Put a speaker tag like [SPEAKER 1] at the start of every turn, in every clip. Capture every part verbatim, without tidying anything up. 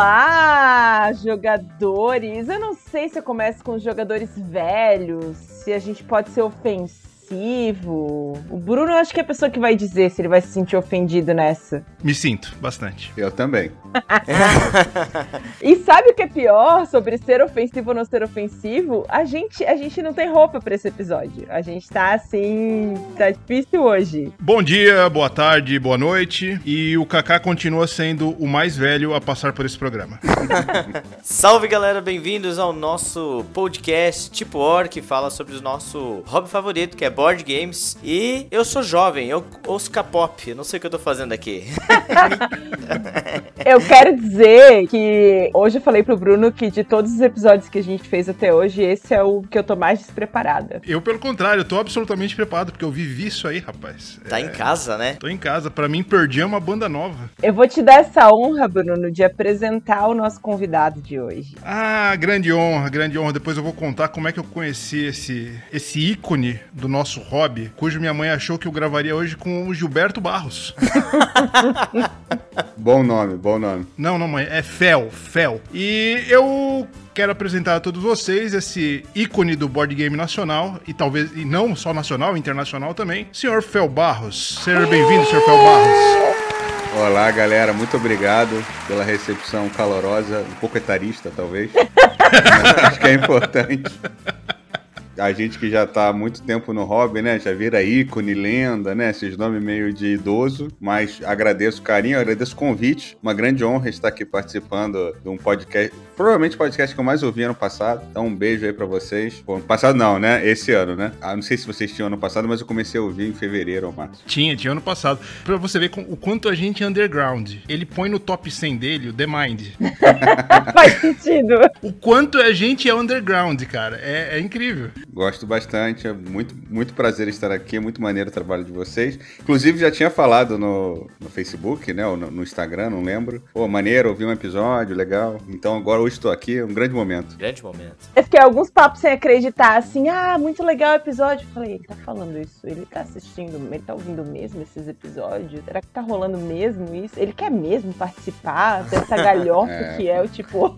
[SPEAKER 1] Olá, jogadores! Eu não sei se eu começo com os jogadores velhos, se a gente pode ser ofensivo. O Bruno, eu acho que é a pessoa que vai dizer se ele vai se sentir ofendido nessa.
[SPEAKER 2] Me sinto, bastante.
[SPEAKER 3] Eu também.
[SPEAKER 1] E sabe o que é pior sobre ser ofensivo ou não ser ofensivo? A gente, a gente não tem roupa pra esse episódio. A gente tá assim, tá difícil hoje.
[SPEAKER 2] Bom dia, boa tarde, boa noite. E o Kaká continua sendo o mais velho a passar por esse programa.
[SPEAKER 4] Salve, galera, bem-vindos ao nosso podcast Tipo Or, que fala sobre o nosso hobby favorito, que é board games. E eu sou jovem, eu ouço K-pop, eu não sei o que eu tô fazendo aqui.
[SPEAKER 1] Eu quero dizer que hoje eu falei pro Bruno que de todos os episódios que a gente fez até hoje, esse é o que eu tô mais despreparada.
[SPEAKER 2] Eu, pelo contrário, eu tô absolutamente preparado, porque eu vivi isso aí, rapaz.
[SPEAKER 4] Tá
[SPEAKER 2] é...
[SPEAKER 4] em casa, né?
[SPEAKER 2] Tô em casa. Pra mim, Perdi é uma banda nova.
[SPEAKER 1] Eu vou te dar essa honra, Bruno, de apresentar o nosso convidado de hoje.
[SPEAKER 2] Ah, grande honra, grande honra. Depois eu vou contar como é que eu conheci esse, esse ícone do nosso hobby, cujo minha mãe achou que eu gravaria hoje com o Gilberto Barros.
[SPEAKER 3] Bom nome, bom nome.
[SPEAKER 2] Não, não, mãe, é Fel, Fel. E eu quero apresentar a todos vocês esse ícone do board game nacional, e talvez, e não só nacional, internacional também, senhor Fel Barros. Seja bem-vindo, senhor Fel Barros.
[SPEAKER 3] Olá, galera, muito obrigado pela recepção calorosa, um pouco etarista, talvez. Acho que é importante. A gente que já tá há muito tempo no hobby, né? Já vira ícone, lenda, né? Esses nomes meio de idoso. Mas agradeço o carinho, agradeço o convite. Uma grande honra estar aqui participando de um podcast. Provavelmente o podcast que eu mais ouvi ano passado. Então um beijo aí pra vocês. Bom, ano passado não, né? Esse ano, né? Ah, não sei se vocês tinham ano passado, mas eu comecei a ouvir em fevereiro ou março.
[SPEAKER 2] Tinha, tinha ano passado. Pra você ver com, o quanto a gente é underground. Ele põe no top cem dele o The Mind.
[SPEAKER 1] Faz sentido.
[SPEAKER 2] O quanto a gente é underground, cara. É, é incrível.
[SPEAKER 3] Gosto bastante, é muito, muito prazer estar aqui, é muito maneiro o trabalho de vocês. Inclusive, já tinha falado no, no Facebook, né, ou no, no Instagram, não lembro. Pô, maneiro, ouvi um episódio, legal. Então, agora hoje estou aqui, é um grande momento.
[SPEAKER 4] Grande momento.
[SPEAKER 1] Eu fiquei alguns papos sem acreditar, assim, ah, muito legal o episódio. Eu falei, ele tá falando isso, ele tá assistindo, ele tá ouvindo mesmo esses episódios? Será que tá rolando mesmo isso? Ele quer mesmo participar dessa galhofa é. que é o tipo...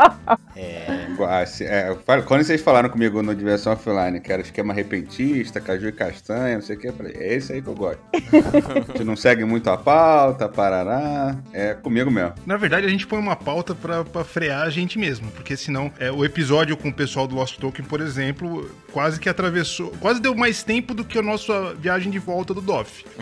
[SPEAKER 4] é...
[SPEAKER 3] é, quando vocês falaram comigo no Diversão Offline, que era esquema repentista, caju e castanha, não sei o que, eu falei, é esse aí que eu gosto. A gente não segue muito a pauta, parará, é comigo mesmo.
[SPEAKER 2] Na verdade, a gente põe uma pauta pra, pra frear a gente mesmo, porque senão, é, o episódio com o pessoal do Lost Token, por exemplo, quase que atravessou, quase deu mais tempo do que a nossa viagem de volta do D O F.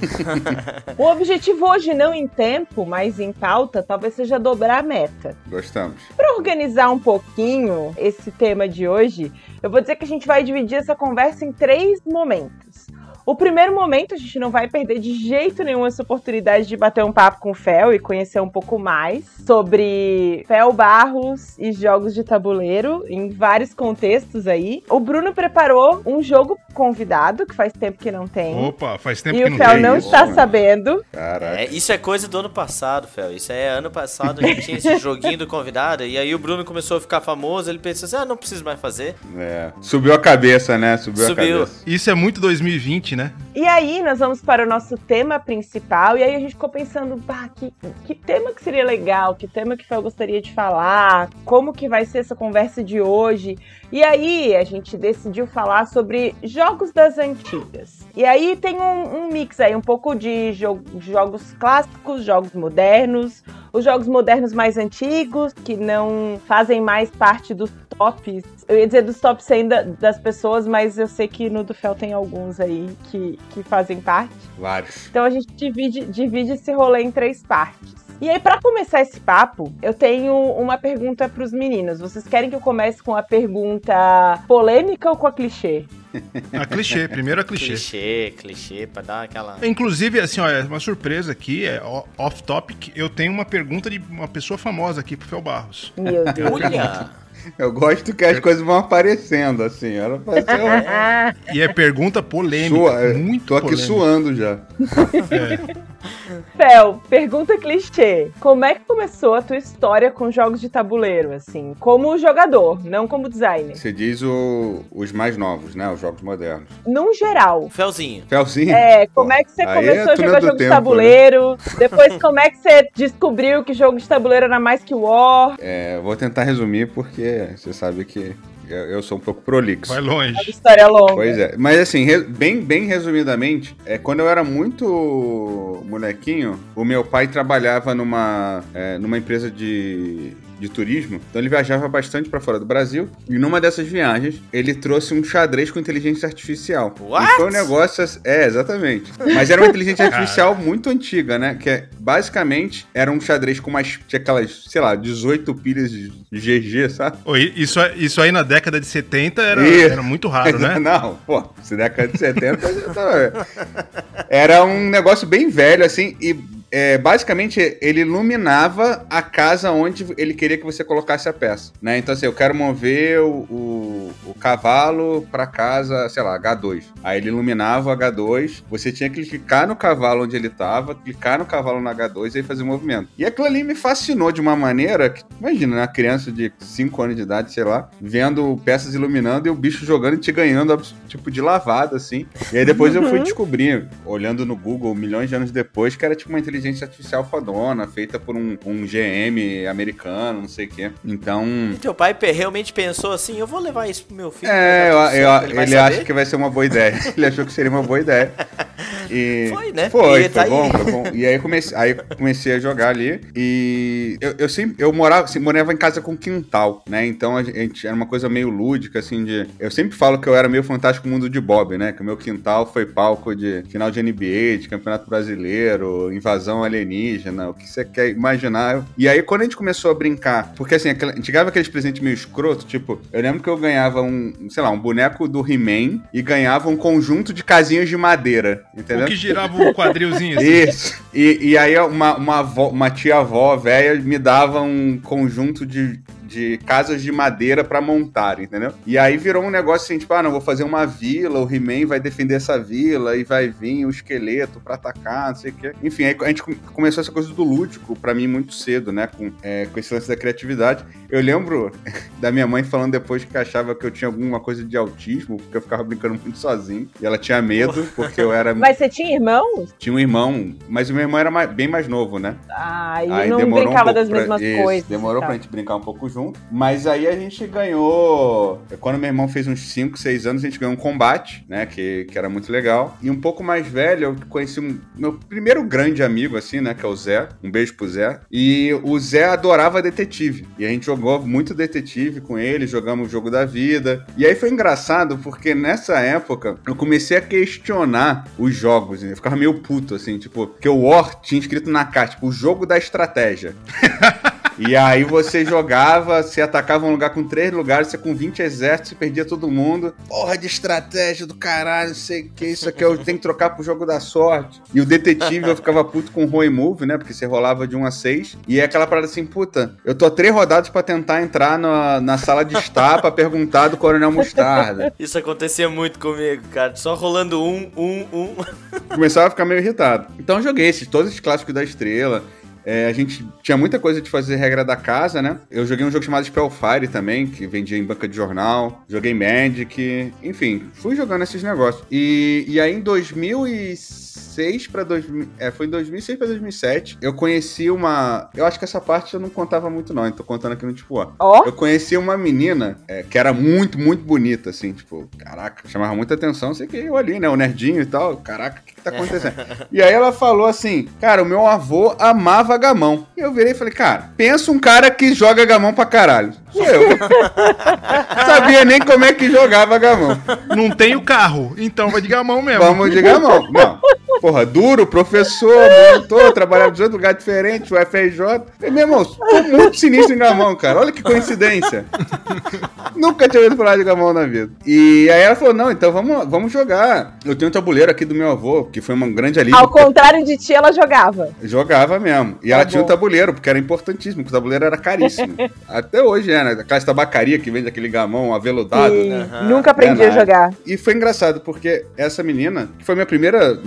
[SPEAKER 1] O objetivo hoje, não em tempo, mas em pauta, talvez seja dobrar a meta.
[SPEAKER 3] Gostamos.
[SPEAKER 1] Para organizar um pouquinho esse tema de hoje, eu vou dizer que a gente vai dividir essa conversa em três momentos. O primeiro momento, a gente não vai perder de jeito nenhum essa oportunidade de bater um papo com o Fel e conhecer um pouco mais sobre Fel Barros e jogos de tabuleiro em vários contextos aí. O Bruno preparou um jogo convidado, que faz tempo que não tem.
[SPEAKER 2] Opa, faz tempo
[SPEAKER 1] e
[SPEAKER 2] que não
[SPEAKER 1] tem. E o Fel não
[SPEAKER 2] isso,
[SPEAKER 1] está
[SPEAKER 2] mano.
[SPEAKER 1] sabendo.
[SPEAKER 4] É, isso é coisa do ano passado, Fel. Isso é ano passado, a gente tinha esse joguinho do convidado, e aí o Bruno começou a ficar famoso, ele pensou assim, ah, não preciso mais fazer.
[SPEAKER 3] É, subiu a cabeça, né? Subiu,
[SPEAKER 4] Subiu.
[SPEAKER 3] a cabeça.
[SPEAKER 2] Isso é muito dois mil e vinte, né?
[SPEAKER 1] E aí, nós vamos para o nosso tema principal, e aí a gente ficou pensando, bah, que, que tema que seria legal, que tema que eu gostaria de falar, como que vai ser essa conversa de hoje. E aí, a gente decidiu falar sobre jogos das antigas. E aí tem um, um mix aí, um pouco de jo- jogos clássicos, jogos modernos, os jogos modernos mais antigos, que não fazem mais parte dos tops. Eu ia dizer dos top cem da, das pessoas, mas eu sei que no do Fel tem alguns aí que, que fazem parte.
[SPEAKER 3] Vários.
[SPEAKER 1] Então a gente divide, divide esse rolê em três partes. E aí, pra começar esse papo, eu tenho uma pergunta pros meninos. Vocês querem que eu comece com a pergunta polêmica ou com a clichê?
[SPEAKER 2] A clichê, primeiro a clichê.
[SPEAKER 4] Clichê, clichê, pra dar aquela...
[SPEAKER 2] Inclusive, assim, ó, é uma surpresa aqui, é off-topic, eu tenho uma pergunta de uma pessoa famosa aqui pro Fel Barros.
[SPEAKER 1] Meu Deus.
[SPEAKER 4] Olha!
[SPEAKER 3] Eu gosto que as coisas vão aparecendo, assim. Ela vai ser um...
[SPEAKER 2] E é pergunta polêmica,
[SPEAKER 3] Sua,
[SPEAKER 2] muito
[SPEAKER 3] tô aqui
[SPEAKER 2] polêmica.
[SPEAKER 3] suando já.
[SPEAKER 2] É.
[SPEAKER 1] Fel, pergunta clichê. Como é que começou a tua história com jogos de tabuleiro, assim? Como jogador, não como designer.
[SPEAKER 3] Você diz o, os mais novos, né? Os jogos modernos.
[SPEAKER 1] Num geral.
[SPEAKER 4] Felzinho.
[SPEAKER 3] Felzinho?
[SPEAKER 1] É, como é que você
[SPEAKER 3] Aí
[SPEAKER 1] começou
[SPEAKER 3] é
[SPEAKER 1] a jogar jogo
[SPEAKER 3] tempo,
[SPEAKER 1] de tabuleiro? Né? Depois, como é que você descobriu que jogo de tabuleiro era mais que War?
[SPEAKER 3] É, vou tentar resumir porque você sabe que eu, eu sou um pouco prolixo.
[SPEAKER 2] Vai longe.
[SPEAKER 1] Uma história longa.
[SPEAKER 3] Pois é. Mas assim, re- bem, bem resumidamente, é, quando eu era muito molequinho, o meu pai trabalhava numa, é, numa empresa de... de turismo, então ele viajava bastante pra fora do Brasil, e numa dessas viagens, ele trouxe um xadrez com inteligência artificial.
[SPEAKER 4] What?
[SPEAKER 3] E foi um negócio... assim- É, exatamente. Mas era uma inteligência artificial muito antiga, né? Que é, basicamente era um xadrez com umas... Tinha aquelas, sei lá, dezoito pilhas de G G, sabe?
[SPEAKER 2] Ô, Isso, isso aí na década de setenta era,
[SPEAKER 3] E-
[SPEAKER 2] era muito raro, né?
[SPEAKER 3] Não, pô, se década de setenta... já tava- Era um negócio bem velho, assim, e... É, basicamente, ele iluminava a casa onde ele queria que você colocasse a peça, né? Então, assim, eu quero mover o, o, o cavalo pra casa, sei lá, H dois. Aí ele iluminava o H dois, você tinha que clicar no cavalo onde ele tava, clicar no cavalo no H dois e aí fazer o movimento. E aquilo ali me fascinou de uma maneira que, imagina, né? Uma criança de cinco anos de idade, sei lá, vendo peças iluminando e o bicho jogando e te ganhando, tipo, de lavada, assim. E aí depois eu fui descobrir, olhando no Google, milhões de anos depois, que era tipo uma inteligência inteligência artificial fodona, feita por um, um G M americano, não sei o quê. Então...
[SPEAKER 4] E teu pai pe- realmente pensou assim, eu vou levar isso pro meu filho.
[SPEAKER 3] É, eu,
[SPEAKER 4] vai dar tudo
[SPEAKER 3] eu,
[SPEAKER 4] certo, ele vai
[SPEAKER 3] ele
[SPEAKER 4] saber.
[SPEAKER 3] acha que vai ser uma boa ideia. Ele achou que seria uma boa ideia. E
[SPEAKER 4] Foi, né?
[SPEAKER 3] Foi,
[SPEAKER 4] E
[SPEAKER 3] foi
[SPEAKER 4] tá aí.
[SPEAKER 3] bom, foi bom. E aí comecei, aí comecei a jogar ali e eu, eu sempre, eu morava, assim, morava em casa com quintal, né? Então a gente, era uma coisa meio lúdica, assim, de... Eu sempre falo que eu era meio Fantástico Mundo de Bob, né? Que o meu quintal foi palco de final de N B A, de Campeonato Brasileiro, invasão alienígena, o que você quer imaginar. E aí quando a gente começou a brincar, porque assim, aquela, a gente ganhava aqueles presentes meio escroto, tipo, eu lembro que eu ganhava um, sei lá, um boneco do He-Man e ganhava um conjunto de casinhas de madeira, entendeu?
[SPEAKER 2] O que girava o quadrilzinho assim.
[SPEAKER 3] Isso. E, e aí uma, uma, avó, uma tia-avó velha me dava um conjunto de, de casas de madeira pra montar, entendeu? E aí virou um negócio assim, tipo, ah, não, vou fazer uma vila, o He-Man vai defender essa vila e vai vir o esqueleto pra atacar, não sei o quê. Enfim, aí a gente começou essa coisa do lúdico pra mim muito cedo, né? Com, é, com esse lance da criatividade. Eu lembro da minha mãe falando depois que achava que eu tinha alguma coisa de autismo, porque eu ficava brincando muito sozinho. E ela tinha medo, porque eu era...
[SPEAKER 1] Mas você tinha irmãos?
[SPEAKER 3] Tinha um irmão, mas o meu irmão era mais, bem mais novo, né?
[SPEAKER 1] Ah, e
[SPEAKER 3] Aí
[SPEAKER 1] não
[SPEAKER 3] demorou um
[SPEAKER 1] brincava
[SPEAKER 3] pouco
[SPEAKER 1] das
[SPEAKER 3] pra-
[SPEAKER 1] mesmas
[SPEAKER 3] isso,
[SPEAKER 1] coisas.
[SPEAKER 3] Demorou
[SPEAKER 1] tá.
[SPEAKER 3] pra gente brincar um pouco junto. Mas aí a gente ganhou... Quando meu irmão fez uns cinco, seis anos, a gente ganhou um combate, né? Que, que era muito legal. E um pouco mais velho, eu conheci um, meu primeiro grande amigo, assim, né? Que é o Zé. Um beijo pro Zé. E o Zé adorava detetive. E a gente jogou muito detetive com ele, jogamos o jogo da vida. E aí foi engraçado, porque nessa época eu comecei a questionar os jogos. Eu ficava meio puto, assim, tipo... Porque o War tinha escrito na caixa, tipo, o jogo da estratégia. E aí você jogava, você atacava um lugar com três lugares, você com vinte exércitos, você perdia todo mundo. Porra de estratégia do caralho, não sei o que, isso aqui eu tenho que trocar pro jogo da sorte. E o detetive eu ficava puto com o Roll and Move, né? Porque você rolava de um a seis. E é aquela parada assim, puta, eu tô a três rodadas pra tentar entrar na, na sala de estar pra perguntar do Coronel Mostarda.
[SPEAKER 4] Isso acontecia muito comigo, cara. Só rolando um, um, um.
[SPEAKER 3] Começava a ficar meio irritado. Então eu joguei esses, todos os clássicos da Estrela. É, a gente tinha muita coisa de fazer regra da casa, né? Eu joguei um jogo chamado Spellfire também, que vendia em banca de jornal. Joguei Magic, enfim, fui jogando esses negócios. E, e aí em dois mil e seis para dois mil, é, foi em dois mil e seis para dois mil e sete, eu conheci uma... Eu acho que essa parte eu não contava muito não, então tô contando aqui no tipo, ó.
[SPEAKER 1] Ó.
[SPEAKER 3] Eu conheci uma menina é, que era muito, muito bonita, assim, tipo, caraca, chamava muita atenção, sei que eu ali, né, o nerdinho e tal, caraca, o que que tá acontecendo? E aí ela falou assim, cara, o meu avô amava gamão. E eu virei e falei, cara, pensa um cara que joga gamão pra caralho. Sou eu. Sabia nem como é que jogava gamão.
[SPEAKER 2] Não tem o carro, então vai de gamão mesmo.
[SPEAKER 3] Vamos de gamão. Não. Porra, duro, professor, monitor, trabalhava de outro lugar diferente, o F R J. E, meu irmão, tô muito sinistro em gamão, cara. Olha que coincidência. Nunca tinha ouvido falar de gamão na vida. E aí ela falou, não, então vamos, vamos jogar. Eu tenho um tabuleiro aqui do meu avô, que foi um grande alívio.
[SPEAKER 1] Ao contrário de ti, ela jogava.
[SPEAKER 3] Jogava mesmo. E
[SPEAKER 1] Tá
[SPEAKER 3] ela
[SPEAKER 1] bom.
[SPEAKER 3] tinha um tabuleiro, porque era importantíssimo, porque o tabuleiro era caríssimo. Até hoje é, né? Aquela tabacaria que vende aquele gamão aveludado,
[SPEAKER 1] E
[SPEAKER 3] né?
[SPEAKER 4] Aham.
[SPEAKER 1] nunca aprendi
[SPEAKER 3] É,
[SPEAKER 1] a
[SPEAKER 3] na
[SPEAKER 1] jogar.
[SPEAKER 3] E foi engraçado, porque essa menina, que foi minha primeira namorada,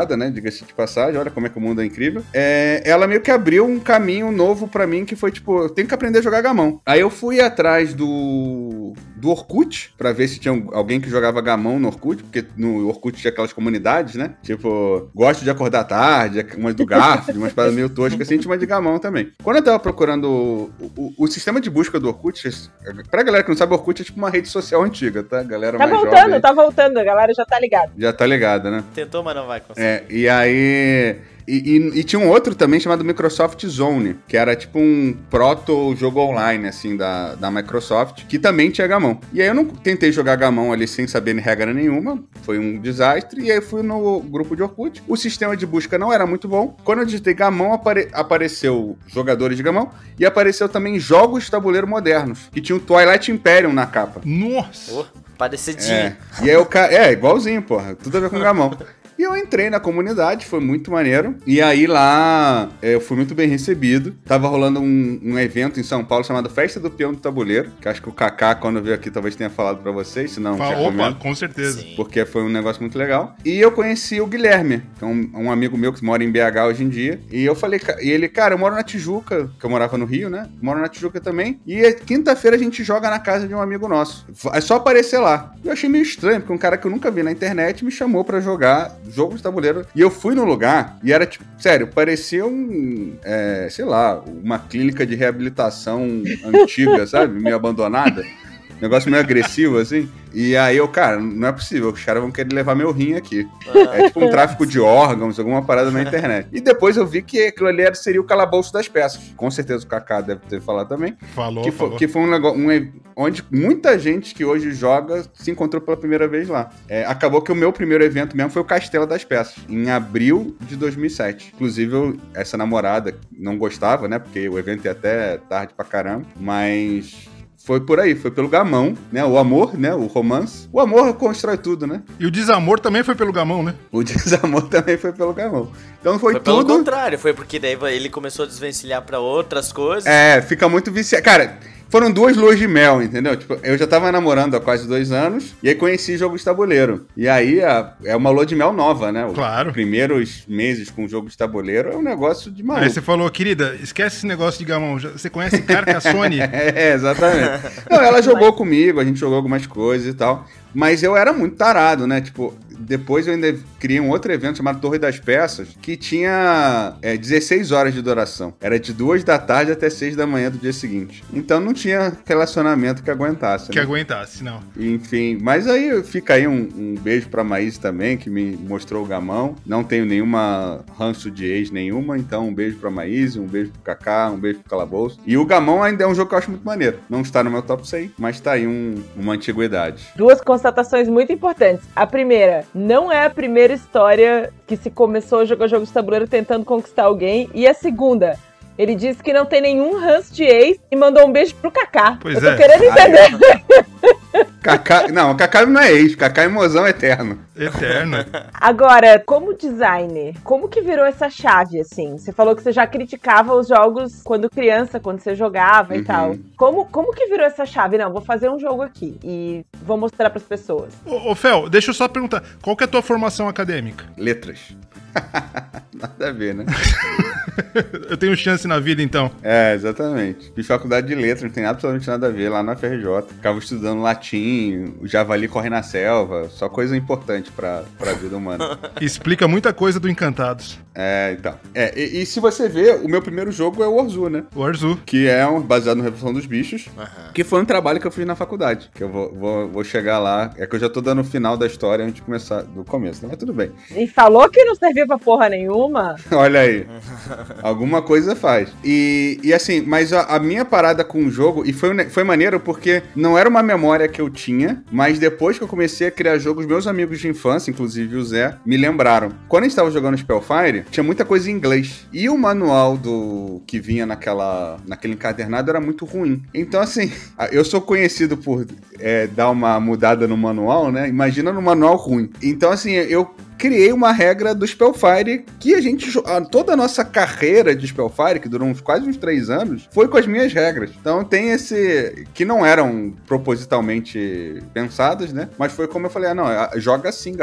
[SPEAKER 3] namorada, né? Diga-se de passagem, olha como é que o mundo é incrível. É, ela meio que abriu um caminho novo pra mim, que foi tipo, eu tenho que aprender a jogar gamão. Aí eu fui atrás do, do Orkut, pra ver se tinha alguém que jogava gamão no Orkut, porque no Orkut tinha aquelas comunidades, né? Tipo, gosto de acordar tarde, umas do Garfield, umas paradas meio toscas, assim, tinha uma de gamão também. Quando eu tava procurando o, o, o sistema de busca do Orkut, pra galera que não sabe, o Orkut é tipo uma rede social antiga, tá? Galera
[SPEAKER 1] tá
[SPEAKER 3] mais
[SPEAKER 1] voltando,
[SPEAKER 3] jovem,
[SPEAKER 1] tá voltando, a galera já tá ligada.
[SPEAKER 3] já tá ligada, né?
[SPEAKER 4] Tentou, mas não vai conseguir.
[SPEAKER 3] É, e aí... E, e, e tinha um outro também chamado Microsoft Zone, que era tipo um proto-jogo online, assim, da, da Microsoft, que também tinha gamão. E aí eu não tentei jogar gamão ali sem saber regra nenhuma, foi um desastre, e aí eu fui no grupo de Orkut. O sistema de busca não era muito bom. Quando eu digitei gamão, apare, apareceu jogadores de gamão, e apareceu também jogos de tabuleiro modernos, que tinha o Twilight Imperium na capa.
[SPEAKER 2] Nossa!
[SPEAKER 4] Oh, parecidinho.
[SPEAKER 3] É, e aí o cara... É, igualzinho, porra, tudo a ver com gamão. E eu entrei na comunidade, foi muito maneiro. E aí lá eu fui muito bem recebido. Tava rolando um, um evento em São Paulo chamado Festa do Peão do Tabuleiro, que acho que o Kaká, quando veio aqui, talvez tenha falado pra vocês, se não,
[SPEAKER 2] Fala,
[SPEAKER 3] já
[SPEAKER 2] opa,
[SPEAKER 3] comento,
[SPEAKER 2] com certeza.
[SPEAKER 4] Sim.
[SPEAKER 3] porque foi um negócio muito legal. E eu conheci o Guilherme, que é um, um amigo meu que mora em B H hoje em dia. E eu falei, e ele, cara, eu moro na Tijuca, que eu morava no Rio, né? Moro na Tijuca também. E quinta-feira a gente joga na casa de um amigo nosso. É só aparecer lá. Eu achei meio estranho, porque um cara que eu nunca vi na internet me chamou pra jogar jogo de tabuleiro. E eu fui no lugar e era tipo, sério, parecia um, é, sei lá, uma clínica de reabilitação antiga, sabe? Meio abandonada. Negócio meio agressivo, assim. E aí eu, cara, não é possível, os caras vão querer levar meu rim aqui. É tipo um tráfico de órgãos, alguma parada na internet. E depois eu vi que aquilo ali era, seria o calabouço das peças. Com certeza o Kaká deve ter falado também.
[SPEAKER 2] Falou,
[SPEAKER 3] que
[SPEAKER 2] falou.
[SPEAKER 3] foi, que foi um negócio um, onde muita gente que hoje joga se encontrou pela primeira vez lá. É, acabou que o meu primeiro evento mesmo foi o Castelo das Peças, em abril de dois mil e sete. Inclusive, eu, essa namorada não gostava, né? Porque o evento ia até tarde pra caramba. Mas... foi por aí, foi pelo gamão, né? O amor, né? O romance. O amor constrói tudo, né?
[SPEAKER 2] E o desamor também foi pelo gamão, né?
[SPEAKER 3] O desamor também foi pelo gamão. Então foi,
[SPEAKER 4] Foi
[SPEAKER 3] tudo...
[SPEAKER 4] pelo contrário, foi porque daí ele começou a desvencilhar pra outras coisas.
[SPEAKER 3] É, fica muito viciado. Cara, foram duas luas de mel, entendeu? Tipo, eu já tava namorando há quase dois anos e aí conheci jogo de tabuleiro. E aí a, é uma lua de mel nova, né? Os
[SPEAKER 2] Claro.
[SPEAKER 3] primeiros meses com jogo de tabuleiro é um negócio de maluco.
[SPEAKER 2] Aí você falou, querida, esquece esse negócio de gamão. Já- Você conhece Carcassonne?
[SPEAKER 3] É, exatamente. Não, ela jogou comigo, a gente jogou algumas coisas e tal. Mas eu era muito tarado, né? Tipo, depois eu ainda criei um outro evento chamado Torre das Peças, que tinha é, dezesseis horas de duração. Era de duas da tarde até seis da manhã do dia seguinte. Então não tinha relacionamento que aguentasse,
[SPEAKER 2] Que
[SPEAKER 3] né?
[SPEAKER 2] aguentasse, não.
[SPEAKER 3] Enfim, mas aí fica aí um, um beijo pra Maís também, que me mostrou o gamão. Não tenho nenhuma ranço de ex nenhuma, então um beijo pra Maís, um beijo pro Kaká, um beijo pro Calabouço. E o gamão ainda é um jogo que eu acho muito maneiro. Não está no meu top cem, mas tá aí um, uma antiguidade.
[SPEAKER 1] Duas constatações muito importantes. A primeira, não é a primeira história que se começou a jogar jogo de tabuleiro tentando conquistar alguém. E a segunda, ele disse que não tem nenhum ranço de ex e mandou um beijo pro Kaká.
[SPEAKER 2] Pois
[SPEAKER 1] Eu tô
[SPEAKER 2] é.
[SPEAKER 1] querendo entender.
[SPEAKER 3] Kaká, não, Kaká não é ex, Kaká é mozão eterno.
[SPEAKER 2] Eterno.
[SPEAKER 1] Agora, como designer, como que virou essa chave, assim? Você falou que você já criticava os jogos quando criança, quando você jogava
[SPEAKER 3] Uhum.
[SPEAKER 1] e tal. Como, como que virou essa chave? Não, vou fazer um jogo aqui e vou mostrar pras pessoas.
[SPEAKER 2] Ô, ô, Fel, deixa eu só perguntar, qual que é a tua formação acadêmica?
[SPEAKER 3] Letras. Nada a ver, né?
[SPEAKER 2] Eu tenho chance na vida, então.
[SPEAKER 3] É, exatamente. Fiz faculdade de letras, não tem absolutamente nada a ver lá na F R J. Ficava estudando latim, o javali corre na selva, só coisa importante pra, pra vida humana.
[SPEAKER 2] Explica muita coisa do Encantados.
[SPEAKER 3] É, então. É, e, e se você ver, o meu primeiro jogo é o Orzu, né?
[SPEAKER 2] O Arzu.
[SPEAKER 3] Que é um, baseado na Revolução dos Bichos,
[SPEAKER 4] Aham.
[SPEAKER 3] que foi um trabalho que eu fiz na faculdade. Que eu vou, vou, vou chegar lá. É que eu já tô dando o final da história antes de começar, do começo, né? Mas tudo bem.
[SPEAKER 1] E falou que não servia pra porra nenhuma?
[SPEAKER 3] Olha aí. Alguma coisa faz. E, e assim, mas a, a minha parada com o jogo, e foi, um ne- foi maneiro porque não era uma memória que eu tinha, mas depois que eu comecei a criar jogos, meus amigos de infância, inclusive o Zé, me lembraram. Quando a gente tava jogando Spellfire, tinha muita coisa em inglês. E o manual do que vinha naquela, naquele encadernado era muito ruim. Então, assim, eu sou conhecido por é, dar uma mudada no manual, né? Imagina no manual ruim. Então, assim, eu criei uma regra do Spellfire que a gente, jo- a- toda a nossa carreira de Spellfire, que durou uns, quase uns três anos, foi com as minhas regras. Então tem esse, que não eram propositalmente pensadas, né? Mas foi como eu falei, ah, não, a- joga assim, galera.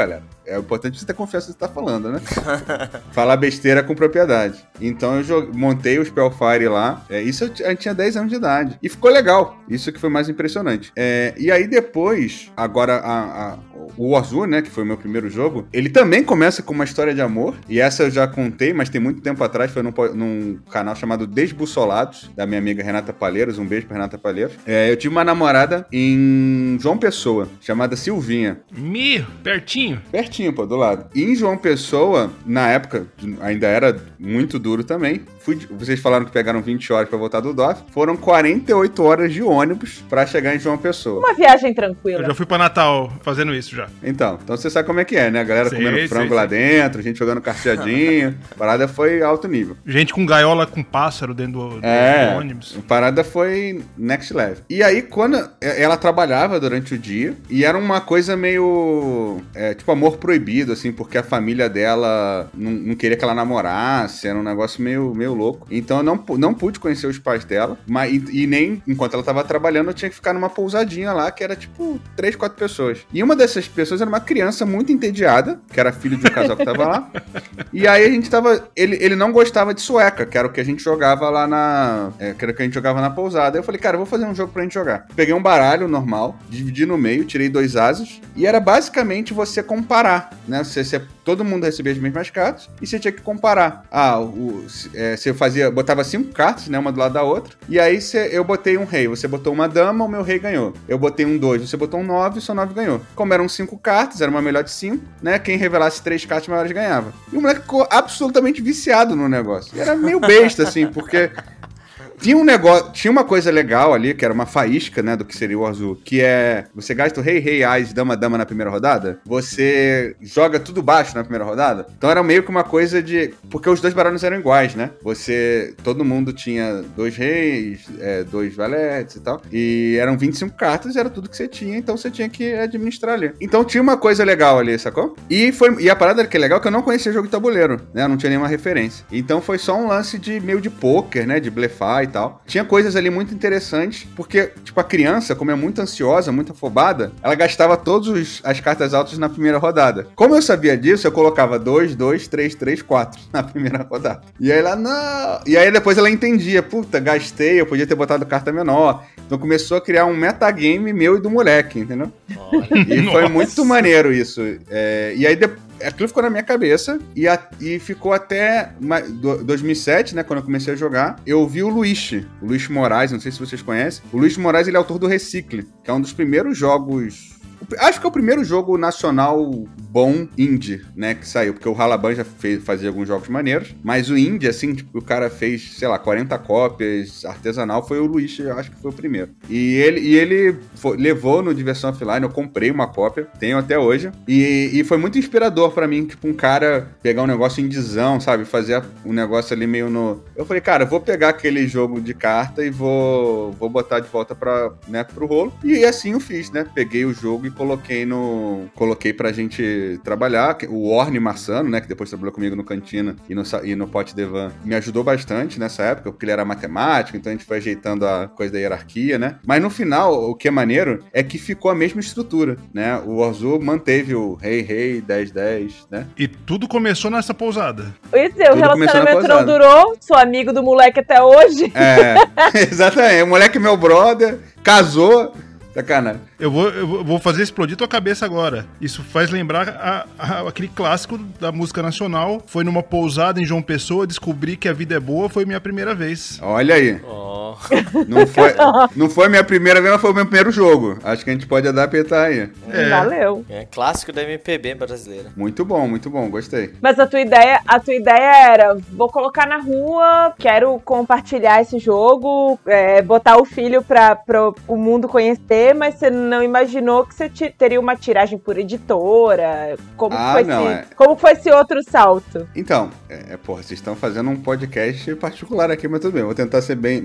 [SPEAKER 3] é importante você ter confiança no que você tá falando, né? Falar besteira com propriedade. Então eu joguei, montei o Spellfire lá, é, isso eu, eu tinha dez anos de idade. E ficou legal, isso que foi mais impressionante. É, e aí depois, agora a, a, o Warzone, né, que foi o meu primeiro jogo, ele também começa com uma história de amor, e essa eu já contei, mas tem muito tempo atrás, foi num, num canal chamado Desbussolados, da minha amiga Renata Palheiros, um beijo pra Renata Palheiros. É, eu tive uma namorada em João Pessoa, chamada Silvinha.
[SPEAKER 2] Me, pertinho.
[SPEAKER 3] Pertinho, pô, do lado. E em João Pessoa, na época, ainda era muito duro também. Fui, vocês falaram que pegaram vinte horas pra voltar do D O F. Foram quarenta e oito horas de ônibus pra chegar em João Pessoa.
[SPEAKER 1] Uma viagem tranquila.
[SPEAKER 2] Eu já fui pra Natal fazendo isso já.
[SPEAKER 3] Então, então você sabe como é que é, né? A galera
[SPEAKER 2] sei,
[SPEAKER 3] comendo frango
[SPEAKER 2] sei,
[SPEAKER 3] lá
[SPEAKER 2] sei.
[SPEAKER 3] dentro, gente jogando carteadinho. A parada foi alto nível.
[SPEAKER 2] Gente com gaiola com pássaro dentro do, do
[SPEAKER 3] É,
[SPEAKER 2] ônibus.
[SPEAKER 3] a parada foi next level. E aí, quando ela trabalhava durante o dia, e era uma coisa meio, é, tipo, amor proibido, assim, porque a família dela não, não queria que ela namorasse, era um negócio meio, meio louco. Então eu não, não pude conhecer os pais dela, mas, e, e nem, enquanto ela tava trabalhando, eu tinha que ficar numa pousadinha lá, que era, tipo, três, quatro pessoas. E uma dessas pessoas era uma criança muito entediada, que era filho de um casal que tava lá, e aí a gente tava, ele, ele não gostava de sueca, que era o que a gente jogava lá na, é, que era o que a gente jogava na pousada. Eu falei, cara, eu vou fazer um jogo pra gente jogar. Peguei um baralho normal, dividi no meio, tirei dois ases, e era basicamente você comparar, né? Você, você, todo mundo recebia as mesmas cartas, e você tinha que comparar. Ah, o, é, você fazia, botava cinco cartas, né? Uma do lado da outra, e aí você, eu botei um rei, você botou uma dama, o meu rei ganhou. Eu botei um dois, você botou um nove, o seu nove ganhou. Como eram cinco cartas, era uma melhor de cinco, né? Quem revelasse três cartas maiores ganhava. E o moleque ficou absolutamente viciado no negócio. E era meio besta, assim, porque tinha um negócio, tinha uma coisa legal ali, que era uma faísca, né, do que seria o Warzone, que é, você gasta o rei, rei, ás, dama, dama na primeira rodada, você joga tudo baixo na primeira rodada. Então era meio que uma coisa de, porque os dois baralhos eram iguais, né? Você, todo mundo tinha dois reis, é, dois valetes e tal, e eram vinte e cinco cartas, era tudo que você tinha, então você tinha que administrar ali. Então tinha uma coisa legal ali, sacou? E, foi, e a parada que é legal é que eu não conhecia jogo de tabuleiro, né? Eu não tinha nenhuma referência. Então foi só um lance de meio de poker, né? De blefar e tal. Tinha coisas ali muito interessantes, porque, tipo, a criança, como é muito ansiosa, muito afobada, ela gastava todas as cartas altas na primeira rodada. Como eu sabia disso, eu colocava dois, dois, três, três, quatro na primeira rodada. E aí ela, não... E aí depois ela entendia, puta, gastei, eu podia ter botado carta menor. Então começou a criar um metagame meu e do moleque, entendeu? Olha. E foi muito maneiro isso. É... E aí depois aquilo ficou na minha cabeça e, a, e ficou até dois mil e sete, né, quando eu comecei a jogar. Eu vi o Luiz, o Luiz Moraes, não sei se vocês conhecem. O Luiz Moraes, ele é autor do Recicle, que é um dos primeiros jogos... Acho que é o primeiro jogo nacional bom indie, né, que saiu, porque o Halaban já fez, fazia alguns jogos maneiros, mas o indie, assim, tipo, o cara fez, sei lá, quarenta cópias, artesanal, foi o Luiz, eu acho que foi o primeiro. E ele, e ele foi, levou no Diversão Offline, eu comprei uma cópia, tenho até hoje, e, e foi muito inspirador pra mim, tipo, um cara pegar um negócio indizão, sabe, fazer um negócio ali meio no... Eu falei, cara, vou pegar aquele jogo de carta e vou, vou botar de volta pra, né, pro rolo, e assim eu fiz, né, peguei o jogo e coloquei no... Coloquei pra gente trabalhar. O Orne Marçano, né, que depois trabalhou comigo no Cantina e no, e no Pote Devan, me ajudou bastante nessa época, porque ele era matemático, então a gente foi ajeitando a coisa da hierarquia, né? Mas no final, o que é maneiro é que ficou a mesma estrutura, né? O Warzone manteve o rei, rei, dez, dez, né?
[SPEAKER 2] E tudo começou nessa pousada.
[SPEAKER 1] Isso, o relacionamento não durou, sou amigo do moleque até hoje.
[SPEAKER 3] É, exatamente. O moleque é meu brother, casou, sacanagem.
[SPEAKER 2] Eu vou, eu vou fazer explodir tua cabeça agora. Isso faz lembrar a, a, aquele clássico da música nacional. Foi numa pousada em João Pessoa, descobri que a vida é boa, foi minha primeira vez.
[SPEAKER 3] Olha aí.
[SPEAKER 4] Oh.
[SPEAKER 3] Não foi, não foi minha primeira vez, mas foi o meu primeiro jogo. Acho que a gente pode adaptar aí.
[SPEAKER 1] É. Valeu.
[SPEAKER 4] É clássico da M P B brasileira.
[SPEAKER 3] Muito bom, muito bom, gostei.
[SPEAKER 1] Mas a tua ideia, a tua ideia era, vou colocar na rua, quero compartilhar esse jogo, é, botar o filho para o mundo conhecer, mas você não imaginou que você teria uma tiragem por editora? Como,
[SPEAKER 3] ah,
[SPEAKER 1] foi,
[SPEAKER 3] não,
[SPEAKER 1] esse,
[SPEAKER 3] é...
[SPEAKER 1] como foi esse outro salto?
[SPEAKER 3] Então, é, porra, vocês estão fazendo um podcast particular aqui, mas tudo bem, vou tentar ser bem mais breve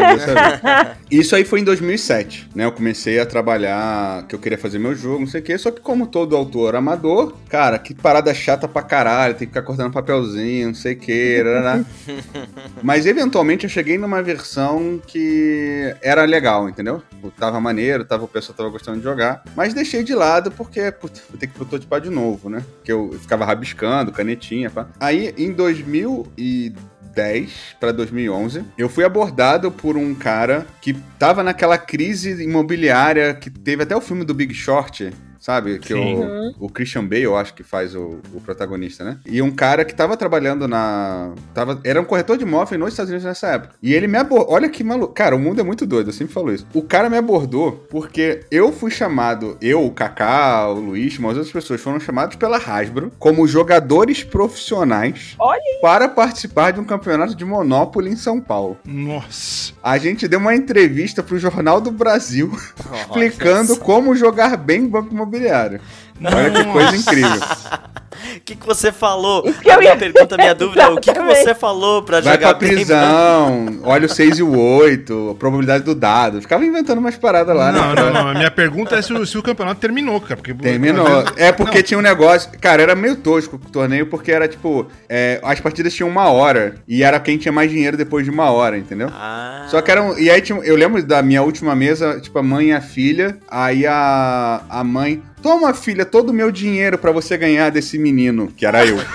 [SPEAKER 3] dessa vez. Isso aí foi em dois mil e sete, né? Eu comecei a trabalhar, que eu queria fazer meu jogo, não sei o quê. Só que como todo autor amador, cara, que parada chata pra caralho, tem que ficar cortando papelzinho, não sei o quê. Né? Mas eventualmente eu cheguei numa versão que era legal, entendeu? Tava maneiro, tava, o pessoal tava gostando de jogar. Mas deixei de lado porque, putz, vou ter que prototipar de novo, né? Porque eu ficava rabiscando, canetinha, pá. Aí, em dois mil e dez para dois mil e onze, eu fui abordado por um cara que tava naquela crise imobiliária que teve até o filme do Big Short, sabe? Que o, o Christian Bale, eu acho que faz o, o protagonista, né? E um cara que tava trabalhando na... Tava, era um corretor de imóvel nos Estados Unidos nessa época. E ele me abordou... Olha que maluco. Cara, o mundo é muito doido, eu sempre falo isso. O cara me abordou porque eu fui chamado... Eu, o Kaká, o Luiz, umas outras pessoas foram chamados pela Hasbro como jogadores profissionais.
[SPEAKER 1] Olha.
[SPEAKER 3] Para participar de um campeonato de Monopoly em São Paulo.
[SPEAKER 2] Nossa.
[SPEAKER 3] A gente deu uma entrevista pro Jornal do Brasil explicando Nossa. como jogar bem Banco Imobiliário. Olha que coisa incrível.
[SPEAKER 4] O que, que você falou?
[SPEAKER 1] Isso que eu ia...
[SPEAKER 4] Minha pergunta, minha dúvida é o que, que você falou pra
[SPEAKER 3] Vai
[SPEAKER 4] jogar
[SPEAKER 3] pra prisão, bem... olha o seis e o oito, a probabilidade do dado. Ficava inventando umas paradas lá,
[SPEAKER 2] não,
[SPEAKER 3] né?
[SPEAKER 2] Não, não, a minha pergunta é se o, se o campeonato terminou, cara. Porque,
[SPEAKER 3] terminou. Vezes... É porque não. tinha um negócio... Cara, era meio tosco o torneio, porque era tipo... É, as partidas tinham uma hora, e era quem tinha mais dinheiro depois de uma hora, entendeu?
[SPEAKER 4] Ah.
[SPEAKER 3] Só que era um... E aí tinha, eu lembro da minha última mesa, tipo, a mãe e a filha, aí a, a mãe... Toma, filha, todo o meu dinheiro pra você ganhar desse menino, que era eu.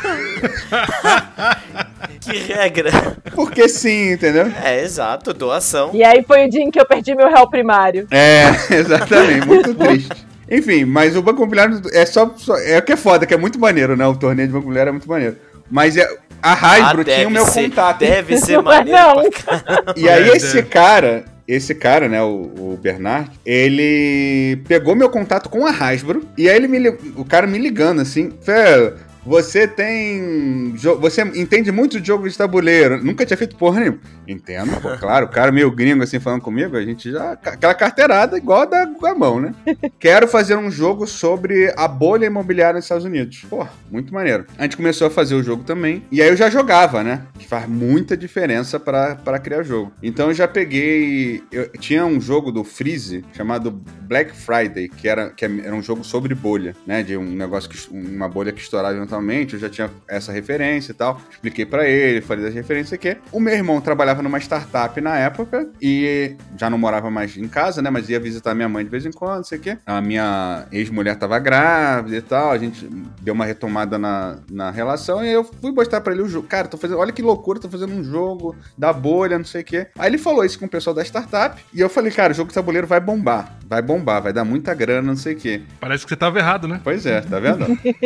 [SPEAKER 4] Que regra.
[SPEAKER 3] Porque sim, entendeu?
[SPEAKER 4] É, exato, doação.
[SPEAKER 1] E aí foi o dia em que eu perdi meu réu primário.
[SPEAKER 3] É, exatamente, muito triste. Enfim, mas o Banco Imobiliário é só, só... É o que é foda, que é muito maneiro, né? O torneio de Banco Imobiliário é muito maneiro. Mas é... a Hasbro ah, tinha o meu
[SPEAKER 4] ser,
[SPEAKER 3] contato.
[SPEAKER 4] Deve ser maneiro
[SPEAKER 1] não.
[SPEAKER 4] pra caramba.
[SPEAKER 3] E aí esse cara... Esse cara, né, o, o Bernard, ele pegou meu contato com a Hasbro e aí ele me, o cara me ligando assim, Fé, você tem... Você entende muito de jogo de tabuleiro. Nunca tinha feito porra nenhuma. Entendo, pô, claro. O cara meio gringo assim falando comigo, a gente já... Aquela carteirada igual a da a mão, né? Quero fazer um jogo sobre a bolha imobiliária nos Estados Unidos. Pô, muito maneiro. A gente começou a fazer o jogo também. E aí eu já jogava, né? Que faz muita diferença pra, pra criar jogo. Então eu já peguei... Eu, tinha um jogo do Freeze chamado Black Friday, que era, que era um jogo sobre bolha, né? De um negócio, que, uma bolha que estourava eventualmente. Eu já tinha essa referência e tal. Expliquei pra ele, falei das referências aqui. O meu irmão trabalhava numa startup na época e já não morava mais em casa, né? Mas ia visitar minha mãe de vez em quando, não sei o quê. A minha ex-mulher tava grávida e tal. A gente deu uma retomada na, na relação e eu fui mostrar pra ele o jogo. Cara, tô fazendo... olha que loucura, tô fazendo um jogo da bolha, não sei o quê. Aí ele falou isso com o pessoal da startup e eu falei, cara, o jogo de tabuleiro vai bombar. Vai bombar, vai dar muita grana, não sei o quê.
[SPEAKER 2] Parece que você tava errado, né?
[SPEAKER 3] Pois é, tá vendo?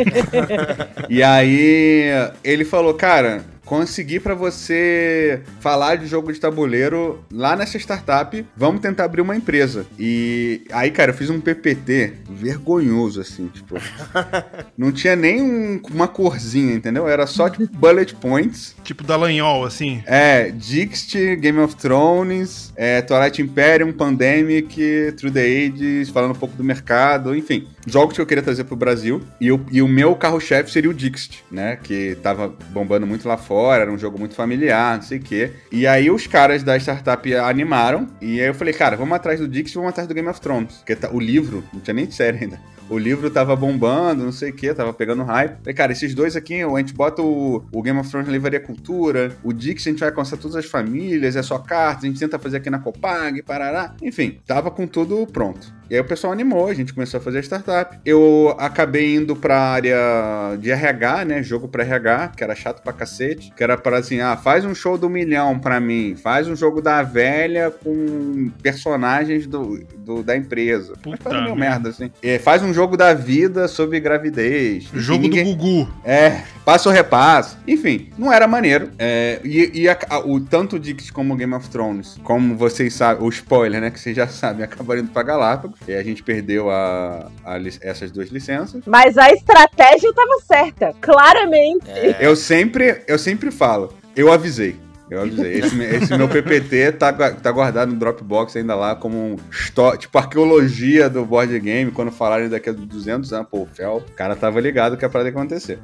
[SPEAKER 3] E aí ele falou, cara... Consegui pra você falar de jogo de tabuleiro lá nessa startup. Vamos tentar abrir uma empresa. E aí, cara, eu fiz um P P T vergonhoso, assim, tipo... Não tinha nem um, uma corzinha, entendeu? Era só, tipo, bullet points.
[SPEAKER 2] Tipo Dallagnol, assim.
[SPEAKER 3] É, Dixit, Game of Thrones, é, Twilight Imperium, Pandemic, Through the Ages, falando um pouco do mercado, enfim. Jogos que eu queria trazer pro Brasil. E, eu, e o meu carro-chefe seria o Dixit, né? Que tava bombando muito lá fora. Era um jogo muito familiar, não sei o quê. E aí os caras da startup animaram. E aí eu falei, cara, vamos atrás do Dixit e vamos atrás do Game of Thrones. Porque tá, o livro, não tinha nem de série ainda. O livro tava bombando, não sei o que, tava pegando hype. Falei, cara, esses dois aqui, a gente bota o, o Game of Thrones na Livraria Cultura, o Dixit a gente vai alcançar todas as famílias, é só cartas, a gente tenta fazer aqui na Copag, parará. Enfim, tava com tudo pronto. E aí o pessoal animou, a gente começou a fazer a startup. Eu acabei indo pra área de R H, né, jogo pra R H, que era chato pra cacete, que era para assim, ah, faz um show do milhão pra mim, faz um jogo da velha com personagens do, do, da empresa. Mas faz meio merda, assim. É, faz um jogo da vida sobre gravidez.
[SPEAKER 2] Jogo
[SPEAKER 3] ninguém...
[SPEAKER 2] do Gugu.
[SPEAKER 3] É, passo ou repasso. Enfim, não era maneiro. É, e e a, a, o tanto Dixit como Game of Thrones, como vocês sabem, o spoiler, né, que vocês já sabem, acabaram indo pra Galápagos. E a gente perdeu a, a, essas duas licenças.
[SPEAKER 1] Mas a estratégia estava certa, claramente.
[SPEAKER 3] É. Eu sempre, eu sempre falo, eu avisei. Eu avisei. Esse, esse meu P P T tá, tá guardado no Dropbox ainda lá como um esto- tipo arqueologia do board game. Quando falarem daqui a duzentos anos, pô, o Fel, o cara tava ligado que a parada ia acontecer.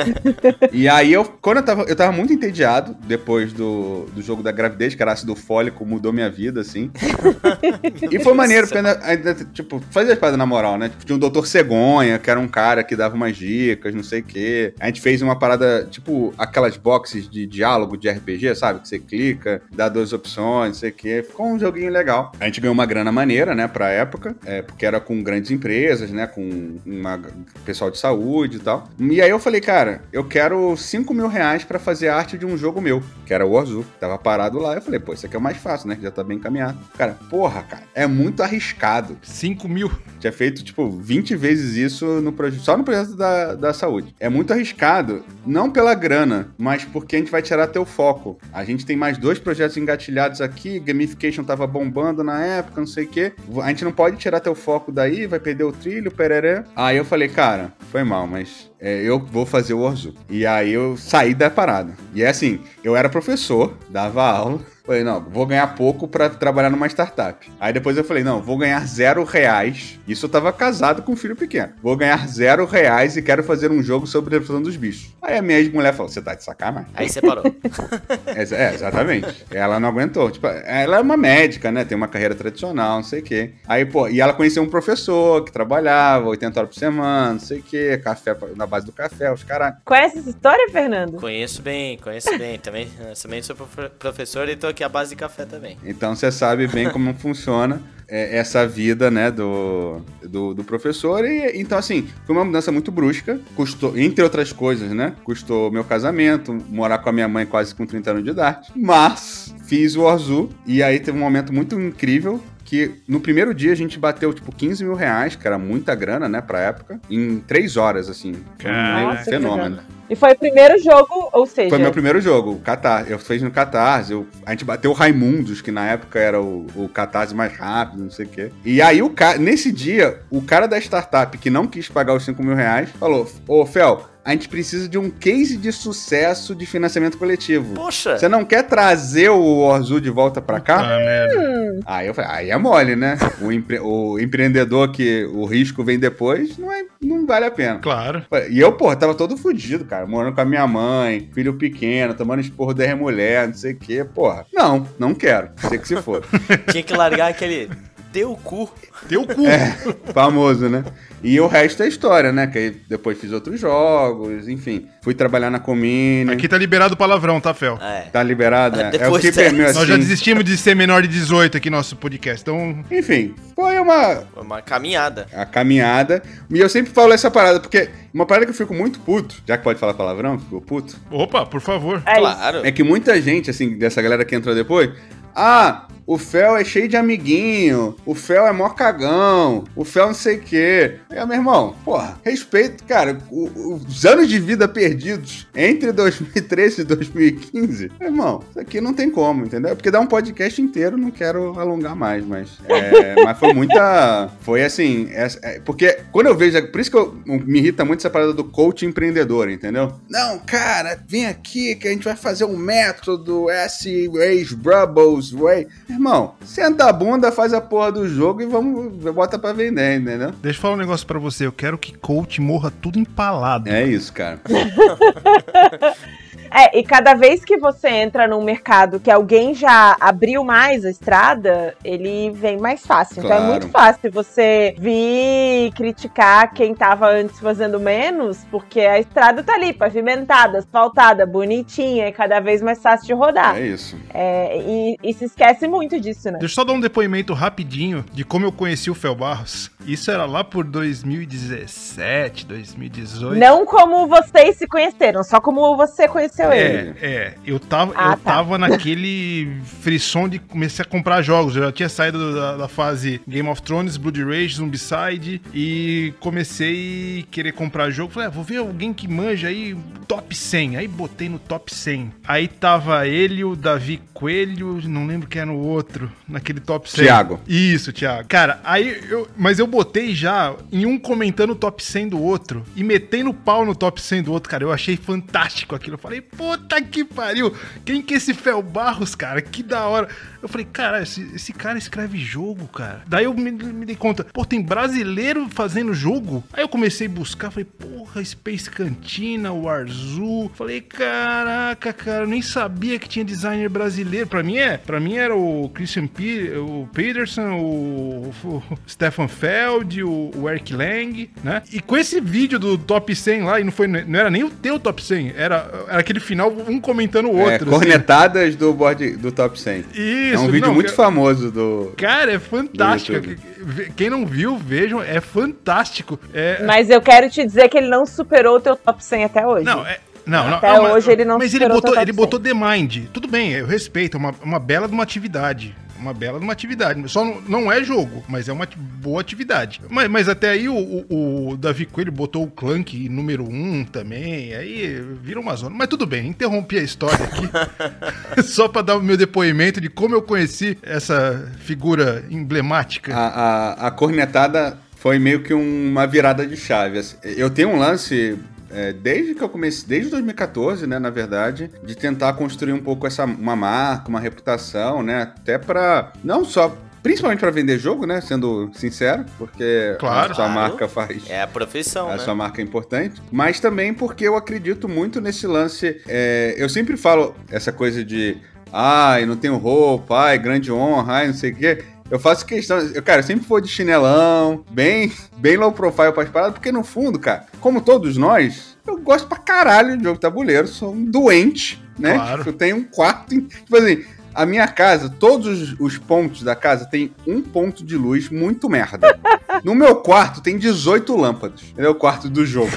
[SPEAKER 3] E aí, eu, quando eu tava, eu tava muito entediado depois do, do jogo da gravidez, que era ácido fólico, mudou minha vida, assim. E foi maneiro, porque ainda, ainda, tipo, fazia as paradas na moral, né? Tipo, tinha o doutor Cegonha, que era um cara que dava umas dicas, não sei o quê. A gente fez uma parada, tipo, aquelas boxes de diálogo de R P G, sabe? Que você clica, dá duas opções, não sei o quê. Ficou um joguinho legal. A gente ganhou uma grana maneira, né, pra época, é, porque era com grandes empresas, né, com uma, pessoal de saúde e tal. E aí eu falei, cara, eu quero cinco mil reais pra fazer arte de um jogo meu, que era o Warzoo. Tava parado lá, eu falei, pô, isso aqui é o mais fácil, né, que já tá bem encaminhado. Cara, porra, cara, é muito arriscado.
[SPEAKER 2] cinco mil?
[SPEAKER 3] Tinha feito, tipo, vinte vezes isso no projeto, só no projeto da, da saúde. É muito arriscado, não pela grana, mas porque a gente vai tirar teu foco. A gente tem mais dois projetos engatilhados aqui, gamification tava bombando na época, não sei o quê. A gente não pode tirar teu foco daí, vai perder o trilho, pereré. Aí eu falei, cara, foi mal, mas é, eu vou fazer o Warzoo. E aí eu saí da parada. E é assim, eu era professor, dava aula. Falei, não, vou ganhar pouco pra trabalhar numa startup. Aí depois eu falei, não, vou ganhar zero reais. Isso eu tava casado com um filho pequeno. Vou ganhar zero reais e quero fazer um jogo sobre a reprodução dos bichos. Aí a minha ex-mulher falou, você tá de sacanagem?
[SPEAKER 4] Aí você parou.
[SPEAKER 3] É, é, exatamente. Ela não aguentou. Tipo, ela é uma médica, né? Tem uma carreira tradicional, não sei o quê. Aí, pô, e ela conheceu um professor que trabalhava oitenta horas por semana, não sei o quê, café na base do café, os caras.
[SPEAKER 1] Conhece essa história, Fernando?
[SPEAKER 4] Conheço bem, conheço bem. Também, também sou professor e tô aqui à base de café também.
[SPEAKER 3] Então você sabe bem como funciona é, essa vida, né, do, do, do professor. E, então, assim, foi uma mudança muito brusca. Custou, entre outras coisas, né? Custou meu casamento, morar com a minha mãe quase com trinta anos de idade. Mas fiz o Warzoo e aí teve um momento muito incrível que no primeiro dia a gente bateu, tipo, quinze mil reais, que era muita grana, né, pra época, em três horas, assim. Foi um fenômeno.
[SPEAKER 1] E foi o primeiro jogo, ou seja...
[SPEAKER 3] Foi meu primeiro jogo, o Catarse. Eu fiz no Catarse. Eu, a gente bateu o Raimundos, que na época era o, o Catarse mais rápido, não sei o quê. E aí, o ca... nesse dia, o cara da startup, que não quis pagar os cinco mil reais, falou, ô, Fel, a gente precisa de um case de sucesso de financiamento coletivo.
[SPEAKER 4] Poxa!
[SPEAKER 3] Você não quer trazer o Warzoo de volta pra cá?
[SPEAKER 2] Ah, merda.
[SPEAKER 3] Aí eu falei, aí é mole, né? O, empre... o empreendedor que o risco vem depois, não, é... não vale a pena.
[SPEAKER 2] Claro.
[SPEAKER 3] E eu, pô, tava todo fudido, cara. Morando com a minha mãe, filho pequeno, tomando esporro da mulher, não sei o quê. Porra, não, não quero. Sei que se for.
[SPEAKER 4] Tinha que largar aquele deu o cu.
[SPEAKER 2] Deu o cu.
[SPEAKER 3] É, famoso, né? E o resto é história, né? Que aí depois fiz outros jogos, enfim. Fui trabalhar na Comini.
[SPEAKER 2] Aqui tá liberado o palavrão, tá, Fel?
[SPEAKER 4] É.
[SPEAKER 3] Tá liberado, é.
[SPEAKER 4] Depois
[SPEAKER 3] é o que
[SPEAKER 4] é.
[SPEAKER 3] meu, assim.
[SPEAKER 2] Nós já desistimos de ser menor de dezoito aqui no nosso podcast, então...
[SPEAKER 3] Enfim, foi uma...
[SPEAKER 4] Foi uma caminhada.
[SPEAKER 3] A caminhada. E eu sempre falo essa parada, porque uma parada que eu fico muito puto, já que pode falar palavrão, ficou puto,
[SPEAKER 2] Opa, por favor.
[SPEAKER 1] É isso.
[SPEAKER 4] Claro.
[SPEAKER 3] é que muita gente, assim, dessa galera que entrou depois, ah, o Fel é cheio de amiguinho, o Fel é mó cagão, o Fel não sei o quê. Aí, meu irmão, porra, respeito, cara, o, os anos de vida perdidos entre dois mil e treze e dois mil e quinze, meu irmão, isso aqui não tem como, entendeu? Porque dá um podcast inteiro, não quero alongar mais, mas, é, mas foi muita, foi assim, é, é, porque quando eu vejo, por isso que eu, me irrita muito essa parada do coach empreendedor, entendeu? Não, cara, vem aqui que a gente vai fazer um método S-Ways, Brubbles, Way. Irmão, senta a bunda, faz a porra do jogo e vamos, bota pra vender, entendeu?
[SPEAKER 2] Deixa eu falar um negócio pra você. Eu quero que coach morra tudo empalado.
[SPEAKER 3] É isso, cara.
[SPEAKER 1] É, e cada vez que você entra num mercado que alguém já abriu mais a estrada, ele vem mais fácil.
[SPEAKER 3] Claro.
[SPEAKER 1] Então é muito fácil você vir criticar quem tava antes fazendo menos, porque a estrada tá ali, pavimentada, asfaltada, bonitinha, é cada vez mais fácil de rodar.
[SPEAKER 3] É isso.
[SPEAKER 1] É, e, e se esquece muito disso, né?
[SPEAKER 2] Deixa eu só dar um depoimento rapidinho de como eu conheci o Fel Barros. Isso era lá por dois mil e dezessete, dois mil e dezoito.
[SPEAKER 1] Não como vocês se conheceram, só como você conheceu ele.
[SPEAKER 2] É, é, eu tava,
[SPEAKER 1] Ah,
[SPEAKER 2] eu
[SPEAKER 1] tá.
[SPEAKER 2] tava naquele frisson de comecei a comprar jogos. Eu já tinha saído da, da fase Game of Thrones, Blood Rage, Zombicide e comecei a querer comprar jogo. Falei, ah, vou ver alguém que manja aí, top cem. Aí botei no top cem. Aí tava ele, o Davi Coelho, não lembro quem era o outro, naquele top cem.
[SPEAKER 3] Thiago.
[SPEAKER 2] Isso, Thiago. Cara, aí eu. Mas eu botei já em um comentando o top cem do outro e metendo pau no top cem do outro, cara. Eu achei fantástico aquilo. Eu falei, puta que pariu. Quem que é esse Fel Barros, cara? Que da hora. Eu falei, cara, esse, esse cara escreve jogo, cara. Daí eu me, me dei conta, pô, tem brasileiro fazendo jogo? Aí eu comecei a buscar, falei, porra, Space Cantina, Warzoo. Falei, caraca, cara, eu nem sabia que tinha designer brasileiro. Pra mim, é, pra mim era o Christian P, o Peterson, o, o Stefan Feld, o, o Eric Lang, né? E com esse vídeo do Top cem lá, e não, foi, não era nem o teu Top cem, era, era aquele final, um comentando o outro.
[SPEAKER 3] É, cornetadas assim. do, board, do Top cem.
[SPEAKER 2] Isso.
[SPEAKER 3] É um vídeo
[SPEAKER 2] não,
[SPEAKER 3] muito
[SPEAKER 2] que...
[SPEAKER 3] famoso do...
[SPEAKER 2] Cara, é fantástico. Quem não viu, vejam, é fantástico. É...
[SPEAKER 1] Mas eu quero te dizer que ele não superou o teu top cem até hoje.
[SPEAKER 2] Não, é... Não, não,
[SPEAKER 1] até
[SPEAKER 2] não,
[SPEAKER 1] hoje
[SPEAKER 2] mas,
[SPEAKER 1] ele não
[SPEAKER 2] mas
[SPEAKER 1] superou
[SPEAKER 2] ele botou,
[SPEAKER 1] o teu top
[SPEAKER 2] ele
[SPEAKER 1] cem.
[SPEAKER 2] botou The Mind. Tudo bem, eu respeito, é uma, uma bela de uma atividade. Uma bela de uma atividade. Só não, não é jogo, mas é uma boa atividade. Mas, mas até aí o, o, o Davi Coelho botou o Clank número um também. Aí vira uma zona. Mas tudo bem, interrompi a história aqui. Só pra dar o meu depoimento de como eu conheci essa figura emblemática.
[SPEAKER 3] A, a, a cornetada foi meio que uma virada de chave. Eu tenho um lance... É, desde que eu comecei, desde dois mil e catorze, né, na verdade, de tentar construir um pouco essa, uma marca, uma reputação, né, até pra, não só, principalmente pra vender jogo, né, sendo sincero, porque
[SPEAKER 2] claro,
[SPEAKER 3] a sua
[SPEAKER 4] claro.
[SPEAKER 3] marca faz...
[SPEAKER 4] É a profissão,
[SPEAKER 3] a
[SPEAKER 4] né?
[SPEAKER 3] sua marca é importante, mas também porque eu acredito muito nesse lance, é, eu sempre falo essa coisa de, ai, não tenho roupa, ai, grande honra, ai, não sei o quê... Eu faço questão, eu, cara, eu sempre vou de chinelão, bem, bem low profile para as paradas, porque no fundo, cara, como todos nós, eu gosto pra caralho de jogo de tabuleiro, sou um doente, né?
[SPEAKER 2] Claro.
[SPEAKER 3] Tipo, eu tenho um quarto, em, tipo assim, a minha casa, todos os, os pontos da casa tem um ponto de luz muito merda. No meu quarto tem dezoito lâmpadas, é o quarto do jogo.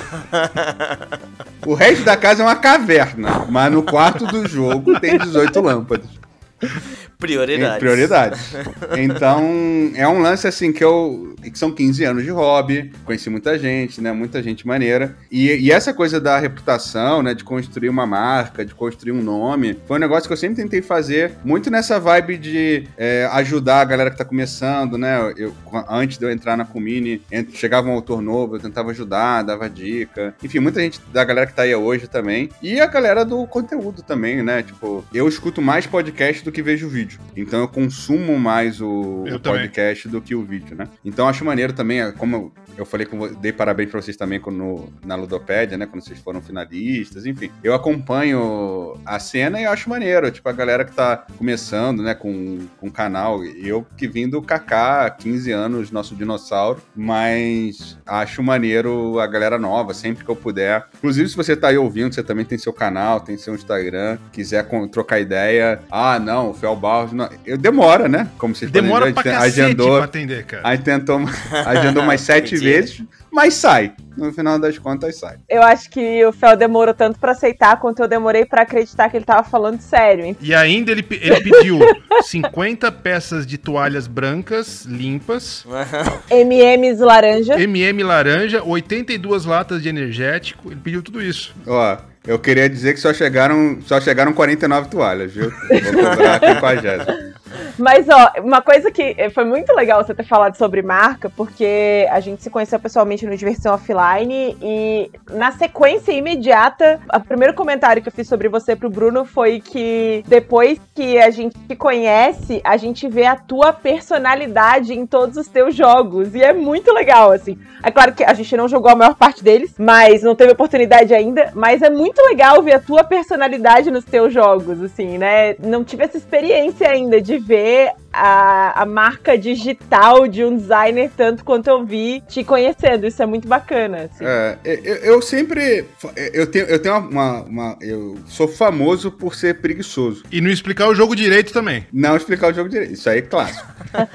[SPEAKER 3] O resto da casa é uma caverna, mas no quarto do jogo tem dezoito lâmpadas.
[SPEAKER 4] Prioridades.
[SPEAKER 3] Prioridades. Então, é um lance assim que eu... que são quinze anos de hobby, conheci muita gente, né? Muita gente maneira. E, e essa coisa da reputação, né? De construir uma marca, de construir um nome, foi um negócio que eu sempre tentei fazer, muito nessa vibe de é, ajudar a galera que tá começando, né? Eu, antes de eu entrar na Comini, chegava um autor novo, eu tentava ajudar, dava dica. Enfim, muita gente da galera que tá aí hoje também. E a galera do conteúdo também, né? Tipo, eu escuto mais podcast do que vejo vídeo. Então eu consumo mais o, o podcast do que o vídeo, né? Então eu acho maneiro também, como eu, eu falei, com, dei parabéns pra vocês também no, na Ludopédia, né? Quando vocês foram finalistas, enfim. Eu acompanho a cena e eu acho maneiro. Tipo, a galera que tá começando, né? Com, com o canal. Eu que vim do Kaká, quinze anos, nosso dinossauro. Mas acho maneiro a galera nova, sempre que eu puder. Inclusive, se você tá aí ouvindo, você também tem seu canal, tem seu Instagram, quiser com, trocar ideia. Ah, não, o Fel Barros... Não. Eu, demora, né? Como vocês
[SPEAKER 2] Demora
[SPEAKER 3] podem ver,
[SPEAKER 2] pra
[SPEAKER 3] cacete
[SPEAKER 2] agendou, pra atender, cara.
[SPEAKER 3] A gente tentou, agendou mais sete vezes, mas sai. No final das contas, sai.
[SPEAKER 1] Eu acho que o Fel demorou tanto pra aceitar quanto eu demorei pra acreditar que ele tava falando sério, hein?
[SPEAKER 2] E ainda ele, ele pediu cinquenta peças de toalhas brancas, limpas.
[SPEAKER 1] M Ms laranja.
[SPEAKER 2] M M laranja, oitenta e duas latas de energético. Ele pediu tudo isso.
[SPEAKER 3] Ó, eu queria dizer que só chegaram, só chegaram quarenta e nove toalhas, viu? Vou cobrar a quinquagésima.
[SPEAKER 1] Mas, ó, uma coisa que foi muito legal você ter falado sobre marca, porque a gente se conheceu pessoalmente no Diversão Offline e na sequência imediata, o primeiro comentário que eu fiz sobre você pro Bruno foi que depois que a gente te conhece, a gente vê a tua personalidade em todos os teus jogos e é muito legal, assim. É claro que a gente não jogou a maior parte deles, mas não teve oportunidade ainda, mas é muito legal ver a tua personalidade nos teus jogos, assim, né? Não tive essa experiência ainda de ver A, a marca digital de um designer tanto quanto eu vi te conhecendo, isso é muito bacana, assim.
[SPEAKER 3] É, eu, eu sempre eu tenho, eu tenho uma, uma eu sou famoso por ser preguiçoso.
[SPEAKER 2] E não explicar o jogo direito também.
[SPEAKER 3] Não explicar o jogo direito, isso aí é clássico.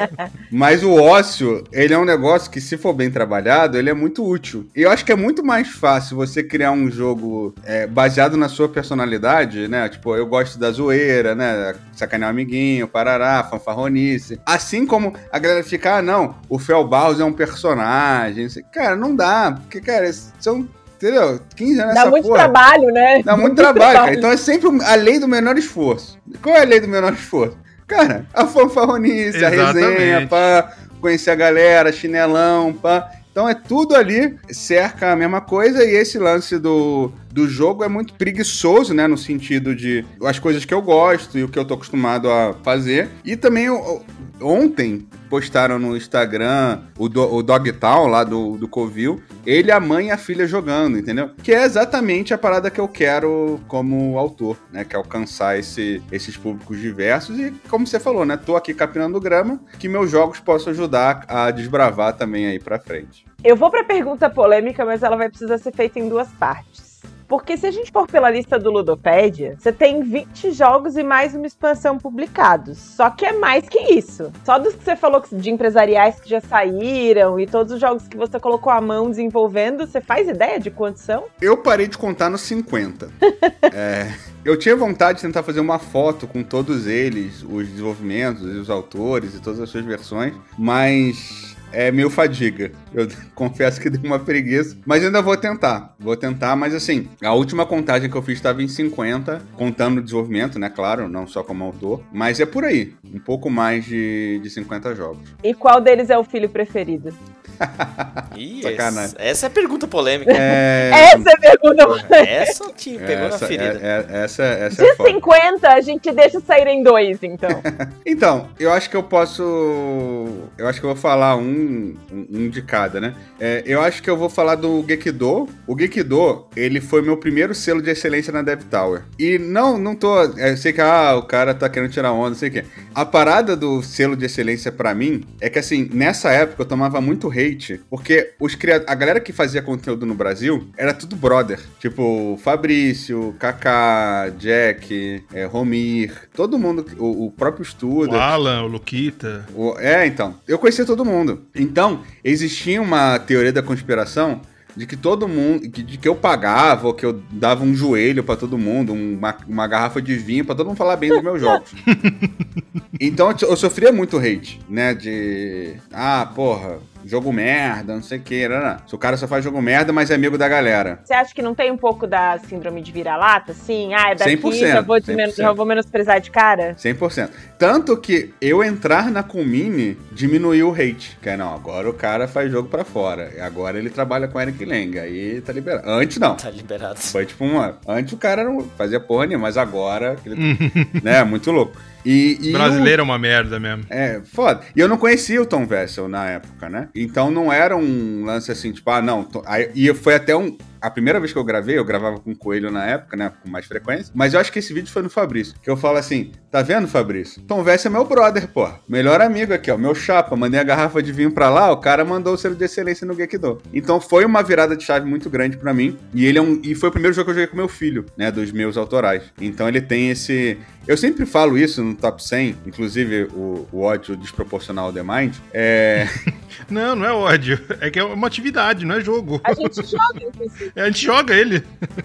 [SPEAKER 3] Mas o ócio, ele é um negócio que, se for bem trabalhado, ele é muito útil. E eu acho que é muito mais fácil você criar um jogo é, baseado na sua personalidade, né? Tipo, eu gosto da zoeira, né? Sacanear o amiguinho, parará, fanfarronice. Assim como a galera fica, ah, não, o Fel Barros é um personagem. Cara, não dá, porque, cara, são... Entendeu? quinze anos
[SPEAKER 1] Dá
[SPEAKER 3] nessa
[SPEAKER 1] muito
[SPEAKER 3] porra.
[SPEAKER 1] trabalho, né?
[SPEAKER 3] Dá muito, muito trabalho, trabalho, cara. Então é sempre a lei do menor esforço. Qual é a lei do menor esforço? Cara, a fanfarronice, a resenha, pá, conhecer a galera, chinelão, pá. Então é tudo ali, cerca a mesma coisa, e esse lance do, do jogo é muito preguiçoso, né? No sentido de as coisas que eu gosto e o que eu tô acostumado a fazer. E também eu, ontem postaram no Instagram o, do, o Dogtown lá do, do Covil, ele, a mãe e a filha jogando, entendeu? Que é exatamente a parada que eu quero como autor, né? Que é alcançar esse, esses públicos diversos e, como você falou, né? Tô aqui capinando grama, que meus jogos possam ajudar a desbravar também aí pra frente.
[SPEAKER 1] Eu vou pra pergunta polêmica, mas ela vai precisar ser feita em duas partes. Porque se a gente for pela lista do Ludopédia, você tem vinte jogos e mais uma expansão publicados. Só que é mais que isso. Só dos que você falou de empresariais que já saíram e todos os jogos que você colocou a mão desenvolvendo, você faz ideia de quantos são?
[SPEAKER 3] Eu parei de contar nos cinquenta. é, eu tinha vontade de tentar fazer uma foto com todos eles, os desenvolvimentos, os autores e todas as suas versões, mas... é meio fadiga. Eu confesso que deu uma preguiça. Mas ainda vou tentar. Vou tentar, mas assim, a última contagem que eu fiz estava em cinquenta, contando o desenvolvimento, né? Claro, não só como autor. Mas é por aí. Um pouco mais de, de cinquenta jogos.
[SPEAKER 1] E qual deles é o filho preferido?
[SPEAKER 4] Ih, essa, essa é a pergunta polêmica.
[SPEAKER 3] É...
[SPEAKER 1] Essa é a pergunta polêmica.
[SPEAKER 4] Essa te pegou
[SPEAKER 3] essa,
[SPEAKER 4] na ferida.
[SPEAKER 3] É, é, essa, essa
[SPEAKER 1] de
[SPEAKER 3] é foda.
[SPEAKER 1] cinquenta, a gente deixa sair em dois, então.
[SPEAKER 3] Então, eu acho que eu posso... Eu acho que eu vou falar um, um, um de cada, né? É, eu acho que eu vou falar do Gekido. O Gekido, ele foi meu primeiro selo de excelência na Dev Tower. E não, não tô... Eu sei que ah, o cara tá querendo tirar onda, não sei o quê. A parada do selo de excelência pra mim é que, assim, nessa época eu tomava muito hate, porque os cria... a galera que fazia conteúdo no Brasil era tudo brother. Tipo, Fabrício, Kaká, Jack, é, Romir, todo mundo, o, o próprio Studa.
[SPEAKER 2] O Alan, o Luquita.
[SPEAKER 3] O... É, então. Eu conhecia todo mundo. Então, existia uma teoria da conspiração de que todo mundo, de que eu pagava, ou que eu dava um joelho pra todo mundo, uma, uma garrafa de vinho pra todo mundo falar bem dos meus jogos. Então eu sofria muito hate, né, de... Ah, porra, jogo merda, não sei o que, não, não. Se o cara só faz jogo merda, mas é amigo da galera.
[SPEAKER 1] Você acha que não tem um pouco da síndrome de vira-lata? Sim, ah, é daqui,
[SPEAKER 3] cem por cento,
[SPEAKER 1] já vou, men- já vou menosprezar de cara?
[SPEAKER 3] cem por cento. Tanto que eu entrar na Comini diminuiu o hate. Que é, não, agora o cara faz jogo pra fora. Agora ele trabalha com Eric Lang, aí tá liberado. Antes não.
[SPEAKER 4] Tá liberado.
[SPEAKER 3] Foi tipo uma... Antes o cara não fazia porra nenhuma, mas agora... Ele... né, muito louco. E, e
[SPEAKER 2] brasileiro
[SPEAKER 3] o...
[SPEAKER 2] é uma merda mesmo.
[SPEAKER 3] É, foda. E eu não conhecia o Tom Vessel na época, né? Então não era um lance assim, tipo, ah, não. Tô... Aí, e foi até um... A primeira vez que eu gravei, eu gravava com o Coelho na época, né? Com mais frequência. Mas eu acho que esse vídeo foi no Fabrício. Que eu falo assim, tá vendo, Fabrício? Tom Vessel é meu brother, pô. Melhor amigo aqui, ó. Meu chapa. Mandei a garrafa de vinho pra lá, o cara mandou o selo de excelência no Gekido. Então foi uma virada de chave muito grande pra mim. E ele é um... E foi o primeiro jogo que eu joguei com meu filho, né? Dos meus autorais. Então ele tem esse... Eu sempre falo isso no top cem, inclusive o, o ódio desproporcional ao The Mind. É...
[SPEAKER 2] Não, não é ódio. É que é uma atividade, não é jogo.
[SPEAKER 1] A gente joga, inclusive.
[SPEAKER 2] A gente joga ele.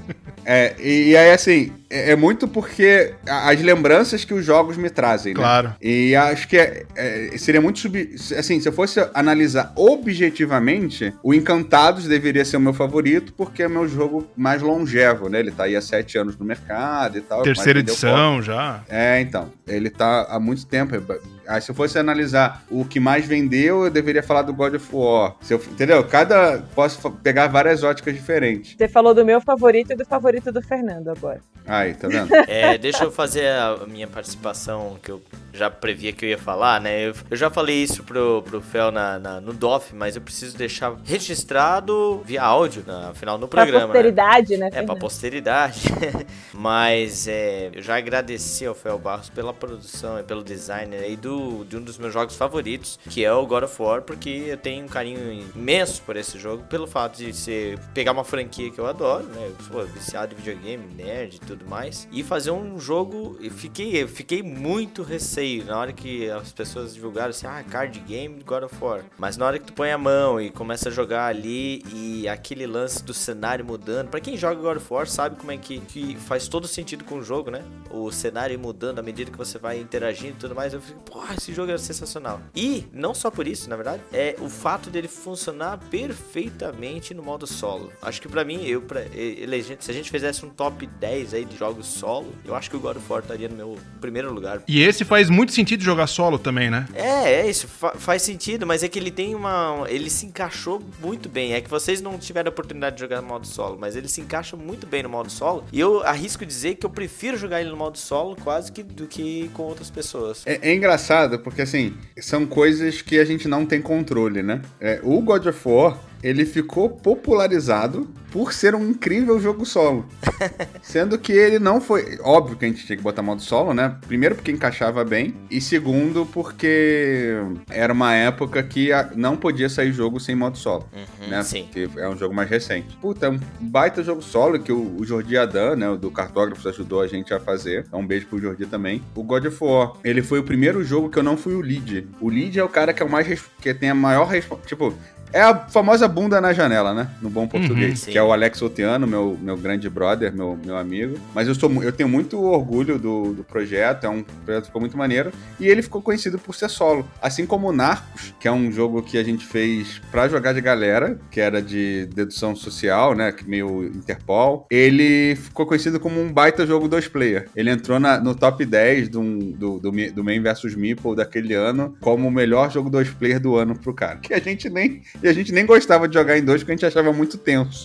[SPEAKER 3] É, e, e aí, assim, é, é muito porque as lembranças que os jogos me trazem, né?
[SPEAKER 2] Claro.
[SPEAKER 3] E acho que é, é, seria muito... Sub... Assim, se eu fosse analisar objetivamente, o Encantados deveria ser o meu favorito, porque é o meu jogo mais longevo, né? Ele tá aí há sete anos no mercado e tal.
[SPEAKER 2] Terceira edição já.
[SPEAKER 3] É, então. Ele tá há muito tempo. Aí, se eu fosse analisar o que mais vendeu, eu deveria falar do God of War. Se eu, entendeu? Cada... Posso pegar várias óticas diferentes.
[SPEAKER 1] Você falou do meu favorito e do favorito do Fernando agora.
[SPEAKER 3] Aí, tá vendo?
[SPEAKER 4] É, deixa eu fazer a minha participação, que eu já previa que eu ia falar, né? Eu, eu já falei isso pro, pro Fel na, na, no D O F, mas eu preciso deixar registrado via áudio, na, afinal, no programa.
[SPEAKER 1] Pra posteridade, né?
[SPEAKER 4] né é, pra posteridade. Mas é, eu já agradeci ao Fel Barros pela produção e pelo design aí do, de um dos meus jogos favoritos, que é o God of War, porque eu tenho um carinho imenso por esse jogo, pelo fato de ser, pegar uma franquia que eu adoro, né? Eu sou viciado em videogame, nerd e tudo mais, e fazer um jogo, eu fiquei, eu fiquei muito receio na hora que as pessoas divulgaram assim, ah, card game God of War, mas na hora que tu põe a mão e começa a jogar ali, e aquele lance do cenário mudando, pra quem joga God of War sabe como é que, que faz todo sentido com o jogo, né? O cenário mudando à medida que você vai interagindo e tudo mais, eu fico, pô, esse jogo é sensacional. E, não só por isso, na verdade, é o fato dele funcionar perfeitamente no modo solo. Acho que pra mim, eu, pra, ele, se a gente fizesse um top dez aí de jogos solo, eu acho que o God of War estaria no meu primeiro lugar.
[SPEAKER 2] E esse faz muito sentido jogar solo também, né?
[SPEAKER 4] É, é isso, fa- faz sentido, mas é que ele tem uma... Ele se encaixou muito bem. É que vocês não tiveram a oportunidade de jogar no modo solo, mas ele se encaixa muito bem no modo solo. E eu arrisco dizer que eu prefiro jogar ele no modo solo quase que do que com outras pessoas.
[SPEAKER 3] É, é engraçado, porque assim, são coisas que a gente não tem controle, né? É, o God of War, ele ficou popularizado por ser um incrível jogo solo. Sendo que ele não foi... Óbvio que a gente tinha que botar modo solo, né? Primeiro porque encaixava bem, e segundo porque era uma época que a- não podia sair jogo sem modo solo,
[SPEAKER 4] Uhum,
[SPEAKER 3] né?
[SPEAKER 4] sim.
[SPEAKER 3] Que é um jogo mais recente. Puta, é um baita jogo solo que o, o Jordi Adan, né, o do Cartógrafos, ajudou a gente a fazer. Então um beijo pro Jordi também. O God of War, ele foi o primeiro jogo que eu não fui o lead. O lead é o cara que é o mais... res- que tem a maior... respo- Tipo... É a famosa bunda na janela, né? No bom português.
[SPEAKER 4] Uhum,
[SPEAKER 3] que é o Alex Oteano, meu, meu grande brother, meu, meu amigo. Mas eu, sou, mu- eu tenho muito orgulho do, do projeto. É um projeto que ficou muito maneiro. E ele ficou conhecido por ser solo. Assim como o Narcos, que é um jogo que a gente fez pra jogar de galera, que era de dedução social, né? Que meio Interpol. Ele ficou conhecido como um baita jogo dois player. Ele entrou na- no top dez do, do, do, Mi- do Man versus. Meeple daquele ano como o melhor jogo dois player do ano pro cara. Que a gente nem... E a gente nem gostava de jogar em dois porque a gente achava muito tenso.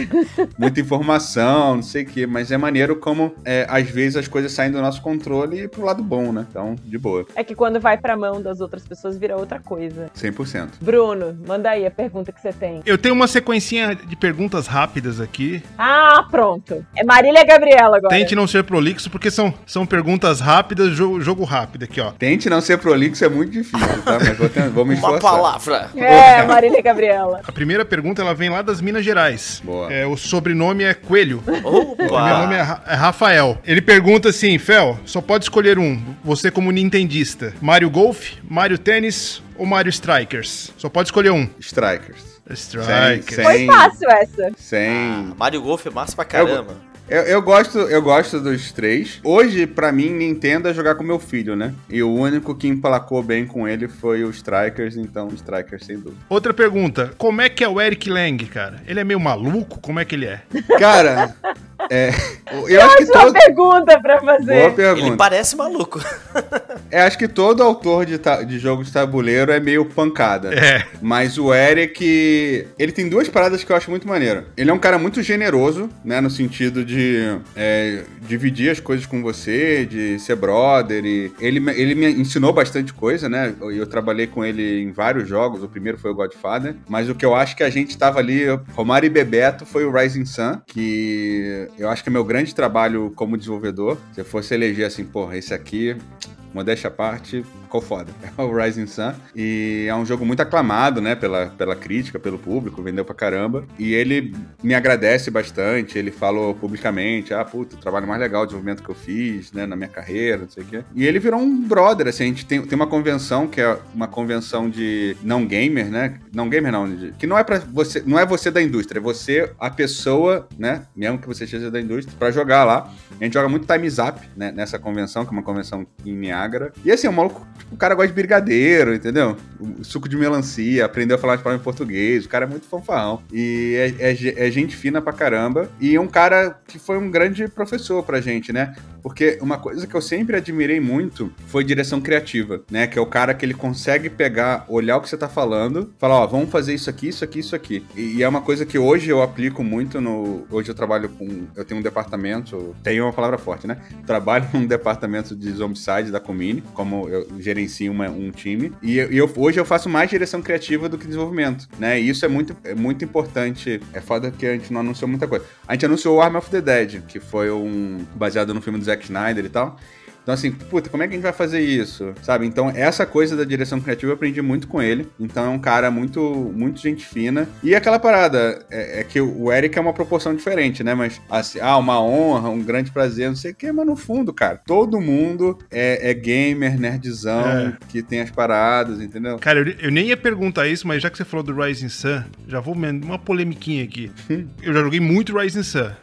[SPEAKER 3] Muita informação, não sei o quê. Mas é maneiro como, é, às vezes, as coisas saem do nosso controle e pro lado bom, né? Então, de boa.
[SPEAKER 1] É que quando vai pra mão das outras pessoas vira outra coisa.
[SPEAKER 3] cem por cento.
[SPEAKER 1] Bruno, manda aí a pergunta que você tem.
[SPEAKER 2] Eu tenho uma sequencinha de perguntas rápidas aqui.
[SPEAKER 1] Ah, pronto. É Marília e Gabriela agora.
[SPEAKER 2] Tente não ser prolixo, porque são, são perguntas rápidas, jogo, jogo rápido aqui, ó.
[SPEAKER 3] Tente não ser prolixo, é muito difícil, tá? Mas vou, ter, vou me
[SPEAKER 4] Uma
[SPEAKER 3] esforçar.
[SPEAKER 4] palavra.
[SPEAKER 1] É, Marília e Gabriela.
[SPEAKER 2] A primeira pergunta, ela vem lá das Minas Gerais.
[SPEAKER 3] Boa.
[SPEAKER 2] É, o sobrenome é Coelho.
[SPEAKER 4] Opa!
[SPEAKER 2] Meu nome é, Ra- é Rafael. Ele pergunta assim, Fel, só pode escolher um, você como nintendista. Mario Golf, Mario Tênis ou Mario Strikers? Só pode escolher um.
[SPEAKER 3] Strikers.
[SPEAKER 2] Strikers.
[SPEAKER 3] Sem-
[SPEAKER 1] Foi fácil essa.
[SPEAKER 3] Sem...
[SPEAKER 4] Ah, Mario Golf é massa pra caramba.
[SPEAKER 3] Eu, eu, gosto, eu gosto dos três. Hoje, pra mim, Nintendo é jogar com meu filho, né? E o único que emplacou bem com ele foi o Strikers, então o Strikers sem dúvida.
[SPEAKER 2] Outra pergunta, como é que é o Eric Lang, cara? Ele é meio maluco? Como é que ele é?
[SPEAKER 3] Cara, é, eu acho que
[SPEAKER 1] Ótima
[SPEAKER 3] todo...
[SPEAKER 1] pergunta pra fazer.
[SPEAKER 3] Boa pergunta.
[SPEAKER 4] Ele parece maluco.
[SPEAKER 3] É, acho que todo autor de, ta- de jogo de tabuleiro é meio pancada.
[SPEAKER 2] É.
[SPEAKER 3] Mas o Eric, ele tem duas paradas que eu acho muito maneiro. Ele é um cara muito generoso, né? No sentido de é, dividir as coisas com você, de ser brother. E ele, me- ele me ensinou bastante coisa, né? Eu, eu trabalhei com ele em vários jogos. O primeiro foi o Godfather. Mas o que eu acho que a gente tava ali, Romário e Bebeto, foi o Rising Sun, que eu acho que é meu grande trabalho como desenvolvedor. Se eu fosse eleger assim, porra, esse aqui... Modéstia à parte, ficou foda. É o Rising Sun. E é um jogo muito aclamado, né? Pela, pela crítica, pelo público, vendeu pra caramba. E ele me agradece bastante. Ele falou publicamente: ah, puta, o trabalho mais legal, o desenvolvimento que eu fiz, né? Na minha carreira, não sei o quê. E ele virou um brother, assim. A gente tem, tem uma convenção, que é uma convenção de não gamer, né? Não gamer, não. De, que não é pra você, não é você da indústria, é você, a pessoa, né? Mesmo que você seja da indústria, pra jogar lá. A gente joga muito Time's Up, né? Nessa convenção, que é uma convenção em Niagara. E assim, o maluco, tipo, o cara gosta de brigadeiro, entendeu? O suco de melancia, aprendeu a falar de palavra em português, o cara é muito fanfarrão. E é, é, é gente fina pra caramba. E é um cara que foi um grande professor pra gente, né? Porque uma coisa que eu sempre admirei muito foi direção criativa, né? Que é o cara que ele consegue pegar, olhar o que você tá falando, falar, ó, vamos fazer isso aqui, isso aqui, isso aqui. E, e é uma coisa que hoje eu aplico muito no... Hoje eu trabalho com... Eu tenho um departamento... Tenho uma palavra forte, né? Trabalho num departamento de Zombicide da Comini, como eu gerencio uma, um time. E, eu, e eu, hoje eu faço mais direção criativa do que desenvolvimento, né? E isso é muito, é muito importante. É foda que a gente não anunciou muita coisa. A gente anunciou o Army of the Dead, que foi um... baseado no filme do Zack Snyder e tal. Então, assim, puta, como é que a gente vai fazer isso? Sabe? Então, essa coisa da direção criativa eu aprendi muito com ele. Então, é um cara muito, muito gente fina. E aquela parada, é, é que o Eric é uma proporção diferente, né? Mas, assim, ah, uma honra, um grande prazer, não sei o quê. Mas, no fundo, cara, todo mundo é, é gamer, nerdzão,
[SPEAKER 2] É.
[SPEAKER 3] que tem as paradas, entendeu?
[SPEAKER 2] Cara, eu, eu nem ia perguntar isso, mas já que você falou do Rising Sun, já vou uma polemiquinha aqui. Eu já joguei muito Rising Sun.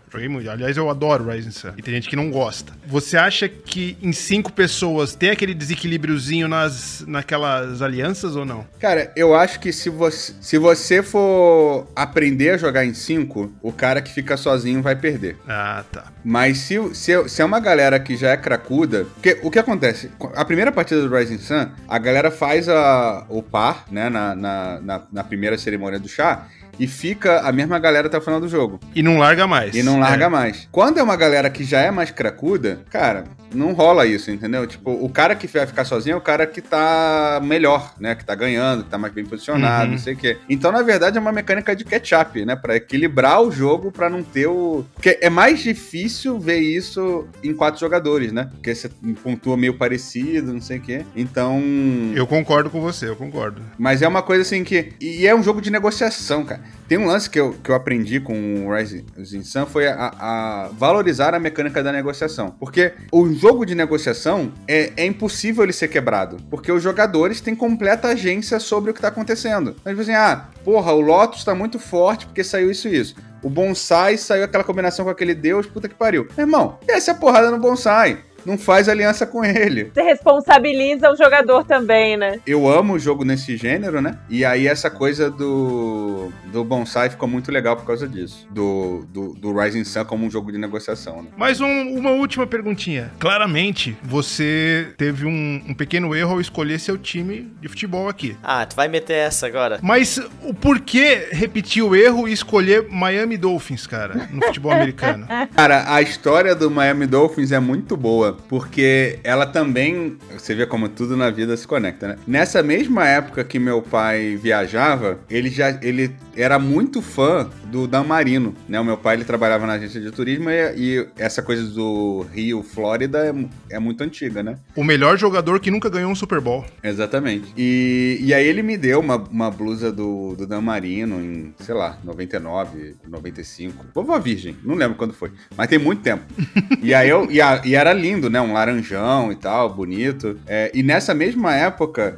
[SPEAKER 2] Joguei muito. Aliás, eu adoro Rising Sun. E tem gente que não gosta. Você acha que em cinco pessoas tem aquele desequilíbriozinho nas, naquelas alianças ou não?
[SPEAKER 3] Cara, eu acho que se você, se você for aprender a jogar em cinco, o cara que fica sozinho vai perder.
[SPEAKER 2] Ah, tá.
[SPEAKER 3] Mas se, se, se é uma galera que já é cracuda... Porque o que acontece? A primeira partida do Rising Sun, a galera faz a, o par, né, na, na, na, na primeira cerimônia do chá, e fica a mesma galera até o final do jogo.
[SPEAKER 2] E não larga mais.
[SPEAKER 3] E não larga
[SPEAKER 2] é.
[SPEAKER 3] mais. Quando é uma galera que já é mais cracuda, cara, não rola isso, entendeu? Tipo, o cara que vai ficar sozinho é o cara que tá melhor, né? Que tá ganhando, que tá mais bem posicionado,
[SPEAKER 2] Uhum.
[SPEAKER 3] não sei o quê. Então, na verdade, é uma mecânica de catch-up, né? Pra equilibrar o jogo, pra não ter o... Porque é mais difícil ver isso em quatro jogadores, né? Porque você pontua meio parecido, não sei o quê. Então...
[SPEAKER 2] Eu concordo com você, eu concordo.
[SPEAKER 3] Mas é uma coisa assim que... E é um jogo de negociação, cara. Tem um lance que eu, que eu aprendi com o Rising Sun, foi a, a valorizar a mecânica da negociação. Porque o jogo de negociação é, é impossível ele ser quebrado. Porque os jogadores têm completa agência sobre o que tá acontecendo. Então, tipo assim, ah, porra, o Lotus tá muito forte porque saiu isso e isso. O Bonsai saiu aquela combinação com aquele deus, puta que pariu. Meu irmão, desce a porrada no Bonsai. Não faz aliança com ele.
[SPEAKER 1] Você responsabiliza o jogador também, né?
[SPEAKER 3] Eu amo o jogo nesse gênero, né? E aí essa coisa do, do Bonsai ficou muito legal por causa disso. Do, do, do Rising Sun como um jogo de negociação, né?
[SPEAKER 2] Mais um, uma última perguntinha. Claramente, você teve um, um pequeno erro ao escolher seu time de futebol aqui.
[SPEAKER 4] Ah, tu vai meter essa agora.
[SPEAKER 2] Mas o porquê repetir o erro e escolher Miami Dolphins, cara, no futebol americano?
[SPEAKER 3] Cara, a história do Miami Dolphins é muito boa, porque ela também, você vê como tudo na vida se conecta, né? Nessa mesma época que meu pai viajava, ele já ele era muito fã do Dan Marino, né? O meu pai, ele trabalhava na agência de turismo e, e essa coisa do Rio, Flórida é, é muito antiga, né?
[SPEAKER 2] O melhor jogador que nunca ganhou um Super Bowl.
[SPEAKER 3] Exatamente. E, e aí ele me deu uma, uma blusa do, do Dan Marino em, sei lá, noventa e nove, noventa e cinco. Vovó virgem, não lembro quando foi, mas tem muito tempo. E aí eu, e, a, e era lindo, né? Um laranjão e tal, bonito. É, e nessa mesma época,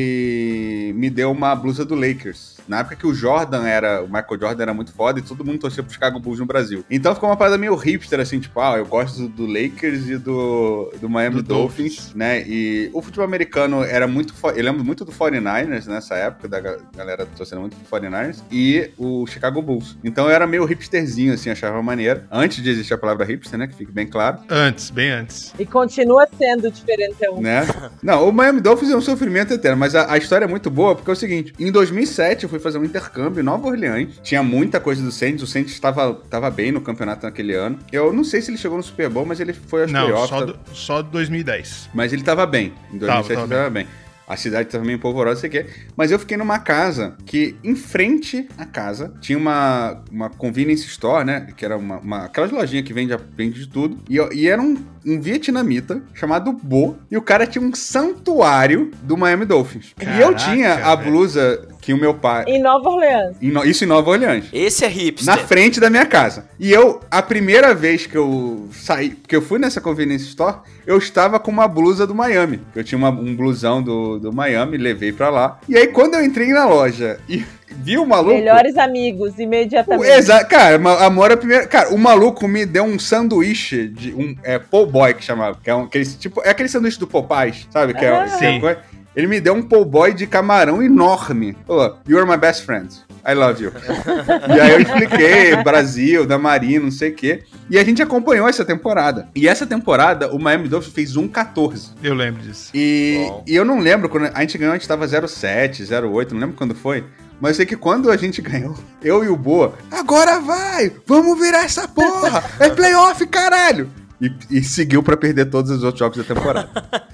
[SPEAKER 3] ele me deu uma blusa do Lakers. Na época que o Jordan era, o Michael Jordan era muito foda e todo mundo torcia pro Chicago Bulls no Brasil. Então ficou uma parada meio hipster, assim, tipo, ah, eu gosto do, do Lakers e do, do Miami
[SPEAKER 2] Do
[SPEAKER 3] Dolphins,
[SPEAKER 2] Dolphins,
[SPEAKER 3] né? E o futebol americano era muito, fo- eu lembro muito do quarenta e nine ers nessa época, da ga- galera torcendo muito pro quarenta e nine ers, e o Chicago Bulls. Então eu era meio hipsterzinho, assim, achava maneiro. Antes de existir a palavra hipster, né? Que fique bem claro.
[SPEAKER 2] Antes, bem antes.
[SPEAKER 1] E continua sendo diferentão.
[SPEAKER 3] Né? Não, o Miami Dolphins é um sofrimento eterno, mas a, a história é muito boa, porque é o seguinte, em dois mil e sete eu fui fazer um intercâmbio em Nova Orleans, tinha muita coisa do Saints, o Saints estava tava bem no campeonato naquele ano, eu não sei se ele chegou no Super Bowl, mas ele foi aos
[SPEAKER 2] Não,
[SPEAKER 3] playoffs,
[SPEAKER 2] só,
[SPEAKER 3] tá-
[SPEAKER 2] do, só dois mil e dez.
[SPEAKER 3] mas ele tava bem, em dois mil e sete
[SPEAKER 2] Tava,
[SPEAKER 3] ele
[SPEAKER 2] tava
[SPEAKER 3] tava bem. A cidade tava meio polvorosa, sei o quê. Mas eu fiquei numa casa que, em frente à casa, tinha uma, uma convenience store, né? Que era uma, uma aquelas lojinhas que vende, vende de tudo. E, e era um, um vietnamita chamado Bo. E o cara tinha um santuário do Miami Dolphins. e eu
[SPEAKER 2] Caraca,
[SPEAKER 3] tinha a
[SPEAKER 2] velho.
[SPEAKER 3] blusa que o meu pai...
[SPEAKER 1] Em Nova Orleans.
[SPEAKER 3] em No- Isso em Nova Orleans.
[SPEAKER 4] Esse é hipster.
[SPEAKER 3] Na frente da minha casa. E eu, a primeira vez que eu saí, que eu fui nessa convenience store, eu estava com uma blusa do Miami. Eu tinha uma- um blusão do, do Miami, levei pra lá. E aí, quando eu entrei na loja e vi o maluco...
[SPEAKER 1] Melhores amigos, imediatamente.
[SPEAKER 3] Exato, cara, ma- amor é primeiro. Cara, o maluco me deu um sanduíche de um é, po' boy que chamava, que é um aquele tipo, é aquele sanduíche do Popeyes, sabe? Que é,
[SPEAKER 1] Ah.
[SPEAKER 3] que é
[SPEAKER 2] Sim.
[SPEAKER 3] coisa- ele me deu um po' boy de camarão enorme. Falou, "You are my best friend. I love you." E aí eu expliquei, Brasil, da Marina, não sei o quê. E a gente acompanhou essa temporada. E essa temporada, o Miami Dolphins fez um catorze.
[SPEAKER 2] Eu lembro disso.
[SPEAKER 3] E,
[SPEAKER 4] Bom.
[SPEAKER 3] e eu não lembro, quando a gente ganhou, a gente tava zero sete, zero oito, não lembro quando foi. Mas eu sei que quando a gente ganhou, eu e o Boa, agora vai! Vamos virar essa porra! É playoff, caralho! E, e seguiu pra perder todos os outros jogos da temporada.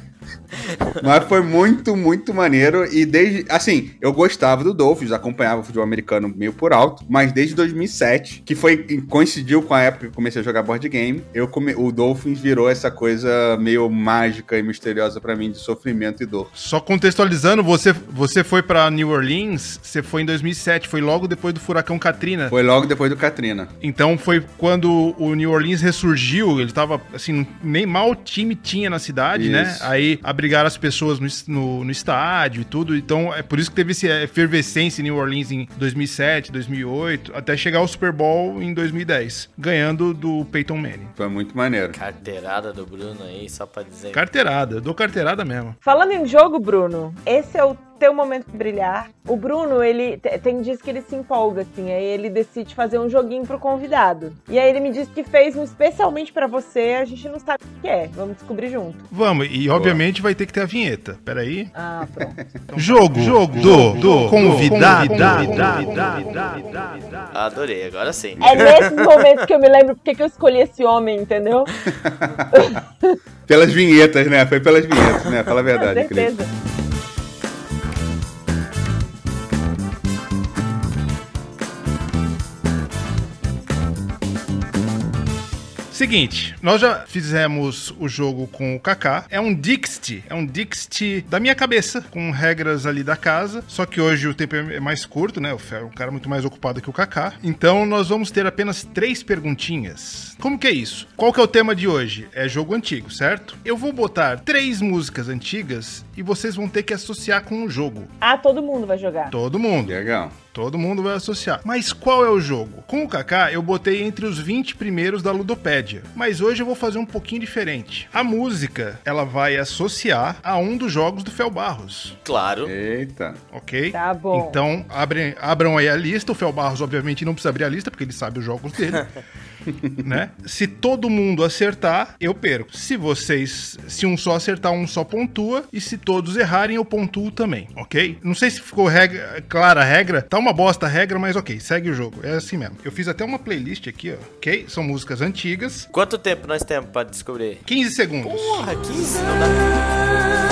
[SPEAKER 3] Mas foi muito, muito maneiro. E desde. Assim, eu gostava do Dolphins, acompanhava o futebol americano meio por alto. Mas desde dois mil e sete, que foi coincidiu com a época que eu comecei a jogar board game, eu come, o Dolphins virou essa coisa meio mágica e misteriosa pra mim, de sofrimento e dor.
[SPEAKER 2] Só contextualizando, você, você foi pra New Orleans, você foi em dois mil e sete, foi logo depois do furacão Katrina.
[SPEAKER 3] Foi logo depois do Katrina.
[SPEAKER 2] Então foi quando o New Orleans ressurgiu, ele tava, assim, nem mal time tinha na cidade, né?
[SPEAKER 3] Isso.
[SPEAKER 2] Aí abrigaram as pessoas pessoas no, no, no estádio e tudo. Então, é por isso que teve essa efervescência em New Orleans em dois mil e sete, dois mil e oito, até chegar ao Super Bowl em dois mil e dez, ganhando do Peyton Manning.
[SPEAKER 3] Foi muito maneiro.
[SPEAKER 4] Carteirada do Bruno aí, só pra dizer.
[SPEAKER 2] Carteirada, eu dou carteirada mesmo.
[SPEAKER 1] Falando em jogo, Bruno, esse é o teu momento de brilhar. O Bruno, ele tem dias que ele se empolga, assim, aí ele decide fazer um joguinho pro convidado. E aí ele me disse que fez um especialmente pra você, a gente não sabe o que é. Vamos descobrir junto.
[SPEAKER 2] Vamos, e obviamente vai ter que ter a vinheta. Peraí.
[SPEAKER 1] Ah, pronto.
[SPEAKER 2] Jogo, jogo do, do convidado.
[SPEAKER 4] Adorei, agora sim.
[SPEAKER 1] É nesses momentos que eu me lembro porque que eu escolhi esse homem, entendeu?
[SPEAKER 3] Pelas vinhetas, né? Foi pelas vinhetas, né? Fala a verdade,
[SPEAKER 1] Com certeza.
[SPEAKER 3] Cris.
[SPEAKER 2] Seguinte, nós já fizemos o jogo com o Kaká. É um Dixit, é um Dixit da minha cabeça, com regras ali da casa. Só que hoje o tempo é mais curto, né? O Fer é um cara muito mais ocupado que o Kaká. Então nós vamos ter apenas três perguntinhas. Como que é isso? Qual que é o tema de hoje? É jogo antigo, certo? Eu vou botar três músicas antigas e vocês vão ter que associar com um jogo.
[SPEAKER 1] Ah, todo mundo vai jogar.
[SPEAKER 2] Todo mundo.
[SPEAKER 3] Legal.
[SPEAKER 2] Todo mundo vai associar. Mas qual é o jogo? Com o Kaká, eu botei entre os vinte primeiros da Ludopédia. Mas hoje eu vou fazer um pouquinho diferente. A música, ela vai associar a um dos jogos do Fel Barros.
[SPEAKER 4] Claro.
[SPEAKER 3] Eita.
[SPEAKER 2] Ok?
[SPEAKER 1] Tá bom.
[SPEAKER 2] Então, abrem, abram aí a lista. O Fel Barros, obviamente, não precisa abrir a lista, porque ele sabe os jogos dele. Né? Se todo mundo acertar, eu perco. Se vocês, se um só acertar, um só pontua, e se todos errarem, eu pontuo também, ok? Não sei se ficou regra, clara a regra, tá uma bosta a regra, mas ok, segue o jogo, é assim mesmo. Eu fiz até uma playlist aqui, ó, ok? São músicas antigas.
[SPEAKER 4] Quanto tempo nós temos pra descobrir?
[SPEAKER 2] quinze segundos.
[SPEAKER 4] Porra, quinze? Não dá.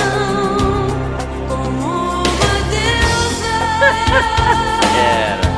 [SPEAKER 4] Era.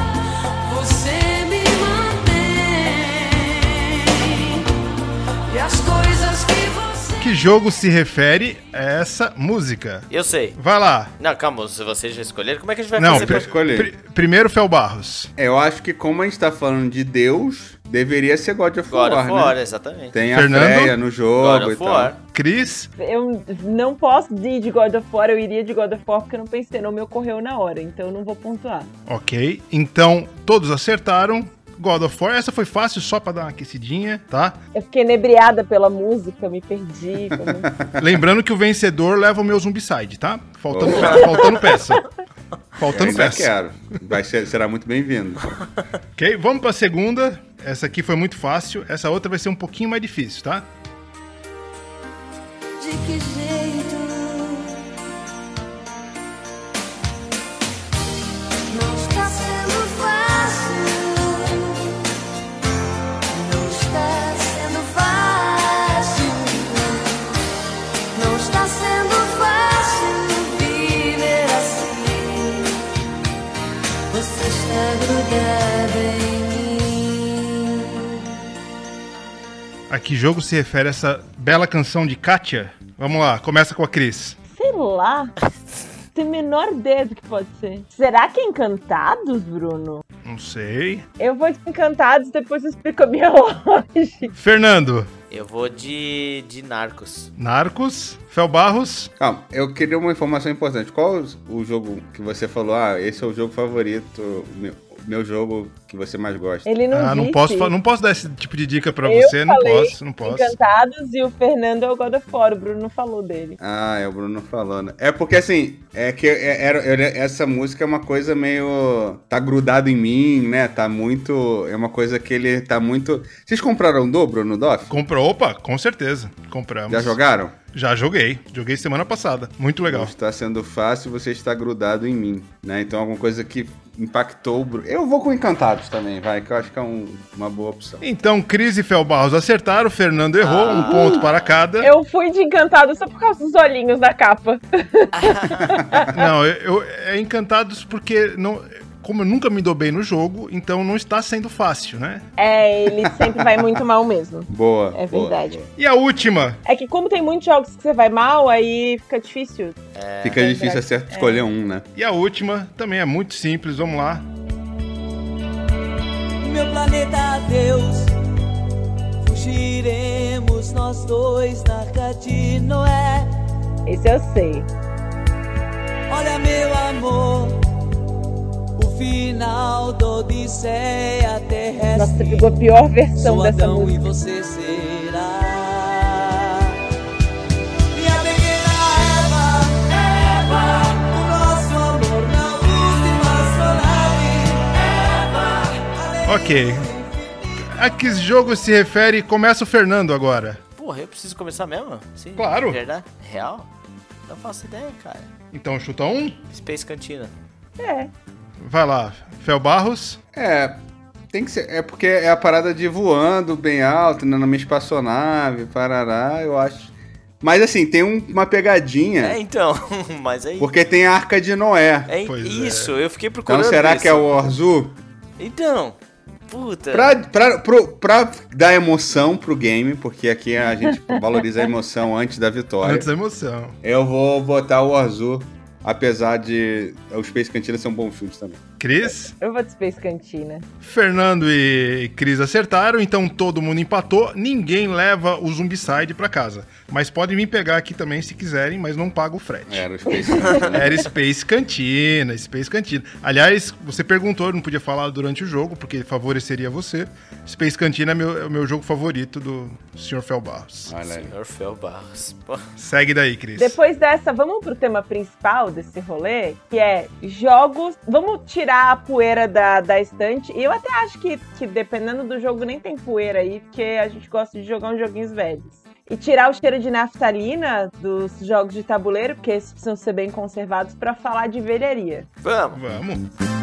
[SPEAKER 2] Que jogo se refere a essa música?
[SPEAKER 4] Eu sei.
[SPEAKER 2] Vai lá.
[SPEAKER 4] Não, calma, se vocês já escolheram, como é que a gente vai
[SPEAKER 2] Não,
[SPEAKER 4] fazer
[SPEAKER 2] pr-
[SPEAKER 4] pra
[SPEAKER 3] escolher?
[SPEAKER 2] pr- primeiro Fel Barros.
[SPEAKER 3] É, eu acho que como a gente tá falando de Deus, deveria ser God of
[SPEAKER 4] God
[SPEAKER 3] War,
[SPEAKER 4] of War,
[SPEAKER 3] né?
[SPEAKER 4] exatamente.
[SPEAKER 3] Tem
[SPEAKER 2] Fernando?
[SPEAKER 3] a Freya no jogo
[SPEAKER 4] God
[SPEAKER 3] e
[SPEAKER 4] of
[SPEAKER 3] tal.
[SPEAKER 4] War.
[SPEAKER 2] Cris.
[SPEAKER 1] Eu não posso ir de God of War, eu iria de God of War porque eu não pensei, não me ocorreu na hora, então eu não vou pontuar.
[SPEAKER 2] Ok. Então, todos acertaram. God of War. Essa foi fácil, só pra dar uma aquecidinha, tá?
[SPEAKER 1] Eu fiquei inebriada pela música, me perdi. Foi muito...
[SPEAKER 2] Lembrando que o vencedor leva o meu Zombicide, tá? Faltando,
[SPEAKER 3] Opa.
[SPEAKER 2] pe- faltando peça.
[SPEAKER 3] Eu
[SPEAKER 2] Faltando
[SPEAKER 3] ainda
[SPEAKER 2] peça.
[SPEAKER 3] quero. Vai ser, será muito bem-vindo.
[SPEAKER 2] Ok, vamos pra segunda. Essa aqui foi muito fácil. Essa outra vai ser um pouquinho mais difícil, tá?
[SPEAKER 5] De que jeito não está sendo fácil, não está sendo fácil, não está sendo fácil viver assim. Você está grudada em mim.
[SPEAKER 2] A que jogo se refere essa bela canção de Kátia? Vamos lá, começa com a Cris.
[SPEAKER 1] Sei lá. Tem a menor ideia do que pode ser. Será que é Encantados, Bruno?
[SPEAKER 2] Não sei.
[SPEAKER 1] Eu vou de Encantados, depois eu explico a minha lógica.
[SPEAKER 2] Fernando.
[SPEAKER 4] Eu vou de, de Narcos.
[SPEAKER 2] Narcos. Fel Barros.
[SPEAKER 3] Calma, eu queria uma informação importante. Qual o jogo que você falou? Ah, esse é o jogo favorito, meu, meu jogo que você mais gosta.
[SPEAKER 1] Ele não
[SPEAKER 2] ah,
[SPEAKER 1] disse.
[SPEAKER 2] não posso, fa- não posso dar esse tipo de dica pra
[SPEAKER 1] Eu
[SPEAKER 2] você. Não
[SPEAKER 1] falei
[SPEAKER 2] posso, não posso.
[SPEAKER 1] Encantados e o Fernando é o God of War. O Bruno não falou dele.
[SPEAKER 3] Ah, é o Bruno falando. É porque assim, é que é- era, era- essa música é uma coisa meio. Tá grudado em mim, né? Tá muito. É uma coisa que ele tá muito. Vocês compraram o dobro no D O F?
[SPEAKER 2] Comprou? Opa, com certeza. Compramos.
[SPEAKER 3] Já jogaram?
[SPEAKER 2] Já joguei. Joguei semana passada. Muito legal.
[SPEAKER 3] Não está sendo fácil, você está grudado em mim, né? Então alguma coisa que impactou o Bruno. Eu vou com Encantados também, vai, que eu acho que é um- uma boa opção.
[SPEAKER 2] Então, Cris e Fel Barros acertaram. O Fernando errou. Um ponto para cada.
[SPEAKER 1] Eu fui de Encantados só por causa dos olhinhos da capa.
[SPEAKER 2] Não, eu, eu- é Encantados porque não, como eu nunca me dou bem no jogo, então não está sendo fácil, né?
[SPEAKER 1] É, ele sempre vai muito mal mesmo.
[SPEAKER 3] Boa.
[SPEAKER 1] É
[SPEAKER 3] boa,
[SPEAKER 1] verdade.
[SPEAKER 3] boa.
[SPEAKER 2] E a última?
[SPEAKER 1] É que como tem muitos jogos que você vai mal, aí fica difícil.
[SPEAKER 3] Fica
[SPEAKER 1] É
[SPEAKER 3] difícil
[SPEAKER 1] verdade.
[SPEAKER 3] acertar escolher um, né?
[SPEAKER 2] E a última também é muito simples. Vamos lá.
[SPEAKER 6] Meu planeta adeus, fugiremos nós dois na Arca de Noé.
[SPEAKER 1] Esse eu sei.
[SPEAKER 6] Olha, meu amor, o final da Odisseia terrestre.
[SPEAKER 1] Nossa, ficou a pior versão
[SPEAKER 6] Sou
[SPEAKER 1] dessa
[SPEAKER 6] Adão
[SPEAKER 1] música.
[SPEAKER 6] e você será minha pequena Eva, Eva. O nosso amor na última sonave, Eva.
[SPEAKER 2] Ok. A que jogo se refere? Começa o Fernando agora.
[SPEAKER 4] Porra, eu preciso começar mesmo? Sim,
[SPEAKER 2] Claro.
[SPEAKER 4] Verdade? Real? Não faço ideia, cara.
[SPEAKER 2] Então chuta um.
[SPEAKER 4] Space Cantina.
[SPEAKER 1] É.
[SPEAKER 2] Vai lá, Fel Barros.
[SPEAKER 3] É, tem que ser. É porque é a parada de voando bem alto, né, na minha espaçonave, parará, eu acho. Mas assim, tem um- uma pegadinha.
[SPEAKER 4] É, então. Mas aí.
[SPEAKER 3] Porque tem a Arca de Noé.
[SPEAKER 4] É
[SPEAKER 2] Pois é.
[SPEAKER 4] isso, eu fiquei procurando.
[SPEAKER 3] Então será
[SPEAKER 4] isso.
[SPEAKER 3] que é o Orzu?
[SPEAKER 4] Então. Puta.
[SPEAKER 3] Pra, pra, pro- pra dar emoção pro game, porque aqui a gente valoriza a emoção antes da vitória,
[SPEAKER 2] Antes da emoção.
[SPEAKER 3] eu vou botar o Orzu, apesar de o Space Cantina ser um bom chute também.
[SPEAKER 2] Cris,
[SPEAKER 1] Eu vou de Space Cantina.
[SPEAKER 2] Fernando e Cris acertaram, então todo mundo empatou. Ninguém leva o Zumbicide pra casa. Mas podem vir pegar aqui também se quiserem, mas não paga o frete.
[SPEAKER 3] Era o Space Cantina.
[SPEAKER 2] Era Space Cantina, Space Cantina. Aliás, você perguntou, eu não podia falar durante o jogo, porque favoreceria você. Space Cantina é, meu, é o meu jogo favorito do senhor Fel Barros.
[SPEAKER 3] Olha aí.
[SPEAKER 4] Senhor Fel Barros. Pô.
[SPEAKER 2] Segue daí, Cris.
[SPEAKER 1] Depois dessa, vamos pro tema principal desse rolê, que é jogos. Vamos tirar a poeira da, da estante. E eu até acho que, que dependendo do jogo nem tem poeira aí, porque a gente gosta de jogar uns joguinhos velhos. E tirar o cheiro de naftalina dos jogos de tabuleiro, porque esses precisam ser bem conservados, pra falar de velharia.
[SPEAKER 4] Vamos.
[SPEAKER 2] Vamos.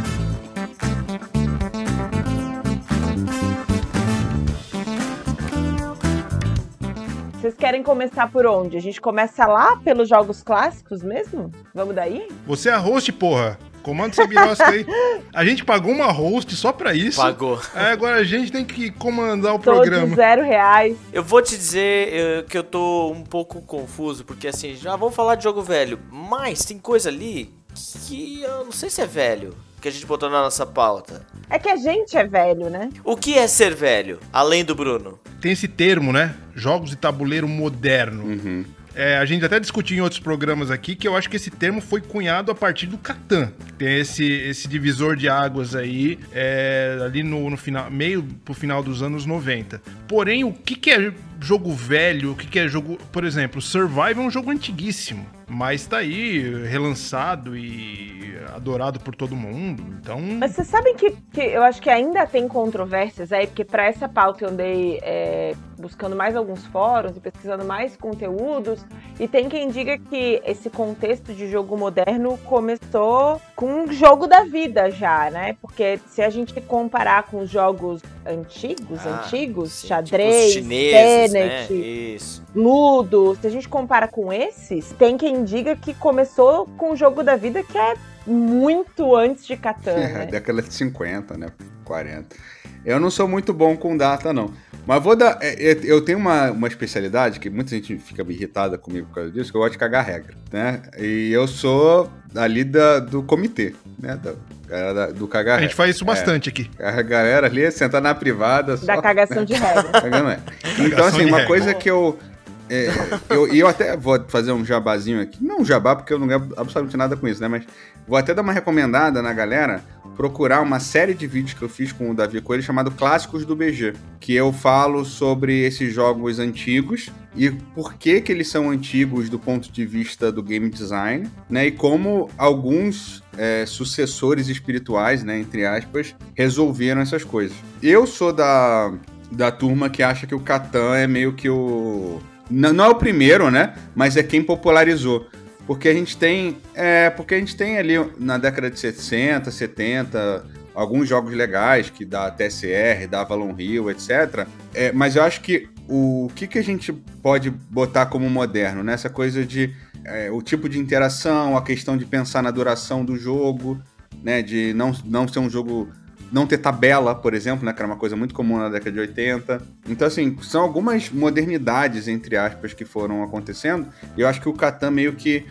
[SPEAKER 1] Vocês querem começar por onde? A gente começa lá pelos jogos clássicos mesmo? Vamos daí?
[SPEAKER 2] Você é a host, porra. Comanda essa birosca aí. A gente pagou uma host só pra isso.
[SPEAKER 4] Pagou.
[SPEAKER 2] É, agora a gente tem que comandar o
[SPEAKER 1] Todos
[SPEAKER 2] programa.
[SPEAKER 1] zero reais.
[SPEAKER 4] Eu vou te dizer eh, que eu tô um pouco confuso, porque assim, já vamos falar de jogo velho, mas tem coisa ali que eu não sei se é velho, que a gente botou na nossa pauta.
[SPEAKER 1] É que a gente é velho, né?
[SPEAKER 4] O que é ser velho, além do Bruno?
[SPEAKER 2] Tem esse termo, né? Jogos de tabuleiro moderno.
[SPEAKER 3] Uhum.
[SPEAKER 2] É, a gente até discutiu em outros programas aqui que eu acho que esse termo foi cunhado a partir do Catan. Tem esse, esse divisor de águas aí, é, ali no, no final, meio pro final dos anos noventa. Porém, o que, que é jogo velho? O que, que é jogo... Por exemplo, Survive é um jogo antiguíssimo, mas tá aí, relançado e adorado por todo mundo. Então...
[SPEAKER 1] Mas vocês sabem que, que eu acho que ainda tem controvérsias aí, porque pra essa pauta eu andei é, buscando mais alguns fóruns e pesquisando mais conteúdos, e tem quem diga que esse contexto de jogo moderno começou com um jogo da vida já, né? Porque se a gente comparar com os jogos antigos,
[SPEAKER 4] Ah,
[SPEAKER 1] antigos,
[SPEAKER 4] sim,
[SPEAKER 1] xadrez,
[SPEAKER 4] tipo os chineses,
[SPEAKER 1] Tenet,
[SPEAKER 4] né? Isso.
[SPEAKER 1] Ludo, se a gente compara com esses, tem quem diga que começou com o jogo da vida que é muito antes de Catan, né?
[SPEAKER 3] Década de cinquenta, né? quarenta. Eu não sou muito bom com data, não. Mas vou dar... é, é, Eu tenho uma, uma especialidade que muita gente fica irritada comigo por causa disso, que eu gosto de cagar regra, né? E eu sou ali da, do comitê, né? Da, da- do cagar
[SPEAKER 2] A
[SPEAKER 3] regra.
[SPEAKER 2] gente faz isso bastante aqui.
[SPEAKER 3] A galera ali, sentar na privada... Só...
[SPEAKER 1] Da cagação de regra.
[SPEAKER 3] Cagando é. Então,
[SPEAKER 2] Cagação
[SPEAKER 3] assim,
[SPEAKER 2] de
[SPEAKER 3] uma
[SPEAKER 2] regra.
[SPEAKER 3] coisa que eu... É, eu, e eu até vou fazer um jabazinho aqui. Não um jabá, porque eu não ganho absolutamente nada com isso, né? Mas vou até dar uma recomendada na galera procurar uma série de vídeos que eu fiz com o Davi Coelho chamado Clássicos do B G, que eu falo sobre esses jogos antigos e por que que eles são antigos do ponto de vista do game design, né? E como alguns é, sucessores espirituais, né, entre aspas, resolveram essas coisas. Eu sou da, da turma que acha que o Catan é meio que o... Não, não é o primeiro, né? Mas é quem popularizou. Porque a gente tem. É, porque a gente tem ali na década de sessenta, setenta, alguns jogos legais que dá T S R, dá Avalon Hill, etcétera. É, mas eu acho que o que, que a gente pode botar como moderno, né? Essa coisa de é, o tipo de interação, a questão de pensar na duração do jogo, né? De não, não ser um jogo. Não ter tabela, por exemplo, né, que era uma coisa muito comum na década de oitenta. Então, assim, são algumas modernidades, entre aspas, que foram acontecendo. E eu acho que o Catan meio que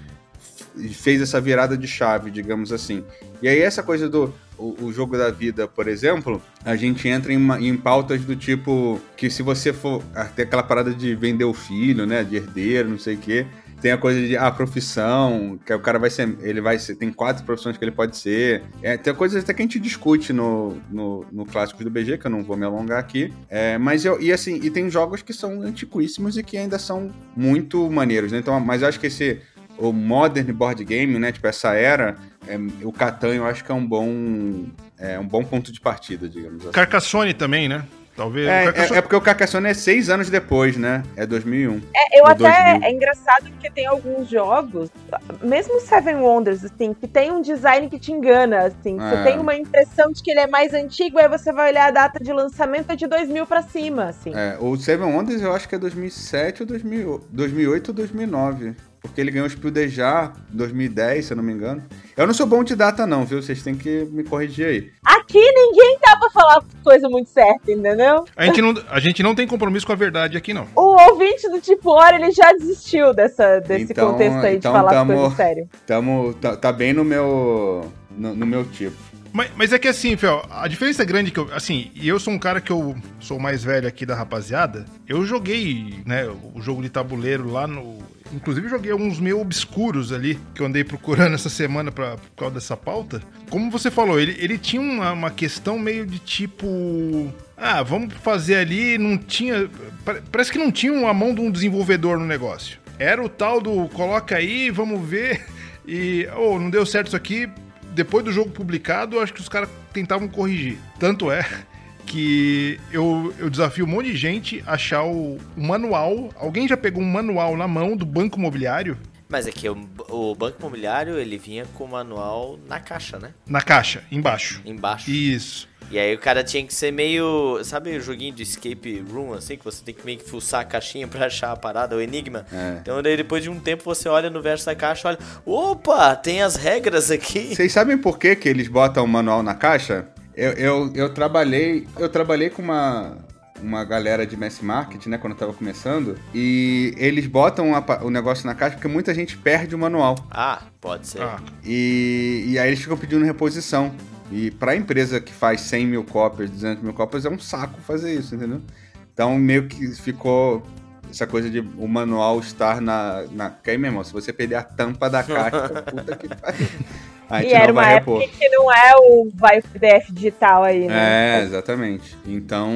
[SPEAKER 3] fez essa virada de chave, digamos assim. E aí essa coisa do o, o jogo da vida, por exemplo, a gente entra em, em pautas do tipo que se você for... Tem aquela parada de vender o filho, né, de herdeiro, não sei o quê. tem a coisa de, ah, profissão, que o cara vai ser, ele vai ser, tem quatro profissões que ele pode ser. É, tem coisas até que a gente discute no, no, no Clássicos do B G, que eu não vou me alongar aqui. É, mas eu, e assim, e tem jogos que são antiquíssimos e que ainda são muito maneiros, né? Então, mas eu acho que esse, o Modern Board Game, né? Tipo, essa era, é, o Catan eu acho que é um bom, é um bom ponto de partida, digamos assim.
[SPEAKER 2] Carcassonne também, né? Talvez.
[SPEAKER 3] É,
[SPEAKER 2] Carcassonne...
[SPEAKER 3] é, é porque o Carcassonne é seis anos depois, né? É dois mil e um.
[SPEAKER 1] É, eu
[SPEAKER 3] Ou
[SPEAKER 1] até.
[SPEAKER 3] dois mil.
[SPEAKER 1] É engraçado porque tem alguns jogos, mesmo Seven Wonders, assim, que tem um design que te engana, assim.
[SPEAKER 3] É.
[SPEAKER 1] Você tem uma impressão de que ele é mais antigo, aí você vai olhar a data de lançamento é de dois mil pra cima, assim.
[SPEAKER 3] É, o Seven Wonders eu acho que é dois mil e sete ou dois mil, dois mil e oito ou dois mil e nove. Porque ele ganhou o Spiel des Jahres em dois mil e dez, se eu não me engano. Eu não sou bom de data não, viu? Vocês têm que me corrigir aí.
[SPEAKER 1] Aqui ninguém tá pra falar coisa muito certa, entendeu?
[SPEAKER 2] A gente, não, a gente não tem compromisso com a verdade aqui, não.
[SPEAKER 1] O ouvinte do Tipo Hora, ele já desistiu dessa, desse
[SPEAKER 3] Então-
[SPEAKER 1] contexto aí
[SPEAKER 3] então
[SPEAKER 1] de falar
[SPEAKER 3] tamo-
[SPEAKER 1] coisa séria.
[SPEAKER 3] Tamo, tá, tá bem no meu, no, no meu tipo.
[SPEAKER 2] Mas, mas é que assim, Fel, a diferença é grande que eu, assim, e eu sou um cara que eu sou o mais velho aqui da rapaziada, eu joguei, né, o jogo de tabuleiro lá no... Inclusive joguei alguns meio obscuros ali, que eu andei procurando essa semana pra, por causa dessa pauta. Como você falou, ele, ele tinha uma, uma questão meio de tipo... Ah, vamos fazer ali, não tinha... Parece que não tinha a mão de um desenvolvedor no negócio. Era o tal do coloca aí, vamos ver, e... Oh, não deu certo isso aqui. Depois do jogo publicado, eu acho que os caras tentavam corrigir. Tanto é que eu, eu desafio um monte de gente a achar o, o manual. Alguém já pegou um manual na mão do Banco Imobiliário?
[SPEAKER 4] Mas é que o, o Banco Imobiliário, ele vinha com o manual na caixa, né?
[SPEAKER 2] Na caixa, embaixo.
[SPEAKER 4] Embaixo.
[SPEAKER 2] Isso.
[SPEAKER 4] E aí o cara tinha que ser meio... Sabe o joguinho de escape room, assim? Que você tem que meio que fuçar a caixinha pra achar a parada, o enigma?
[SPEAKER 3] É.
[SPEAKER 4] Então daí depois de um tempo você olha no verso da caixa e olha... Opa, tem as regras aqui.
[SPEAKER 3] Vocês sabem por que, que eles botam o manual na caixa? Eu, eu, eu trabalhei. Eu trabalhei com uma, uma galera de mass market, né? Quando eu tava começando. E eles botam a, o negócio na caixa porque muita gente perde o manual.
[SPEAKER 4] Ah, pode ser.
[SPEAKER 2] Ah,
[SPEAKER 3] E, e aí eles ficam pedindo reposição. E pra empresa que faz cem mil cópias, duzentas mil cópias, é um saco fazer isso, entendeu? Então meio que ficou essa coisa de o manual estar na... na... Que aí, meu irmão, se você perder a tampa da caixa, puta que pariu. A gente
[SPEAKER 1] E era
[SPEAKER 3] não
[SPEAKER 1] uma
[SPEAKER 3] vai
[SPEAKER 1] época
[SPEAKER 3] repor.
[SPEAKER 1] que não é o vai P D F digital aí, né?
[SPEAKER 3] É, exatamente. Então,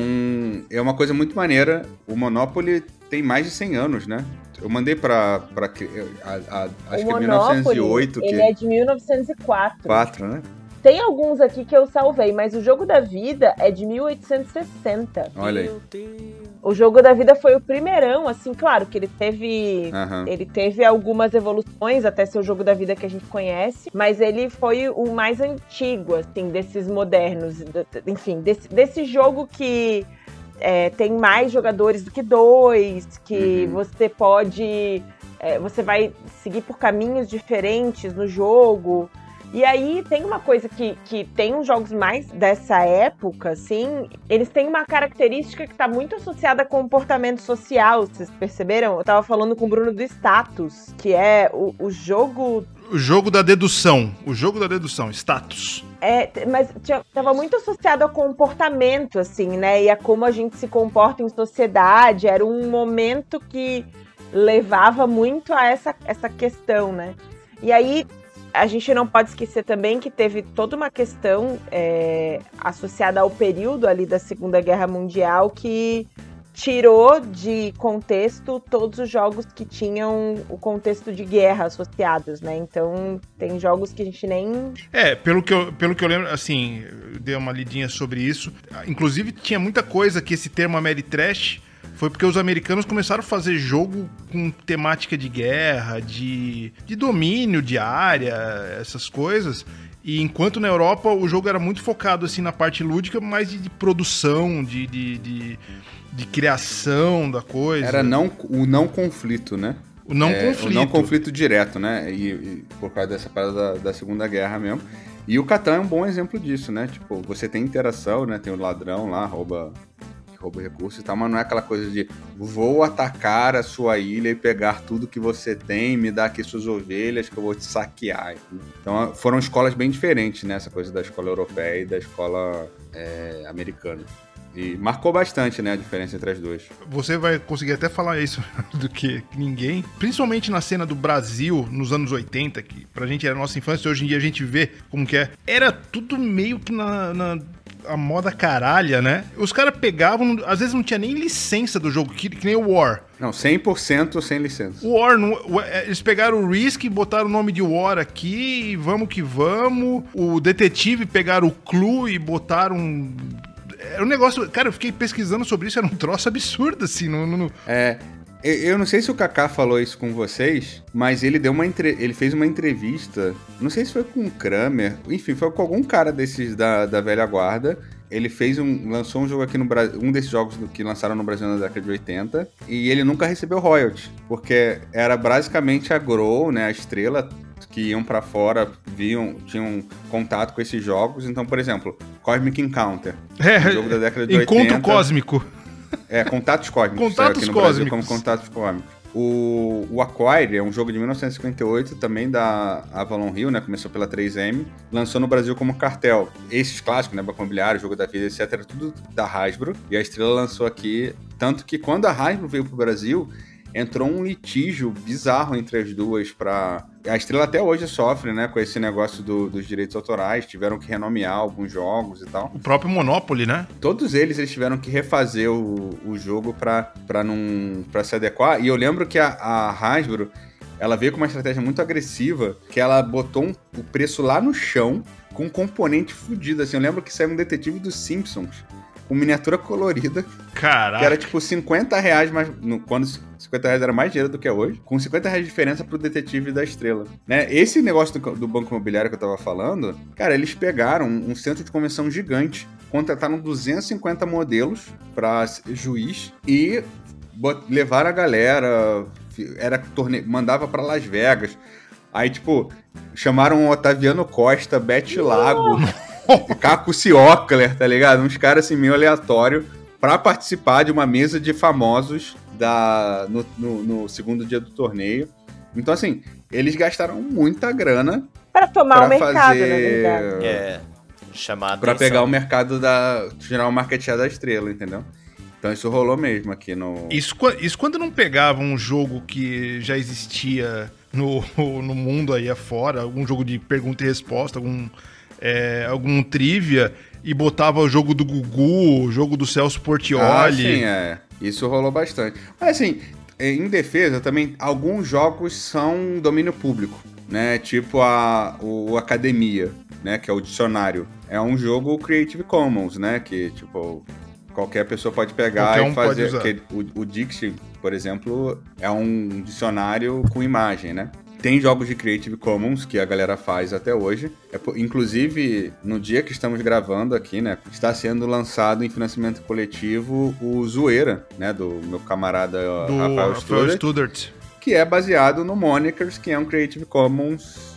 [SPEAKER 3] é uma coisa muito maneira. O Monopoly tem mais de cem anos, né? Eu mandei pra... pra a, a, acho
[SPEAKER 1] O
[SPEAKER 3] que é mil novecentos e oito.
[SPEAKER 1] ele
[SPEAKER 3] que...
[SPEAKER 1] é de mil novecentos e quatro.
[SPEAKER 3] quatro, né?
[SPEAKER 1] Tem alguns aqui que eu salvei, mas o Jogo da Vida é de mil oitocentos e sessenta.
[SPEAKER 3] Olha aí.
[SPEAKER 4] Meu Deus.
[SPEAKER 1] O Jogo da Vida foi o primeirão, assim, claro que ele teve...
[SPEAKER 3] Aham.
[SPEAKER 1] Ele teve algumas evoluções até ser o Jogo da Vida que a gente conhece, mas ele foi o mais antigo, assim, desses modernos. Enfim, desse, desse jogo que é, tem mais jogadores do que dois, que
[SPEAKER 3] Uhum.
[SPEAKER 1] você pode... é, você vai seguir por caminhos diferentes no jogo. E aí tem uma coisa que, que tem uns jogos mais dessa época, assim, eles têm uma característica que tá muito associada a comportamento social, vocês perceberam? Eu tava falando com o Bruno do Status, que é o, o jogo...
[SPEAKER 2] o jogo da dedução. O jogo da dedução, status.
[SPEAKER 1] É, mas tinha, tava muito associado ao comportamento, assim, né? E a como a gente se comporta em sociedade. Era um momento que levava muito a essa, essa questão, né? E aí... A gente não pode esquecer também que teve toda uma questão é, associada ao período ali da Segunda Guerra Mundial que tirou de contexto todos os jogos que tinham o contexto de guerra associados, né? Então, tem jogos que a gente nem...
[SPEAKER 2] É, pelo que eu, pelo que eu lembro, assim, eu dei uma lidinha sobre isso. Inclusive, tinha muita coisa que esse termo Ameritrash foi porque os americanos começaram a fazer jogo com temática de guerra, de, de domínio de área, essas coisas. E enquanto na Europa o jogo era muito focado assim, na parte lúdica, mais de, de produção, de, de, de, de criação da coisa.
[SPEAKER 3] Era não, o não conflito, né?
[SPEAKER 2] O não
[SPEAKER 3] É,
[SPEAKER 2] conflito.
[SPEAKER 3] O não conflito direto, né? E, e por causa dessa parada da, da Segunda Guerra mesmo. E o Catan é um bom exemplo disso, né? Tipo, você tem interação, né? Tem o ladrão lá, rouba... rouba recursos e tal, mas não é aquela coisa de vou atacar a sua ilha e pegar tudo que você tem, me dar aqui suas ovelhas que eu vou te saquear. Então foram escolas bem diferentes, né? Essa coisa da escola europeia e da escola é, americana. E marcou bastante, né, a diferença entre as duas.
[SPEAKER 2] Você vai conseguir até falar isso do que ninguém. Principalmente na cena do Brasil, nos anos oitenta, que pra gente era a nossa infância, hoje em dia a gente vê como que é. Era tudo meio que na... na... a moda caralha, né? Os caras pegavam, às vezes não tinha nem licença do jogo, que, que nem o War.
[SPEAKER 3] Não, cem por cento sem licença.
[SPEAKER 2] O War, não, o- é, eles pegaram o Risk, botaram o nome de War aqui, e vamos que vamos. O Detetive pegaram o Clue e botaram... Era um negócio... Cara, eu fiquei pesquisando sobre isso, era um troço absurdo, assim. No, no-
[SPEAKER 3] É... Eu eu não sei se o Kaká falou isso com vocês, mas ele deu uma entre... ele fez uma entrevista, não sei se foi com o Kramer, enfim, foi com algum cara desses da, da velha guarda. Ele fez um, lançou um jogo aqui no Brasil, um desses jogos do- que lançaram no Brasil na década de oitenta, e ele nunca recebeu royalties, porque era basicamente a Grow, né, a Estrela, que iam pra fora, viam, tinham contato com esses jogos. Então, por exemplo, Cosmic Encounter,
[SPEAKER 2] É,
[SPEAKER 3] um jogo da década de
[SPEAKER 2] Encontro
[SPEAKER 3] oitenta.
[SPEAKER 2] Cósmico.
[SPEAKER 3] É, Contatos Cósmicos.
[SPEAKER 2] Contatos
[SPEAKER 3] saiu aqui no Brasil
[SPEAKER 2] Cósmicos.
[SPEAKER 3] como Contatos Cósmicos. O, o Acquire é um jogo de mil novecentos e cinquenta e oito, também da Avalon Hill, né? Começou pela três M. Lançou no Brasil como Cartel. Esses clássicos, né? Banco Imobiliário, Jogo da Vida, etcétera. Tudo da Hasbro. E a Estrela lançou aqui. Tanto que quando a Hasbro veio pro Brasil, entrou um litígio bizarro entre as duas pra... A Estrela até hoje sofre, né? Com esse negócio do- dos direitos autorais. Tiveram que renomear alguns jogos e tal.
[SPEAKER 2] O próprio Monopoly, né?
[SPEAKER 3] Todos eles, eles tiveram que refazer o, o jogo pra, pra, não, pra se adequar. E eu lembro que a, a Hasbro, ela veio com uma estratégia muito agressiva, que ela botou um- o preço lá no chão, com um componente fudido. Assim, eu lembro que saiu um detetive dos Simpsons, com miniatura colorida,
[SPEAKER 2] Caraca.
[SPEAKER 3] que era tipo cinquenta reais, mais, no, quando cinquenta reais era mais dinheiro do que é hoje, com cinquenta reais de diferença pro detetive da Estrela. Né? Esse negócio do, do Banco Imobiliário que eu tava falando, cara, eles pegaram um centro de convenção gigante, contrataram duzentos e cinquenta modelos pra juiz e bot- levaram a galera, era torne... mandava pra Las Vegas. Aí, tipo, chamaram o Otaviano Costa, Beth Lago, Caco Ciocler, tá ligado? Uns caras assim meio aleatório pra participar de uma mesa de famosos da, no, no- no segundo dia do torneio. Então, assim, eles gastaram muita grana
[SPEAKER 1] Para tomar
[SPEAKER 3] pra
[SPEAKER 1] o mercado, na
[SPEAKER 3] fazer...
[SPEAKER 1] verdade.
[SPEAKER 4] É. Chamar
[SPEAKER 3] Pra
[SPEAKER 4] atenção.
[SPEAKER 3] pegar o mercado da... gerar o market share da Estrela, entendeu? Então isso rolou mesmo aqui no...
[SPEAKER 2] Isso, qua- isso quando não pegava um jogo que já existia no, no mundo aí afora, algum jogo de pergunta e resposta, algum, é, algum trivia, e botava o jogo do Gugu, o jogo do Celso
[SPEAKER 3] Ah,
[SPEAKER 2] Portiolli.
[SPEAKER 3] sim, é. Isso rolou bastante. Mas assim, em defesa também, alguns jogos são domínio público, né? Tipo a, o Academia, né? Que é o dicionário. É um jogo Creative Commons, né? Que, tipo, qualquer pessoa pode pegar
[SPEAKER 2] Qualquer um
[SPEAKER 3] e
[SPEAKER 2] pode
[SPEAKER 3] fazer...
[SPEAKER 2] usar.
[SPEAKER 3] que o, o Dixie, por exemplo, é um dicionário com imagem, né? Tem jogos de Creative Commons que a galera faz até hoje. É, po- inclusive, no dia que estamos gravando aqui, né? Está sendo lançado em financiamento coletivo o Zoeira, né? Do meu camarada
[SPEAKER 2] Do
[SPEAKER 3] Rafael
[SPEAKER 2] Rafael
[SPEAKER 3] Studert,
[SPEAKER 2] Studert.
[SPEAKER 3] que é baseado no Monikers, que é um Creative Commons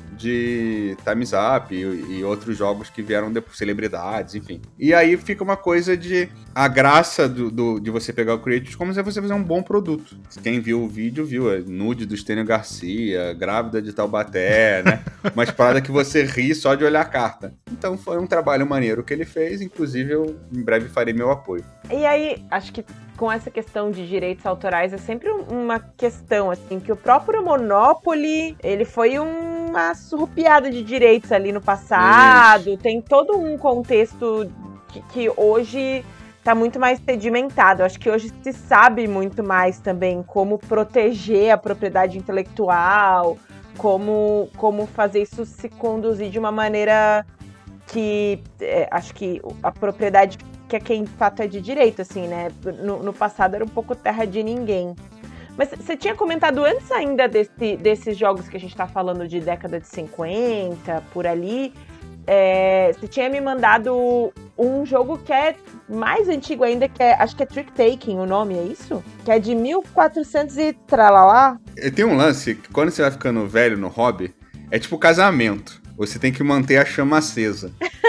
[SPEAKER 3] de Time's Up e, e outros jogos que vieram depois, celebridades, enfim. E aí fica uma coisa de... A graça do, do- de você pegar o Creative Commons é você fazer um bom produto. Quem viu o vídeo viu, é nude do Estênio Garcia, grávida de Taubaté, né? Umas paradas que você ri só de olhar a carta. Então foi um trabalho maneiro que ele fez, inclusive eu em breve farei meu apoio.
[SPEAKER 1] E aí, acho que com essa questão de direitos autorais é sempre um- uma questão, assim, que o próprio Monopoly, ele foi uma surrupiada de direitos ali no passado, tem todo um contexto que, que hoje tá muito mais sedimentado. Acho que hoje se sabe muito mais também como proteger a propriedade intelectual, como, como fazer isso se conduzir de uma maneira que é, acho que a propriedade que é quem de fato é de direito, assim, né? No, no passado era um pouco terra de ninguém. Mas você tinha comentado antes ainda desse, desses jogos que a gente tá falando de década de cinquenta, por ali. É, você tinha me mandado um jogo que é mais antigo ainda, que é, acho que é Trick Taking o nome, é isso? Que é de mil e quatrocentos e tralalá.
[SPEAKER 3] Tem um lance que quando você vai ficando velho no hobby, é tipo casamento. Você tem que manter a chama acesa.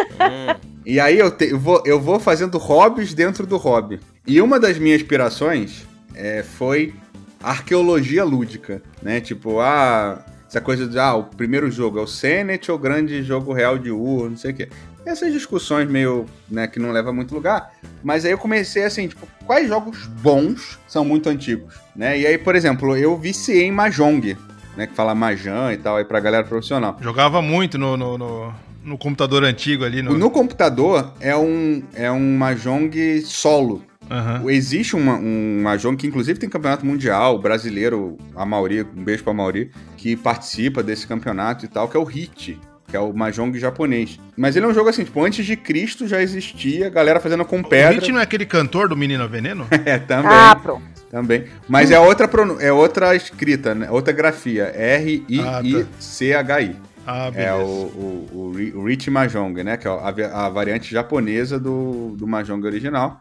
[SPEAKER 3] E aí eu, te- eu, vou, eu vou fazendo hobbies dentro do hobby. E uma das minhas inspirações é, foi arqueologia lúdica, né? Tipo, ah, essa coisa de, ah, o primeiro jogo é o Senet ou o grande jogo real de Ur, não sei o quê. essas discussões meio, né, que não levam a muito lugar. Mas aí eu comecei assim, tipo, quais jogos bons são muito antigos, né? E aí, por exemplo, eu viciei em Mahjong, né, que fala Mahjong e tal, aí pra galera profissional.
[SPEAKER 2] Jogava muito no, no, no, no computador antigo ali. No,
[SPEAKER 3] No computador é um, é um Mahjong solo.
[SPEAKER 2] Aham.
[SPEAKER 3] Existe uma, um Mahjong que inclusive tem campeonato mundial, brasileiro, a Mauri, um beijo pra Mauri, que participa desse campeonato e tal, que é o Hit, que é o Mahjong japonês. Mas ele é um jogo assim, tipo, antes de Cristo já existia, galera fazendo com
[SPEAKER 2] O
[SPEAKER 3] pedra.
[SPEAKER 2] Hit não é aquele cantor do Menino Veneno?
[SPEAKER 3] É, também.
[SPEAKER 1] Ah, pronto.
[SPEAKER 3] Também. Mas é outra, pronun- é outra escrita, né? Outra grafia. R I I C H I.
[SPEAKER 2] Ah, beleza.
[SPEAKER 3] É o, o, o, Ri- o Rich Mahjong, né? Que é a, vi- a variante japonesa do, do Mahjong original.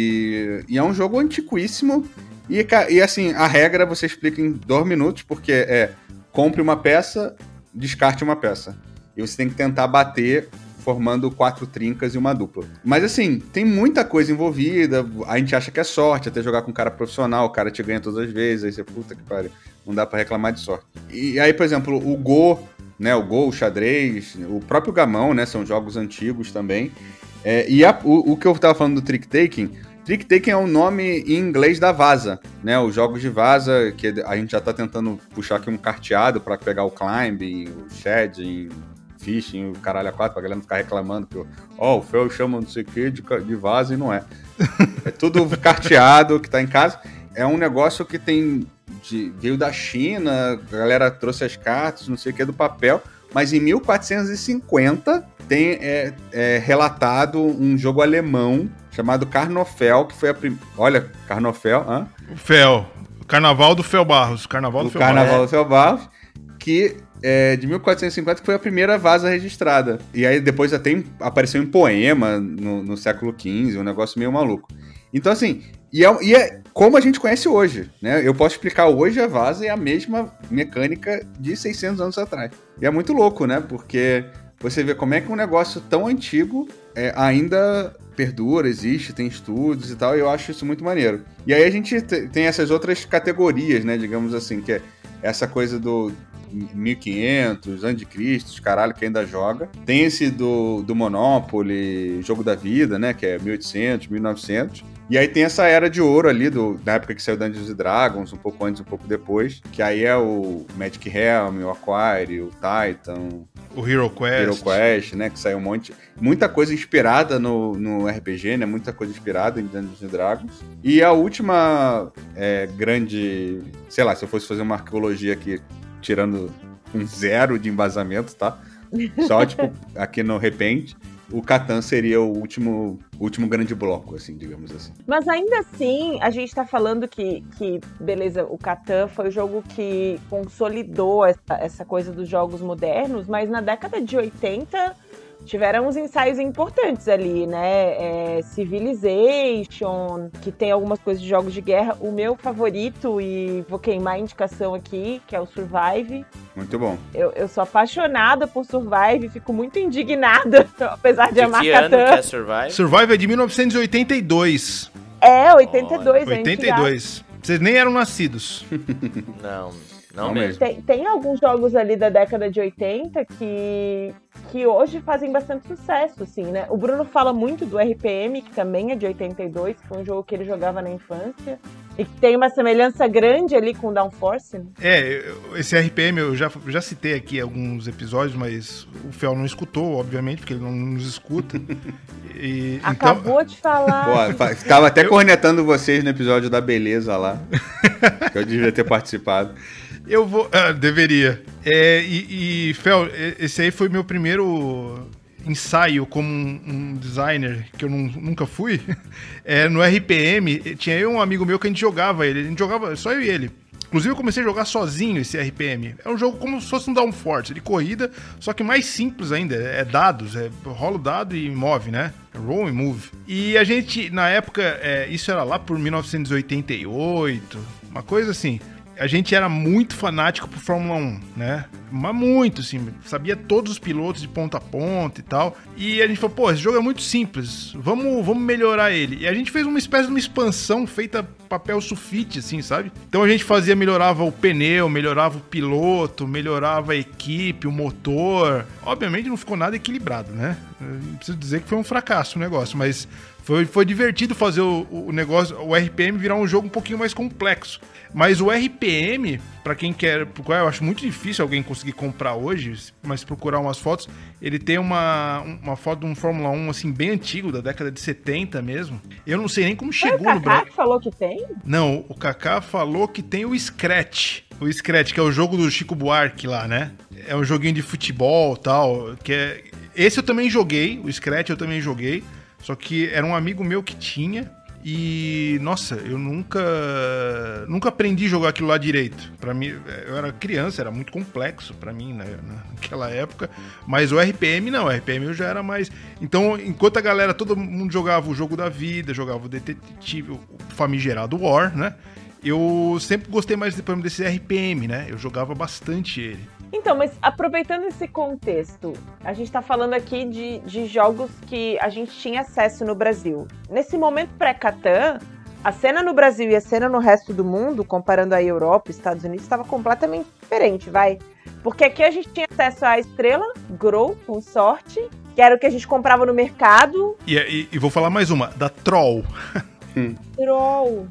[SPEAKER 3] E, e é um jogo antiquíssimo. E, ca- e assim, a regra você explica em dois minutos, porque é compre uma peça, descarte uma peça. E você tem que tentar bater formando quatro trincas e uma dupla. Mas assim, tem muita coisa envolvida, a gente acha que é sorte, até jogar com um cara profissional, o cara te ganha todas as vezes, aí você, puta que pariu, não dá pra reclamar de sorte. E aí, por exemplo, o Go, né, o Go, o xadrez, o próprio gamão, né, são jogos antigos também. É, e a- o, o que eu tava falando do Trick Taking, Trick Taking é o nome em inglês da Vaza, né, os jogos de Vaza, que a gente já tá tentando puxar aqui um carteado pra pegar o Climb, o Shading, Fishing, o caralho a quatro, pra galera não ficar reclamando que, ó, o Fel chama não sei o que de, ca- de vaza e não é. É tudo carteado que tá em casa. É um negócio que tem de- veio da China, a galera trouxe as cartas, não sei o que, do papel, mas em mil quatrocentos e cinquenta tem é, é, relatado um jogo alemão chamado Karnofel, que foi a primeira... Olha, Karnofel, hã?
[SPEAKER 2] O Fel. O Carnaval do Fel Barros. Carnaval do
[SPEAKER 3] O
[SPEAKER 2] Fel
[SPEAKER 3] Carnaval
[SPEAKER 2] Barros.
[SPEAKER 3] do Fel Barros, que é de mil quatrocentos e cinquenta, que foi a primeira vaza registrada. E aí depois até em- apareceu em poema no, no século quinze, um negócio meio maluco. Então assim, e é, e é como a gente conhece hoje, né? Eu posso explicar hoje a vaza é a mesma mecânica de seiscentos anos atrás. E é muito louco, né? Porque você vê como é que um negócio tão antigo é, ainda perdura, existe, tem estudos e tal, e eu acho isso muito maneiro. E aí a gente te- tem essas outras categorias, né? Digamos assim, que é essa coisa do mil e quinhentos, antes de Cristo, os caralho que ainda joga. Tem esse do, do Monopoly, Jogo da Vida, né, que é mil e oitocentos, mil e novecentos. E aí tem essa era de ouro ali, do, da época que saiu Dungeons and Dragons, um pouco antes, um pouco depois, que aí é o Magic Realm, o Aquari, o Titan,
[SPEAKER 2] O Hero Quest.
[SPEAKER 3] Hero Quest, né, que saiu um monte... Muita coisa inspirada no, no R P G, né, muita coisa inspirada em Dungeons and Dragons. E a última é, grande... Sei lá, se eu fosse fazer uma arqueologia aqui, tirando um zero de embasamento, tá? Só, tipo, aqui no repente, o Catan seria o último, último grande bloco, assim, digamos assim.
[SPEAKER 1] Mas ainda assim, a gente tá falando que, que beleza, o Catan foi o jogo que consolidou essa, essa coisa dos jogos modernos, mas na década de oitenta tiveram uns ensaios importantes ali, né? É, Civilization, que tem algumas coisas de jogos de guerra. O meu favorito, e vou queimar a indicação aqui, que é o Survive.
[SPEAKER 3] Muito bom.
[SPEAKER 1] Eu, eu sou apaixonada por Survive, fico muito indignada, apesar de,
[SPEAKER 4] De
[SPEAKER 1] amar
[SPEAKER 4] que ano que
[SPEAKER 1] Catan.
[SPEAKER 4] é Survive?
[SPEAKER 2] Survive é de mil novecentos e oitenta e dois.
[SPEAKER 1] É, oitenta e dois, é
[SPEAKER 2] oitenta e dois. Vocês nem eram nascidos.
[SPEAKER 4] Não, não,
[SPEAKER 3] Não
[SPEAKER 4] mesmo.
[SPEAKER 1] Tem, tem alguns jogos ali da década de oitenta que, que hoje fazem bastante sucesso, assim, né? O Bruno fala muito do R P M, que também é de oitenta e dois, que foi um jogo que ele jogava na infância. E que tem uma semelhança grande ali com o Downforce, né?
[SPEAKER 2] É, eu- esse R P M eu já, já citei aqui em alguns episódios, mas o Fel não escutou, obviamente, porque ele não nos escuta. E, então,
[SPEAKER 1] Acabou de falar.
[SPEAKER 3] Pô, fa- ficava até cornetando vocês no episódio da beleza lá, que eu devia ter participado.
[SPEAKER 2] eu vou. Ah, deveria. É, e, e, Fel, e- esse aí foi meu primeiro ensaio como um, um designer, que eu não- nunca fui. É, no R P M, tinha eu e um amigo meu que a gente jogava ele. A gente jogava só eu e ele. Inclusive, eu comecei a jogar sozinho esse R P M. É um jogo como se fosse um Downforce, de corrida, só que mais simples ainda. É dados, é rola o dado e move, né? Roll e move. E a gente, na época, é, isso era lá por mil novecentos e oitenta e oito, uma coisa assim. a gente era muito fanático por Fórmula um, né? Mas muito, assim, sabia todos os pilotos de ponta a ponta e tal. E a gente falou, pô, esse jogo é muito simples, vamos, vamos melhorar ele. E a gente fez uma espécie de uma expansão feita papel sulfite, assim, sabe? Então a gente fazia, melhorava o pneu, melhorava o piloto, melhorava a equipe, o motor. Obviamente não ficou nada equilibrado, né? Não preciso dizer que foi um fracasso o negócio, mas foi, foi divertido fazer o, o negócio, o R P M virar um jogo um pouquinho mais complexo. Mas o R P M, pra quem quer procurar, eu acho muito difícil alguém conseguir comprar hoje, mas procurar umas fotos, ele tem uma, uma foto de um Fórmula um, assim, bem antigo, da década de setenta mesmo. Eu não sei nem como chegou
[SPEAKER 1] Foi o
[SPEAKER 2] no
[SPEAKER 1] Kaká
[SPEAKER 2] Brasil.
[SPEAKER 1] que falou que tem?
[SPEAKER 2] Não, o Kaká falou que tem o Scratch. O Scratch, que é o jogo do Chico Buarque lá, né? É um joguinho de futebol e tal, que é... Esse eu também joguei, o Scratch eu também joguei, só que era um amigo meu que tinha e, nossa, eu nunca nunca aprendi a jogar aquilo lá direito. Pra mim, eu era criança, era muito complexo pra mim, né, naquela época, mas o R P M não, o R P M eu já era mais... Então, enquanto a galera, todo mundo jogava o jogo da vida, jogava o detetive, o famigerado War, né, eu sempre gostei mais depois desse R P M, né, eu jogava bastante ele.
[SPEAKER 1] Então, mas aproveitando esse contexto, a gente tá falando aqui de, de jogos que a gente tinha acesso no Brasil. Nesse momento pré-Catan, a cena no Brasil e a cena no resto do mundo, comparando a Europa e Estados Unidos, estava completamente diferente, vai. Porque aqui a gente tinha acesso à Estrela, Grow, com sorte, que era o que a gente comprava no mercado.
[SPEAKER 2] E, e, e vou falar mais uma, da Troll.
[SPEAKER 1] Troll.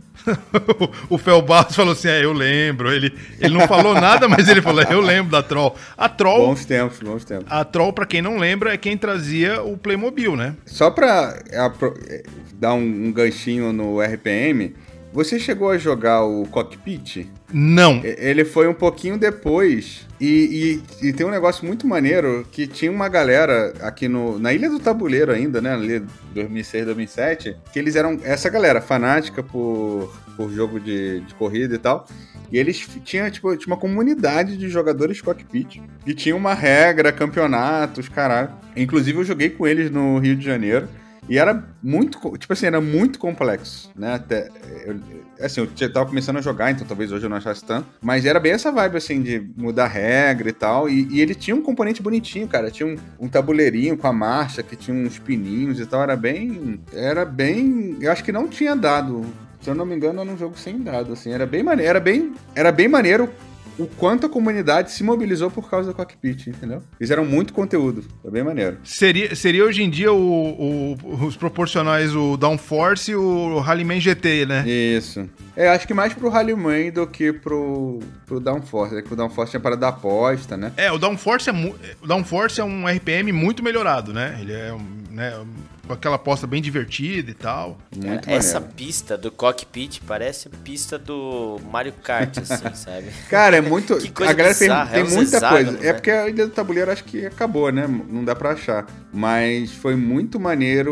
[SPEAKER 2] O Fel Barros falou assim, é, eu lembro. Ele, ele não falou nada, mas ele falou, eu lembro da Troll. A Troll...
[SPEAKER 3] Bons tempos, bons tempos.
[SPEAKER 2] A Troll, pra quem não lembra, é quem trazia o Playmobil, né?
[SPEAKER 3] Só pra apro- dar um, um ganchinho no R P M, você chegou a jogar o Cockpit?
[SPEAKER 2] Não.
[SPEAKER 3] E- Ele foi um pouquinho depois. E, e- e tem um negócio muito maneiro que tinha uma galera aqui no, na Ilha do Tabuleiro ainda, né? Ali dois mil e seis, dois mil e sete, que eles eram essa galera fanática por, por jogo de, de corrida e tal. E eles f- tinham, tipo, tinha uma comunidade de jogadores Cockpit. E tinha uma regra, campeonatos, caralho. Inclusive eu joguei com eles no Rio de Janeiro. E era muito, co- tipo assim, era muito complexo, né? Até, eu, assim, eu tinha- tava começando a jogar, então talvez hoje eu não achasse tanto. Mas era bem essa vibe, assim, de mudar regra e tal. E, e ele tinha um componente bonitinho, cara. Tinha um, um tabuleirinho com a marcha, que tinha uns pininhos e tal. Era bem... Era bem... Eu acho que não tinha dado. Se eu não me engano, era um jogo sem dado, assim. Era bem maneiro. Era bem, era bem maneiro o quanto a comunidade se mobilizou por causa do Cockpit, entendeu? Fizeram muito conteúdo. Foi bem maneiro.
[SPEAKER 2] Seria, seria hoje em dia o, o- os proporcionais, o Downforce e o Rallyman G T, né?
[SPEAKER 3] Isso. É, acho que mais pro Rallyman do que pro, pro Downforce. É que o Downforce tinha parada da aposta, né?
[SPEAKER 2] É, o Downforce é, mu- o Downforce é um R P M muito melhorado, né? Ele é, um, né, com aquela aposta bem divertida e tal.
[SPEAKER 3] Muito
[SPEAKER 4] Essa
[SPEAKER 3] maneiro.
[SPEAKER 4] pista do cockpit parece pista do Mario Kart, assim, sabe?
[SPEAKER 3] Cara, é muito...
[SPEAKER 4] Que coisa
[SPEAKER 3] a galera tem,
[SPEAKER 4] bizarra,
[SPEAKER 3] tem
[SPEAKER 4] é uns
[SPEAKER 3] muita
[SPEAKER 4] hexágonos,
[SPEAKER 3] coisa.
[SPEAKER 4] né?
[SPEAKER 3] É porque a Ilha do Tabuleiro acho que acabou, né? Não dá pra achar. Mas foi muito maneiro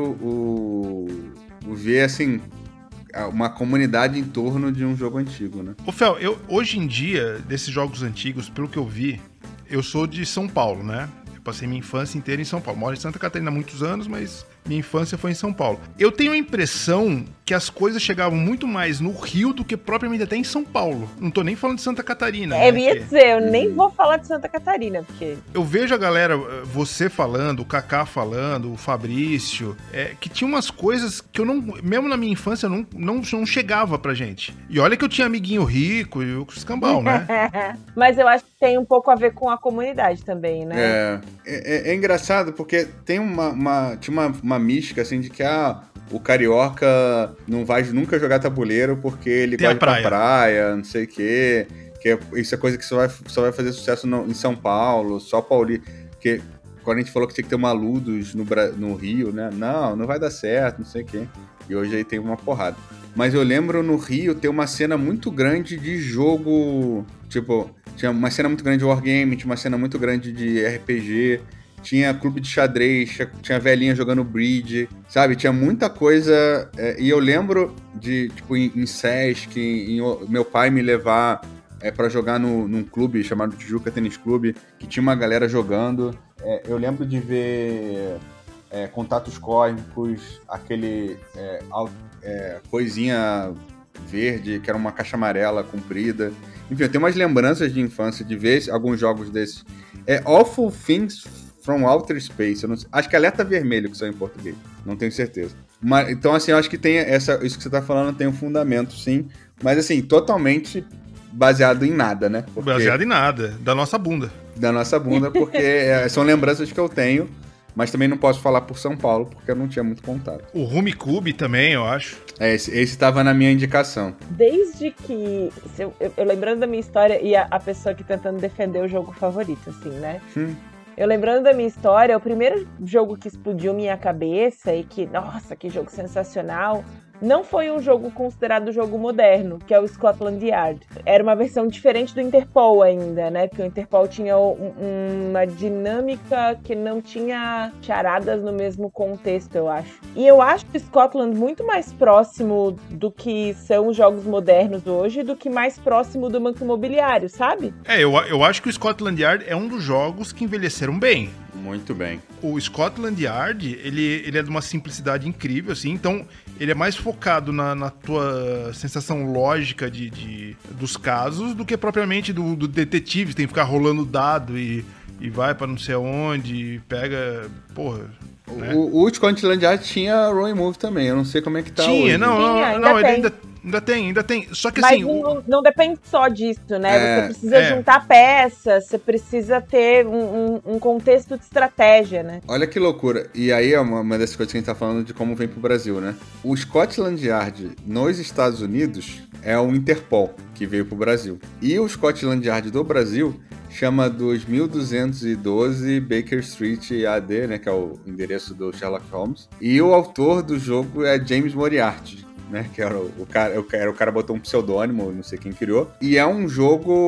[SPEAKER 3] o, o ver, assim, uma comunidade em torno de um jogo antigo, né?
[SPEAKER 2] Ô, Fel, eu, hoje em dia, desses jogos antigos, pelo que eu vi, eu sou de São Paulo, né? Eu passei minha infância inteira em São Paulo. Moro em Santa Catarina há muitos anos, mas minha infância foi em São Paulo. Eu tenho a impressão que as coisas chegavam muito mais no Rio do que propriamente até em São Paulo. Não tô nem falando de Santa Catarina.
[SPEAKER 1] É, eu
[SPEAKER 2] né?
[SPEAKER 1] ia
[SPEAKER 2] Que-
[SPEAKER 1] dizer, eu nem vou falar de Santa Catarina, porque...
[SPEAKER 2] Eu vejo a galera, eh, você falando, o Kaká falando, o Fabrício, é, que tinha umas coisas que eu não, mesmo na minha infância, não, não, não chegava pra gente. E olha que eu tinha amiguinho rico e o escambau, né?
[SPEAKER 1] Mas eu acho que tem um pouco a ver com a comunidade também, né?
[SPEAKER 3] É, é, é engraçado porque tem uma, uma, tinha uma, uma mística, assim, de que, ah, o carioca não vai nunca jogar tabuleiro porque ele
[SPEAKER 2] Tem a
[SPEAKER 3] gosta de ir pra
[SPEAKER 2] praia.
[SPEAKER 3] praia, não sei o quê. Que é- isso é coisa que só vai, só vai fazer sucesso no- em São Paulo, só Pauli. Porque quando a gente falou que tinha que ter uma Ludus no, Bra- no Rio, né? Não, não vai dar certo, não sei o quê. E hoje aí tem uma porrada. Mas eu lembro no Rio ter uma cena muito grande de jogo. Tipo, tinha uma cena muito grande de Wargame, tinha uma cena muito grande de R P G. Tinha clube de xadrez, tinha, tinha velhinha jogando bridge, sabe? Tinha muita coisa. É, e eu lembro de, tipo, em, em Sesc, em, em- meu pai me levar é, para jogar no, num clube chamado Tijuca Tênis Clube, que tinha uma galera jogando. É, eu lembro de ver é, Contatos Cósmicos, aquele é, au- é, coisinha verde, que era uma caixa amarela comprida. Enfim, eu tenho umas lembranças de infância de ver alguns jogos desses. É Awful Things from Outer Space. Eu não sei, acho que é Alerta Vermelho que são em português. Não tenho certeza. Mas, então, assim, eu acho que tem essa, isso que você tá falando tem um fundamento, sim. Mas, assim, totalmente baseado em nada, né? Porque,
[SPEAKER 2] Baseado em nada, da nossa bunda.
[SPEAKER 3] Da nossa bunda, porque é, são lembranças que eu tenho. Mas também não posso falar por São Paulo, porque eu não tinha muito contato.
[SPEAKER 2] O Rumicube também, eu acho.
[SPEAKER 3] É, esse, esse tava na minha indicação.
[SPEAKER 1] Desde que. se Eu, eu- eu lembrando da minha história e a, a pessoa aqui tentando defender o jogo favorito, assim, né?
[SPEAKER 3] Hum.
[SPEAKER 1] Eu lembrando da minha história, o primeiro jogo que explodiu minha cabeça e que, nossa, que jogo sensacional, não foi um jogo considerado jogo moderno, que é o Scotland Yard. Era uma versão diferente do Interpol ainda, né? Porque o Interpol tinha um- uma dinâmica que não tinha charadas no mesmo contexto, eu acho. E eu acho o Scotland muito mais próximo do que são os jogos modernos hoje, do que mais próximo do Banco Imobiliário, sabe?
[SPEAKER 2] É, eu, eu acho que o Scotland Yard é um dos jogos que envelheceram bem.
[SPEAKER 3] Muito bem.
[SPEAKER 2] O Scotland Yard, ele, ele é de uma simplicidade incrível, assim, então ele é mais focado na, na tua sensação lógica de, de- dos casos do que propriamente do, do detetive, tem que ficar rolando dado e, e vai pra não sei aonde, e pega, porra... né?
[SPEAKER 3] O, o Scotland Yard tinha Roll Move também, eu não sei como é que tá
[SPEAKER 2] Tinha,
[SPEAKER 3] hoje.
[SPEAKER 2] não, não,
[SPEAKER 1] Tinha, ainda
[SPEAKER 2] não, ele
[SPEAKER 1] tem.
[SPEAKER 2] ainda, ainda tem, ainda tem. Só que
[SPEAKER 1] Mas
[SPEAKER 2] assim, o-
[SPEAKER 1] não, não depende só disso, né?
[SPEAKER 3] É,
[SPEAKER 1] você precisa
[SPEAKER 2] é.
[SPEAKER 1] juntar peças, você precisa ter um, um- um contexto de estratégia, né?
[SPEAKER 3] Olha que loucura. E aí é uma, uma dessas coisas que a gente tá falando de como vem pro Brasil, né? O Scotland Yard nos Estados Unidos é o Interpol que veio pro Brasil. E o Scotland Yard do Brasil chama dois mil duzentos e doze Baker Street A D, né? Que é o endereço do Sherlock Holmes. E o autor do jogo é James Moriarty, né? Que era o, o cara, o cara, o cara botou um pseudônimo, não sei quem criou. E é um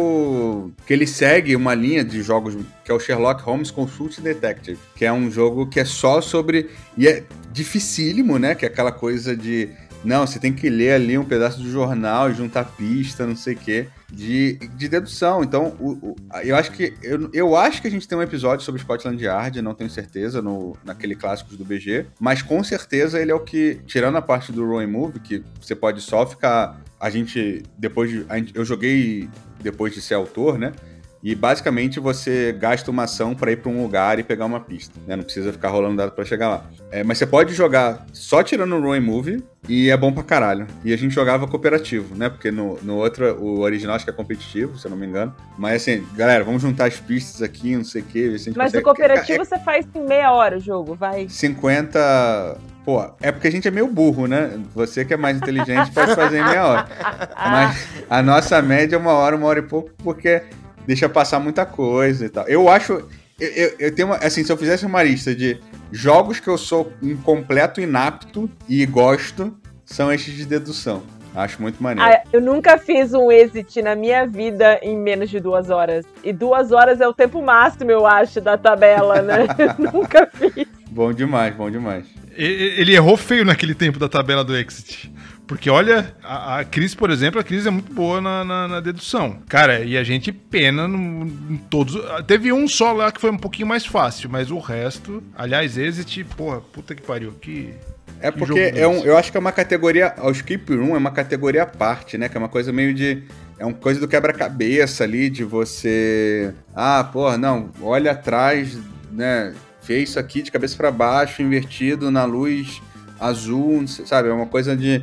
[SPEAKER 3] jogo que ele segue uma linha de jogos que é o Sherlock Holmes Consult Detective, que é um jogo que é só sobre... E é dificílimo, né? Que é aquela coisa de... Não, você tem que ler ali um pedaço do jornal e juntar pista, não sei o quê, de, de dedução. Então, o, o- eu acho que eu, eu acho que a gente tem um episódio sobre Scotland Yard, não tenho certeza, no, naquele Clássicos do B G, mas com certeza ele é o que, tirando a parte do Roll and Move, que você pode só ficar... A gente, depois de... a gente- eu joguei depois de ser autor, né? E basicamente você gasta uma ação para ir para um lugar e pegar uma pista, né? Não precisa ficar rolando dado para chegar lá. É, mas você pode jogar só tirando o Roll and Move e é bom pra caralho. E a gente jogava cooperativo, né? Porque no, no outro, o original acho que é competitivo, se eu não me engano. Mas assim, galera, vamos juntar as pistas aqui, não sei o que, ver se a gente
[SPEAKER 1] Mas
[SPEAKER 3] consegue...
[SPEAKER 1] o cooperativo você faz em meia hora o jogo, vai.
[SPEAKER 3] É cinquenta... Pô, é porque a gente é meio burro, né? Você que é mais inteligente pode fazer em meia hora. Mas a nossa média é uma hora, uma hora e pouco, porque deixa passar muita coisa e tal. Eu acho... Eu, eu, eu tenho uma... Assim, se eu fizesse uma lista de jogos que eu sou um completo inapto e gosto, são estes de dedução. Acho muito maneiro.
[SPEAKER 1] Ah, eu nunca fiz um exit na minha vida em menos de duas horas. E duas horas é o tempo máximo, eu acho, da tabela, né? Eu nunca fiz.
[SPEAKER 3] Bom demais, bom demais.
[SPEAKER 2] E- Ele errou feio naquele tempo da tabela do Exit. Porque olha, a, a Cris, por exemplo, a Cris é muito boa na, na- na dedução. Cara, e a gente pena no- em todos. Teve um só lá que foi um pouquinho mais fácil, mas o resto. Aliás, Exit, porra, puta que pariu. Que.
[SPEAKER 3] É
[SPEAKER 2] Que
[SPEAKER 3] porque
[SPEAKER 2] jogo
[SPEAKER 3] é um,
[SPEAKER 2] desse?
[SPEAKER 3] eu acho que é uma categoria. O Escape Room é uma categoria à parte, né? Que é uma coisa meio de. É uma coisa do quebra-cabeça ali, de você. Ah, porra, não, olha atrás, né? Vê isso aqui de cabeça pra baixo, invertido na luz azul, não sei, sabe? É uma coisa de.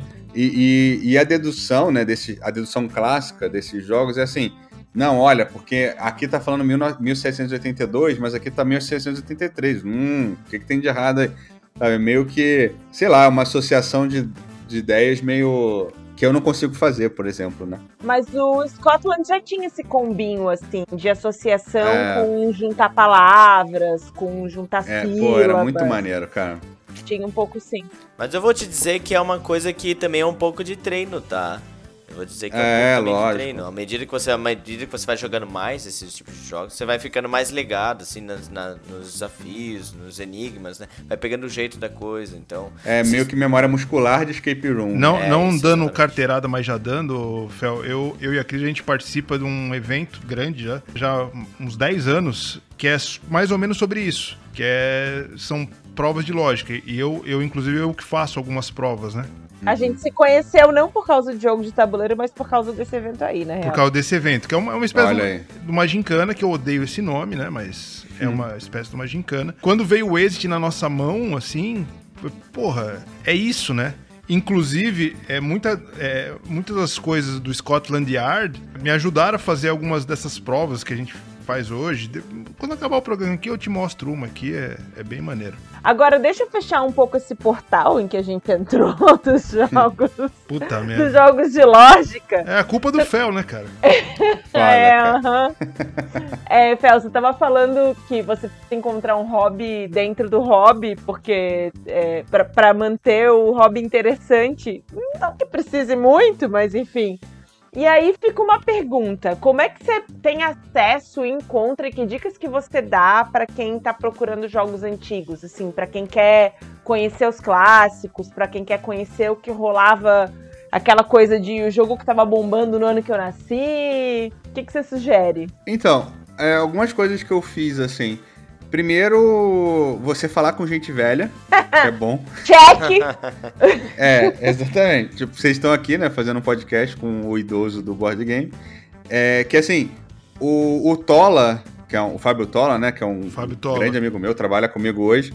[SPEAKER 3] E, e- e a dedução, né? Desse, a dedução clássica desses jogos é assim. Não, olha, porque aqui tá falando mil no- mil setecentos e oitenta e dois, mas aqui tá mil setecentos e oitenta e três. Hum, o que, que tem de errado aí? Sabe, meio que, sei lá, uma associação de, de ideias meio... que eu não consigo fazer, por exemplo, né?
[SPEAKER 1] Mas o Scotland já tinha esse combinho, assim, de associação
[SPEAKER 3] É.
[SPEAKER 1] com juntar palavras, com juntar
[SPEAKER 3] É,
[SPEAKER 1] sílabas.
[SPEAKER 3] pô, era muito maneiro, cara.
[SPEAKER 1] Tinha um pouco sim.
[SPEAKER 4] Mas eu vou te dizer que é uma coisa que também é um pouco de treino, tá? Eu vou dizer que é um
[SPEAKER 3] É,
[SPEAKER 4] pouco também
[SPEAKER 3] lógico.
[SPEAKER 4] de treino. À medida que você, à medida que você vai jogando mais esses tipos de jogos, você vai ficando mais ligado, assim, nas, na- nos desafios, nos enigmas, né? Vai pegando o jeito da coisa, então...
[SPEAKER 3] É
[SPEAKER 4] se-
[SPEAKER 3] meio que memória muscular de escape room.
[SPEAKER 2] Não,
[SPEAKER 4] É,
[SPEAKER 2] não
[SPEAKER 4] isso,
[SPEAKER 2] dando
[SPEAKER 4] exatamente.
[SPEAKER 2] carteirada, mas já dando, Fel, eu, eu e a Cris, a gente participa de um evento grande já, já há uns dez anos, que é mais ou menos sobre isso, que é, são provas de lógica, e eu, eu inclusive, eu que faço algumas provas, né?
[SPEAKER 1] A gente se conheceu não por causa de jogo de tabuleiro, mas por causa desse evento aí, na real.
[SPEAKER 2] Por causa desse evento, que é uma, é uma espécie
[SPEAKER 3] Olha
[SPEAKER 2] de
[SPEAKER 3] aí.
[SPEAKER 2] uma, de uma gincana, que eu odeio esse nome, né? Mas é uma espécie de uma gincana. Quando veio o Exit na nossa mão, assim, foi, porra, é isso, né? Inclusive, é, muita, é, muitas das coisas do Scotland Yard me ajudaram a fazer algumas dessas provas que a gente faz hoje. De- Quando acabar o programa aqui, eu te mostro uma aqui, é, é bem maneiro.
[SPEAKER 1] Agora, deixa eu fechar um pouco esse portal em que a gente entrou dos jogos,
[SPEAKER 2] Puta
[SPEAKER 1] dos
[SPEAKER 2] merda.
[SPEAKER 1] jogos de lógica.
[SPEAKER 2] É a culpa do Fel, né, cara?
[SPEAKER 3] Foda,
[SPEAKER 1] É,
[SPEAKER 3] cara.
[SPEAKER 1] aham. É, Fel, você tava falando que você precisa encontrar um hobby dentro do hobby, porque é, pra, pra manter o hobby interessante, não que precise muito, mas enfim. E aí fica uma pergunta, como é que você tem acesso e encontra, e que dicas que você dá pra quem tá procurando jogos antigos, assim, pra quem quer conhecer os clássicos, pra quem quer conhecer o que rolava, aquela coisa de o jogo que tava bombando no ano que eu nasci, o que, que você sugere?
[SPEAKER 3] Então, é, algumas coisas que eu fiz, assim. Primeiro, você falar com gente velha, que é bom.
[SPEAKER 1] Check!
[SPEAKER 3] É, exatamente. Tipo, vocês estão aqui, né, fazendo um podcast com o idoso do board game. É, que assim, o, o Tola, que é um, o Fábio Tola, né, que é um
[SPEAKER 2] Fábio Tola.
[SPEAKER 3] grande amigo meu, trabalha comigo hoje.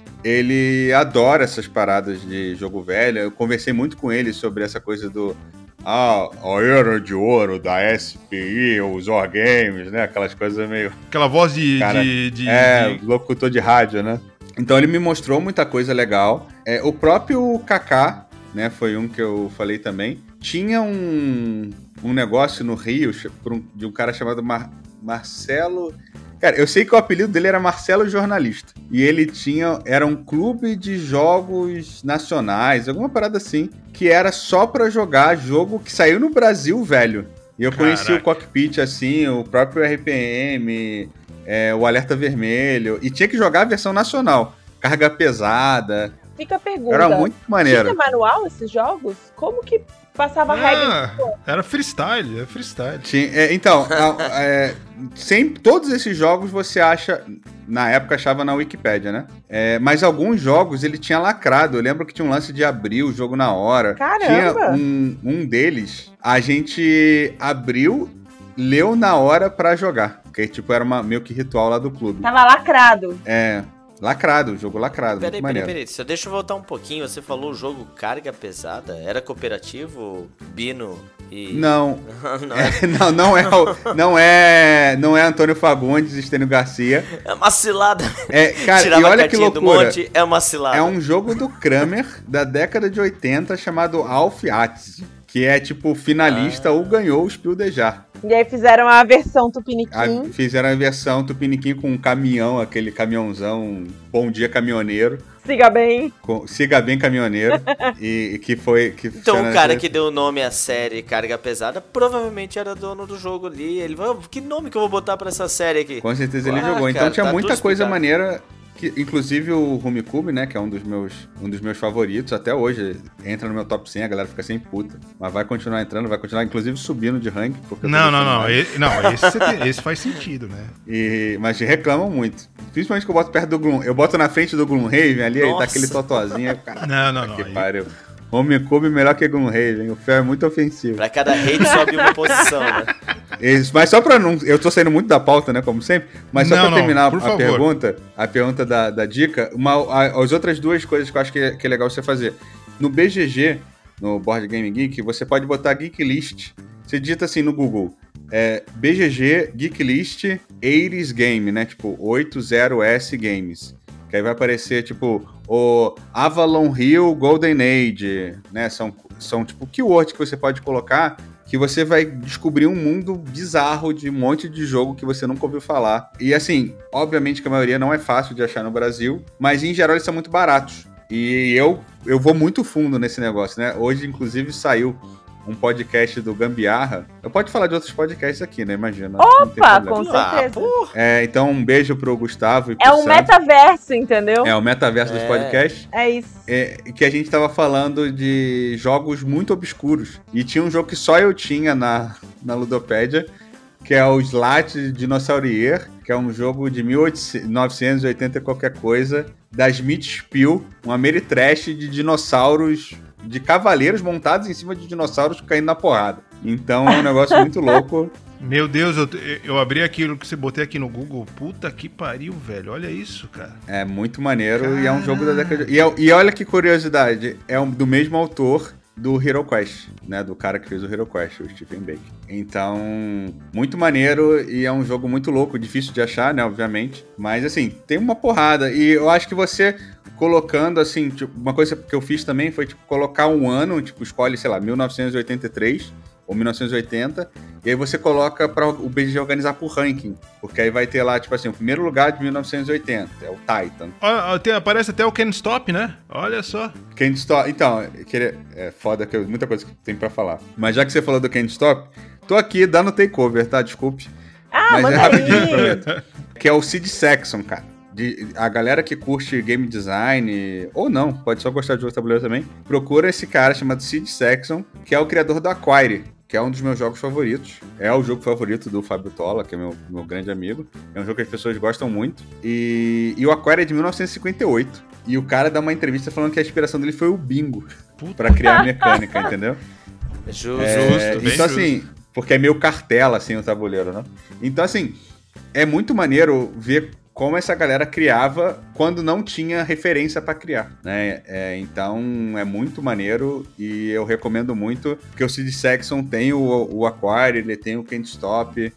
[SPEAKER 3] Ele adora essas paradas de jogo velho. Eu conversei muito com ele sobre essa coisa do... Ah, a era de ouro da S P I, os Wargames, né? Aquelas coisas meio...
[SPEAKER 2] Aquela voz de...
[SPEAKER 3] Cara,
[SPEAKER 2] de, de-
[SPEAKER 3] É,
[SPEAKER 2] de-
[SPEAKER 3] locutor de rádio, né? Então ele me mostrou muita coisa legal. É, o próprio Kaká, né? Foi um que eu falei também. Tinha um, um negócio no Rio ch- por um- de um cara chamado Mar- Marcelo... Cara, eu sei que o apelido dele era Marcelo Jornalista. E ele tinha... Era um clube de jogos nacionais, alguma parada assim, que era só pra jogar jogo que saiu no Brasil velho. E eu conheci o
[SPEAKER 2] Caraca.
[SPEAKER 3] Cockpit, assim, o próprio R P M... É, o Alerta Vermelho, e tinha que jogar a versão nacional. Carga pesada.
[SPEAKER 1] Fica a pergunta.
[SPEAKER 3] Era muito maneiro.
[SPEAKER 1] Tinha manual esses jogos? Como que passava regra?
[SPEAKER 2] Ah, era freestyle, é freestyle.
[SPEAKER 3] Tinha- é, então, a- é, sempre, todos esses jogos você acha, na época achava na Wikipédia, né? É, mas alguns jogos ele tinha lacrado. Eu lembro que tinha um lance de abrir o jogo na hora.
[SPEAKER 1] Caramba!
[SPEAKER 3] Tinha um, um deles, a gente abriu, leu na hora pra jogar. Porque, tipo, era uma, meio que ritual lá do clube.
[SPEAKER 1] Tava lacrado.
[SPEAKER 3] É, lacrado, jogo lacrado,
[SPEAKER 4] Peraí,
[SPEAKER 3] muito
[SPEAKER 4] peraí,
[SPEAKER 3] maneiro.
[SPEAKER 4] peraí. Só deixa eu voltar um pouquinho. Você falou o jogo Carga Pesada. Era cooperativo, Bino e...
[SPEAKER 3] Não,
[SPEAKER 4] não,
[SPEAKER 3] é, não, não é, o- não é, não é Antônio Fagundes e Estênio Garcia.
[SPEAKER 4] é uma cilada.
[SPEAKER 3] É, cara,
[SPEAKER 4] Tirava
[SPEAKER 3] e
[SPEAKER 4] a
[SPEAKER 3] olha que
[SPEAKER 4] cartinha do
[SPEAKER 3] loucura.
[SPEAKER 4] monte, é uma cilada.
[SPEAKER 3] É um jogo do Kramer da década de oitenta chamado Alf Atz, que é tipo finalista
[SPEAKER 4] Ah.
[SPEAKER 3] ou ganhou o Spiel de Jar.
[SPEAKER 1] E aí fizeram a versão
[SPEAKER 3] A-
[SPEAKER 1] Tupiniquim.
[SPEAKER 3] Fizeram a versão Tupiniquim com um caminhão, aquele caminhãozão Bom Dia Caminhoneiro,
[SPEAKER 1] Siga bem.
[SPEAKER 3] com, Siga Bem Caminhoneiro, e, e que foi... Que
[SPEAKER 4] Então
[SPEAKER 3] funciona
[SPEAKER 4] o cara
[SPEAKER 3] nessa-
[SPEAKER 4] que deu o nome à série Carga Pesada provavelmente era dono do jogo ali. Ele falou, que nome que eu vou botar pra essa série aqui?
[SPEAKER 3] Com certeza ele
[SPEAKER 4] Ah,
[SPEAKER 3] jogou. Então
[SPEAKER 4] cara,
[SPEAKER 3] tinha
[SPEAKER 4] tá
[SPEAKER 3] muita
[SPEAKER 4] tudo
[SPEAKER 3] coisa
[SPEAKER 4] explicado.
[SPEAKER 3] maneira, que, inclusive o Rumicube, né, que é um dos meus um dos meus favoritos até hoje, entra no meu top cem, a galera fica sem puta, mas vai continuar entrando, vai continuar inclusive subindo de rank. Porque eu tô
[SPEAKER 2] Não, não,
[SPEAKER 3] gostando
[SPEAKER 2] não.
[SPEAKER 3] mais.
[SPEAKER 2] E- não, esse, você tem- esse faz sentido, né?
[SPEAKER 3] E, mas reclamam muito. Principalmente que eu boto perto do Gloom. Eu boto na frente do Gloomhaven ali, aí
[SPEAKER 4] Nossa.
[SPEAKER 3] tá aquele totozinho. Aí, cara,
[SPEAKER 2] Não, não, não.
[SPEAKER 3] que
[SPEAKER 2] aí-
[SPEAKER 3] pariu. Homecube melhor que Gloomhaven. O Fel é muito ofensivo.
[SPEAKER 4] Pra cada rede sobe uma posição, né?
[SPEAKER 3] Isso, mas só pra não. Eu tô saindo muito da pauta, né? Como sempre. Mas só
[SPEAKER 2] Não,
[SPEAKER 3] pra
[SPEAKER 2] não,
[SPEAKER 3] terminar
[SPEAKER 2] por
[SPEAKER 3] a
[SPEAKER 2] favor.
[SPEAKER 3] pergunta, a pergunta da, da dica, uma, a- as outras duas coisas que eu acho que é, que é legal você fazer. No B G G, no Board Game Geek, você pode botar Geek List. Você digita assim no Google. É, B G G Geek List oitenta Game, né? Tipo, oitenta S Games. Que aí vai aparecer, tipo, o Avalon Hill Golden Age, né? São, são tipo, keywords que você pode colocar que você vai descobrir um mundo bizarro de um monte de jogo que você nunca ouviu falar. E assim, obviamente que a maioria não é fácil de achar no Brasil, mas em geral eles são muito baratos. E eu, eu vou muito fundo nesse negócio, né? Hoje, inclusive, saiu um podcast do Gambiarra. Eu posso falar de outros podcasts aqui, né? Imagina. não tem
[SPEAKER 1] Opa,
[SPEAKER 3] problema.
[SPEAKER 1] com
[SPEAKER 4] Ah,
[SPEAKER 1] certeza.
[SPEAKER 4] porra.
[SPEAKER 3] É, então, um beijo pro Gustavo e pro
[SPEAKER 1] É um
[SPEAKER 3] Santos.
[SPEAKER 1] metaverso, entendeu?
[SPEAKER 3] É o metaverso dos
[SPEAKER 4] É.
[SPEAKER 3] podcasts.
[SPEAKER 1] É isso.
[SPEAKER 3] É, que a gente tava falando de jogos muito obscuros. E tinha um jogo que só eu tinha na, na Ludopédia, que é o Slat Dinosaurier, que é um jogo de mil novecentos e oitenta e qualquer coisa, da Smith Spiel, uma Ameritrash de dinossauros de cavaleiros montados em cima de dinossauros caindo na porrada. Então é um negócio muito louco.
[SPEAKER 2] Meu Deus, eu, eu abri aquilo que você botei aqui no Google. Puta que pariu, velho. Olha isso, cara.
[SPEAKER 3] É muito maneiro e é um jogo da década de... E, é- e olha que curiosidade, é um- do mesmo autor do Hero Quest, né? Do cara que fez o Hero Quest, o Stephen Baker. Então, muito maneiro e é um jogo muito louco, difícil de achar, né? Obviamente. Mas, assim, tem uma porrada. E eu acho que você colocando, assim, tipo, uma coisa que eu fiz também foi, tipo, colocar um ano, tipo, escolhe, sei lá, mil novecentos e oitenta e três ou mil novecentos e oitenta, e aí você coloca para o B G G organizar por ranking, porque aí vai ter lá, tipo assim, o primeiro lugar de mil novecentos e oitenta, é o Titan.
[SPEAKER 2] Ó, ó, tem- aparece até o Can't Stop, né? Olha só.
[SPEAKER 3] Can't Stop, então, eu queria- é foda que eu, muita coisa que tem pra falar. Mas já que você falou do Can't Stop, tô aqui dando takeover, tá? Desculpe.
[SPEAKER 1] Ah,
[SPEAKER 3] Mas é
[SPEAKER 1] manda
[SPEAKER 3] rapidinho,
[SPEAKER 1] aí.
[SPEAKER 3] prometo. Que é o Sid Saxon, cara. De- a galera que curte game design, ou não, pode só gostar de jogo de tabuleiro também, procura esse cara chamado Sid Saxon, que é o criador do Acquire, que é um dos meus jogos favoritos. É o jogo favorito do Fábio Tola, que é meu, meu grande amigo. É um jogo que as pessoas gostam muito. E, e o Acquire é de mil novecentos e cinquenta e oito. E o cara dá uma entrevista falando que a inspiração dele foi o bingo pra criar a mecânica, entendeu?
[SPEAKER 4] Justo.
[SPEAKER 3] É,
[SPEAKER 2] Justo, bem
[SPEAKER 3] então,
[SPEAKER 2] justo.
[SPEAKER 3] assim, porque é meio cartela, assim, o tabuleiro, né? Então, assim, é muito maneiro ver como essa galera criava quando não tinha referência pra criar, né? É, então, é muito maneiro e eu recomendo muito, porque o Sid Saxon tem o, o Acquire, ele tem o Can't Stop,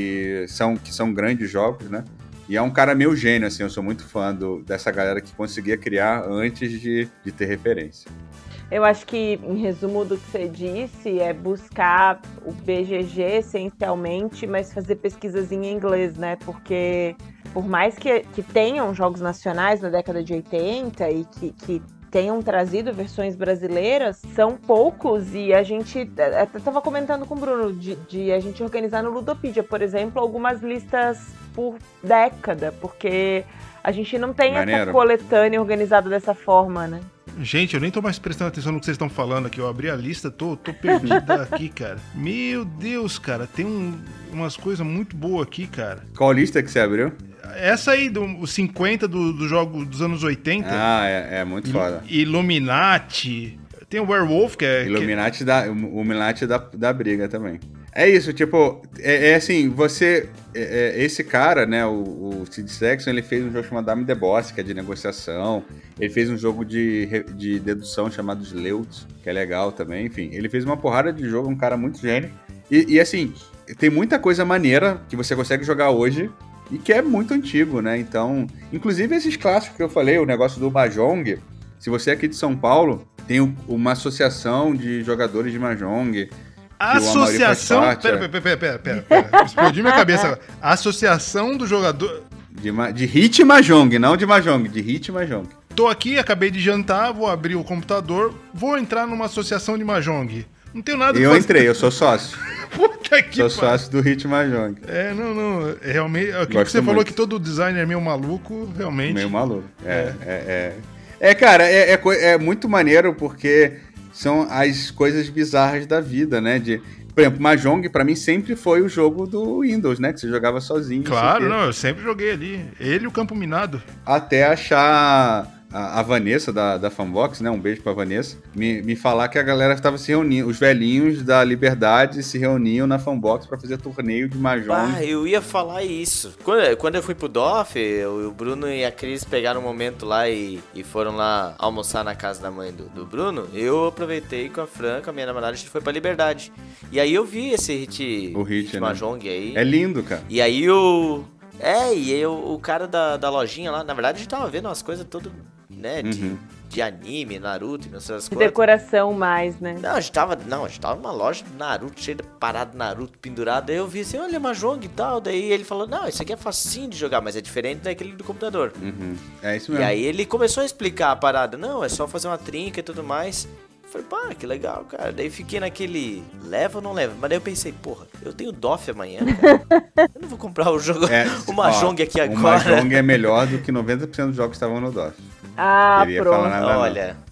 [SPEAKER 3] e são, que são grandes jogos, né? E é um cara meio gênio, assim, eu sou muito fã do, dessa galera que conseguia criar antes de, de ter referência.
[SPEAKER 1] Eu acho que, em resumo do que você disse, é buscar o B G G essencialmente, mas fazer pesquisas em inglês, né? Porque, por mais que, que tenham jogos nacionais na década de oitenta e que, que tenham trazido versões brasileiras, são poucos e a gente até estava comentando com o Bruno de, de a gente organizar no Ludopedia, por exemplo, algumas listas por década, porque a gente não tem
[SPEAKER 3] Maneiro.
[SPEAKER 1] essa coletânea organizada dessa forma, né?
[SPEAKER 2] Gente, eu nem tô mais prestando atenção no que vocês estão falando aqui. Eu abri a lista, tô, tô perdida aqui, cara. Meu Deus, cara, tem um- umas coisas muito boas aqui, cara.
[SPEAKER 3] Qual lista que você abriu?
[SPEAKER 2] Essa aí, do, os cinquenta do, do jogo dos anos oitenta.
[SPEAKER 3] Ah, é, é muito foda.
[SPEAKER 2] Illuminati. Tem o Werewolf, que é... que-
[SPEAKER 3] Illuminati da, o Illuminati da, da briga também. É isso, tipo, é, é assim, você, é, é, esse cara, né, o, o Sid Saxon, ele fez um jogo chamado Dame de Boss, que é de negociação, ele fez um jogo de, re- de dedução chamado Sleut, que é legal também, enfim, ele fez uma porrada de jogo, um cara muito gênio, e, e assim, tem muita coisa maneira que você consegue jogar hoje, e que é muito antigo, né, então, inclusive esses clássicos que eu falei, o negócio do Mahjong, se você é aqui de São Paulo, tem o- uma associação de jogadores de Mahjong.
[SPEAKER 2] Associação...
[SPEAKER 3] o Amaury faz
[SPEAKER 2] Pera,
[SPEAKER 3] parte,
[SPEAKER 2] pera, pera, pera, pera, pera. Explodiu minha cabeça agora. Associação do jogador...
[SPEAKER 3] De, ma- de Hit Mahjong, não de Mahjong, de Hit Mahjong.
[SPEAKER 2] Tô aqui, acabei de jantar, vou abrir o computador, vou entrar numa associação de Mahjong. Não tenho nada
[SPEAKER 3] E eu
[SPEAKER 2] fazer.
[SPEAKER 3] entrei, eu sou sócio.
[SPEAKER 2] Puta que
[SPEAKER 3] Sou
[SPEAKER 2] pariu.
[SPEAKER 3] sócio do Hit Mahjong.
[SPEAKER 2] É, não, não. é Realmente, aquilo que
[SPEAKER 3] Gosto
[SPEAKER 2] você falou
[SPEAKER 3] muito.
[SPEAKER 2] que todo designer é meio maluco, realmente.
[SPEAKER 3] Meio maluco. É, é, é. É, cara, é, é, co- é muito maneiro porque são as coisas bizarras da vida, né? De, por exemplo, Mahjong pra mim sempre foi o jogo do Windows, né? Que você jogava sozinho. não sei o
[SPEAKER 2] Claro,
[SPEAKER 3] quê.
[SPEAKER 2] não, eu sempre joguei ali. Ele e o Campo Minado.
[SPEAKER 3] Até achar a, a Vanessa da, da Fanbox, né? Um beijo pra Vanessa. Me, me falar que a galera estava se reunindo, os velhinhos da Liberdade se reuniam na Fanbox pra fazer torneio de Mahjong.
[SPEAKER 4] Ah, eu ia falar isso. Quando, quando eu fui pro D O F, eu- o Bruno e a Cris pegaram um momento lá e, e foram lá almoçar na casa da mãe do, do Bruno. Eu aproveitei com a Fran, com a minha namorada, a gente foi pra Liberdade. E aí eu vi esse hit,
[SPEAKER 3] O hit, né?
[SPEAKER 4] Mahjong aí.
[SPEAKER 3] É lindo, cara.
[SPEAKER 4] E aí o... É, e aí o, o cara da, da lojinha lá, na verdade a gente tava vendo umas coisas tudo, né, de,
[SPEAKER 3] Uhum.
[SPEAKER 4] de anime, Naruto e não sei as
[SPEAKER 1] De
[SPEAKER 4] coisas.
[SPEAKER 1] decoração mais, né?
[SPEAKER 4] Não, a gente tava, não, a gente tava numa loja de Naruto, cheia de parada de Naruto pendurada. Aí eu vi assim, olha, Mahjong e tal. Daí ele falou, não, isso aqui é facinho de jogar, mas é diferente daquele do computador.
[SPEAKER 3] Uhum. É isso
[SPEAKER 4] E
[SPEAKER 3] mesmo.
[SPEAKER 4] aí ele começou a explicar a parada. Não, é só fazer uma trinca e tudo mais. Eu falei, pá, que legal, cara. Daí fiquei naquele, leva ou não leva? Mas daí eu pensei, porra, eu tenho D O F amanhã, cara. Eu não vou comprar o jogo,
[SPEAKER 3] É,
[SPEAKER 4] o Mahjong
[SPEAKER 3] ó,
[SPEAKER 4] aqui
[SPEAKER 3] O
[SPEAKER 4] agora.
[SPEAKER 3] Mahjong é melhor do que noventa por cento dos jogos que estavam no D O F.
[SPEAKER 1] Ah,
[SPEAKER 3] Queria falar
[SPEAKER 1] pronto.
[SPEAKER 3] nada não.
[SPEAKER 4] Olha,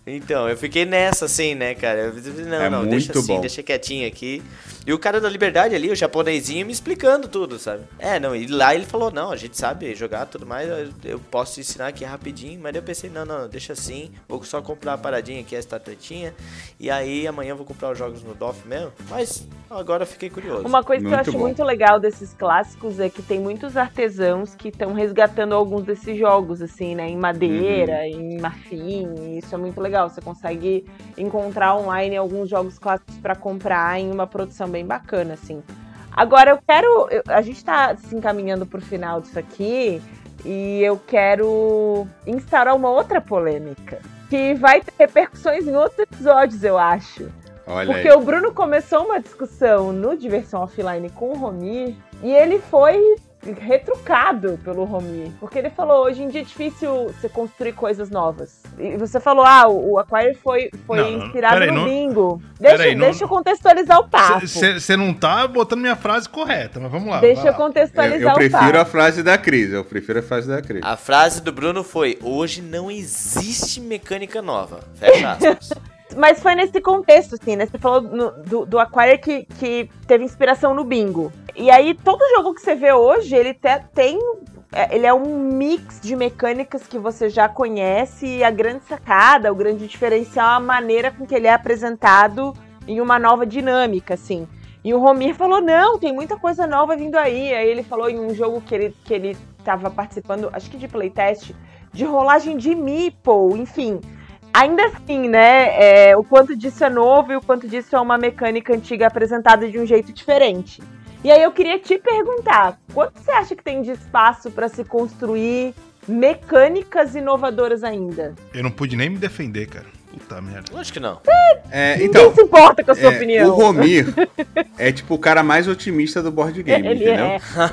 [SPEAKER 4] Então, eu fiquei nessa, assim, né, cara? Eu disse, não,
[SPEAKER 3] É
[SPEAKER 4] não,
[SPEAKER 3] muito
[SPEAKER 4] deixa assim,
[SPEAKER 3] bom.
[SPEAKER 4] deixa quietinho aqui. E o cara da Liberdade ali, o japonesinho, me explicando tudo, sabe? É, não, e lá ele falou, não, a gente sabe jogar tudo mais, eu, eu posso ensinar aqui rapidinho. Mas daí eu pensei, não, não, deixa assim, vou só comprar a paradinha aqui, a estatuetinha. E aí amanhã eu vou comprar os jogos no D O F mesmo. Mas agora eu fiquei curioso.
[SPEAKER 1] Uma coisa que eu
[SPEAKER 3] Muito
[SPEAKER 1] acho
[SPEAKER 3] bom.
[SPEAKER 1] muito legal desses clássicos é que tem muitos artesãos que estão resgatando alguns desses jogos, assim, né? Em madeira,
[SPEAKER 3] Uhum.
[SPEAKER 1] em marfim, e isso é muito legal. Você consegue encontrar online alguns jogos clássicos pra comprar em uma produção bem bacana, assim. Agora eu quero... eu- a gente tá se encaminhando pro final disso aqui e eu quero instaurar uma outra polêmica que vai ter repercussões em outros episódios, eu acho.
[SPEAKER 3] Olha
[SPEAKER 1] Porque
[SPEAKER 3] aí.
[SPEAKER 1] o Bruno começou uma discussão no Diversão Offline com o Romir e ele foi retrucado pelo Romir. Porque ele falou, hoje em dia é difícil você construir coisas novas. E você falou, ah, o o Acquire foi, foi
[SPEAKER 2] Não, não,
[SPEAKER 1] inspirado
[SPEAKER 2] peraí,
[SPEAKER 1] no
[SPEAKER 2] não-
[SPEAKER 1] bingo. Deixa,
[SPEAKER 2] peraí, não-
[SPEAKER 1] deixa eu contextualizar o papo.
[SPEAKER 2] Você não tá botando minha frase correta, mas vamos lá.
[SPEAKER 1] Deixa
[SPEAKER 2] vai
[SPEAKER 1] eu
[SPEAKER 2] lá.
[SPEAKER 3] Eu,
[SPEAKER 1] contextualizar
[SPEAKER 3] eu
[SPEAKER 1] o
[SPEAKER 3] prefiro
[SPEAKER 1] papo.
[SPEAKER 3] a frase da Cris, eu prefiro a frase da Cris.
[SPEAKER 4] A frase do Bruno foi, hoje não existe mecânica nova. Fecha aspas.
[SPEAKER 1] Mas foi nesse contexto, assim, né? Você falou no- do, do Acquire que, que teve inspiração no bingo. E aí, todo jogo que você vê hoje, ele te- tem... é, Ele é um mix de mecânicas que você já conhece e a grande sacada, o grande diferencial é a maneira com que ele é apresentado em uma nova dinâmica, assim. E o Romir falou, não, tem muita coisa nova vindo aí. Aí ele falou em um jogo que ele, que ele tava participando, acho que de playtest, de rolagem de meeple, enfim... Ainda assim, né, é, o quanto disso é novo e o quanto disso é uma mecânica antiga apresentada de um jeito diferente. E aí eu queria te perguntar, quanto você acha que tem de espaço para se construir mecânicas inovadoras ainda?
[SPEAKER 2] Eu não pude nem me defender, cara. Puta merda.
[SPEAKER 4] Lógico que não.
[SPEAKER 3] É,
[SPEAKER 1] Ninguém
[SPEAKER 3] então,
[SPEAKER 1] se importa com a sua
[SPEAKER 3] é,
[SPEAKER 1] opinião.
[SPEAKER 3] o Romir é tipo o cara mais otimista do board game,
[SPEAKER 1] Ele
[SPEAKER 3] entendeu?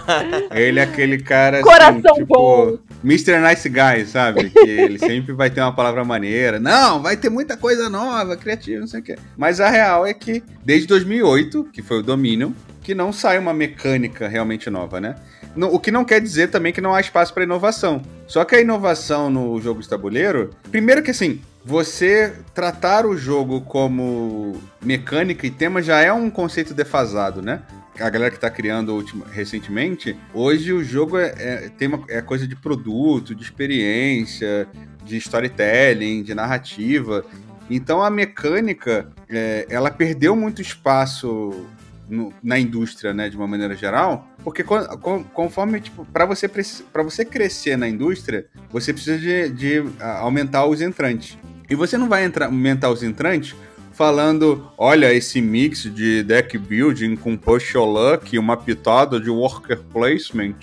[SPEAKER 1] é.
[SPEAKER 3] Ele é aquele cara assim,
[SPEAKER 1] Coração
[SPEAKER 3] tipo,
[SPEAKER 1] bom.
[SPEAKER 3] mister Nice Guy, sabe? Que ele sempre vai ter uma palavra maneira. Não, vai ter muita coisa nova, criativa, não sei o quê. Mas a real é que desde dois mil e oito, que foi o Dominion, que não sai uma mecânica realmente nova, né? No- o que não quer dizer também que não há espaço para inovação. Só que a inovação no jogo de tabuleiro, primeiro que assim, você tratar o jogo como mecânica e tema já é um conceito defasado, né? A galera que tá criando ultima- recentemente, hoje o jogo é, é, tem uma, é coisa de produto, de experiência, de storytelling, de narrativa. Então a mecânica, é, ela perdeu muito espaço no- na indústria, né, de uma maneira geral, porque con- con- conforme, tipo, para você, para você crescer na indústria, você precisa de, de, ah, aumentar os entrantes. E você não vai entrar, aumentar os entrantes falando, olha, esse mix de deck building com push your luck, uma pitada de worker placement,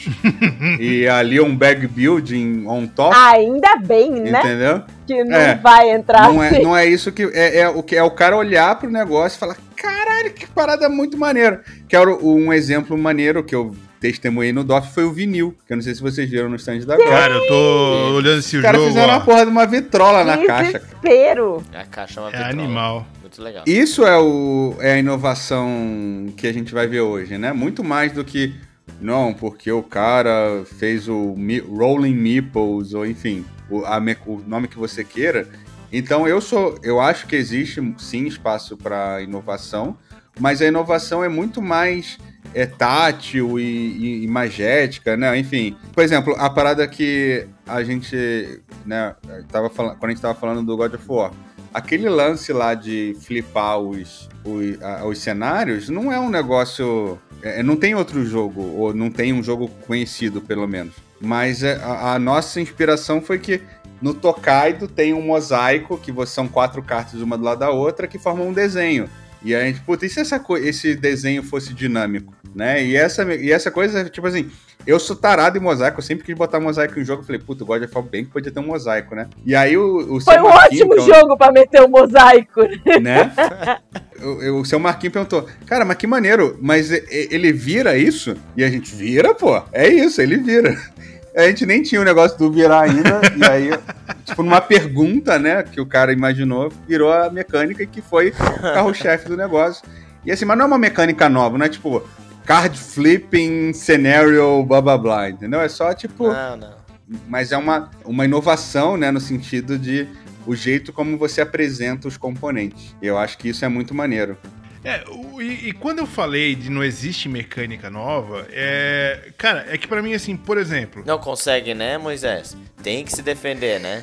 [SPEAKER 3] e ali um bag building on top,
[SPEAKER 1] Ainda bem, né?
[SPEAKER 3] entendeu?
[SPEAKER 1] Que não
[SPEAKER 3] É.
[SPEAKER 1] vai entrar
[SPEAKER 3] Não é,
[SPEAKER 1] assim.
[SPEAKER 3] não é isso que. É, é o que é o cara olhar pro negócio e falar: caralho, que parada muito maneira. Quero um exemplo maneiro que eu testemunhei no D O F foi o vinil, que eu não sei se vocês viram no stand da Bel.
[SPEAKER 2] Cara, eu tô olhando esse
[SPEAKER 3] Os caras
[SPEAKER 2] jogo,
[SPEAKER 3] fizeram
[SPEAKER 2] ó.
[SPEAKER 3] uma porra de uma vitrola na
[SPEAKER 1] Que
[SPEAKER 3] caixa.
[SPEAKER 1] desespero.
[SPEAKER 4] A caixa é uma
[SPEAKER 2] É
[SPEAKER 4] vitrola.
[SPEAKER 2] animal.
[SPEAKER 4] Muito legal.
[SPEAKER 3] Isso é, o, é a inovação que a gente vai ver hoje, né? Muito mais do que, não, porque o cara fez o Mi- Rolling Meeples, ou enfim, o, a me- o nome que você queira. Então eu sou, eu acho que existe sim espaço para inovação, mas a inovação é muito mais é, tátil e, e, e magética, né? Enfim, por exemplo, a parada que a gente, né, tava falando, quando a gente tava falando do God of War, aquele lance lá de flipar os, os, a- os cenários não é um negócio. É, não tem outro jogo, ou não tem um jogo conhecido, pelo menos. Mas é, a, a nossa inspiração foi que no Tokaido tem um mosaico, que você- são quatro cartas uma do lado da outra, que formam um desenho. E a gente, puta, e se essa co- esse desenho fosse dinâmico, né? E essa, e essa coisa, tipo assim, eu sou tarado em mosaico, eu sempre quis botar mosaico em jogo, eu falei, puta, o God of War bem que podia ter um mosaico, né? E aí o, o
[SPEAKER 1] Foi
[SPEAKER 3] seu
[SPEAKER 1] um
[SPEAKER 3] Marquinho,
[SPEAKER 1] ótimo
[SPEAKER 3] que é um-
[SPEAKER 1] jogo pra meter o mosaico.
[SPEAKER 3] né? O, o- o seu Marquinhos perguntou, cara, mas que maneiro, mas e- e- ele vira isso? E a gente, vira, pô, é isso, ele vira. A gente nem tinha o negócio do virar ainda, e aí, tipo, numa pergunta, né, que o cara imaginou, virou a mecânica que foi o carro-chefe do negócio. E assim, mas não é uma mecânica nova, não é tipo, card flipping, scenario, blá blá blá, entendeu? É só tipo...
[SPEAKER 4] Não, não.
[SPEAKER 3] Mas é uma, uma inovação, né, no sentido de o jeito como você apresenta os componentes. E eu acho que isso é muito maneiro.
[SPEAKER 2] É, o- e, e quando eu falei de não existe mecânica nova, é. Cara, é que pra mim, assim, por exemplo.
[SPEAKER 4] Não consegue, né, Moisés? Tem que se defender, né?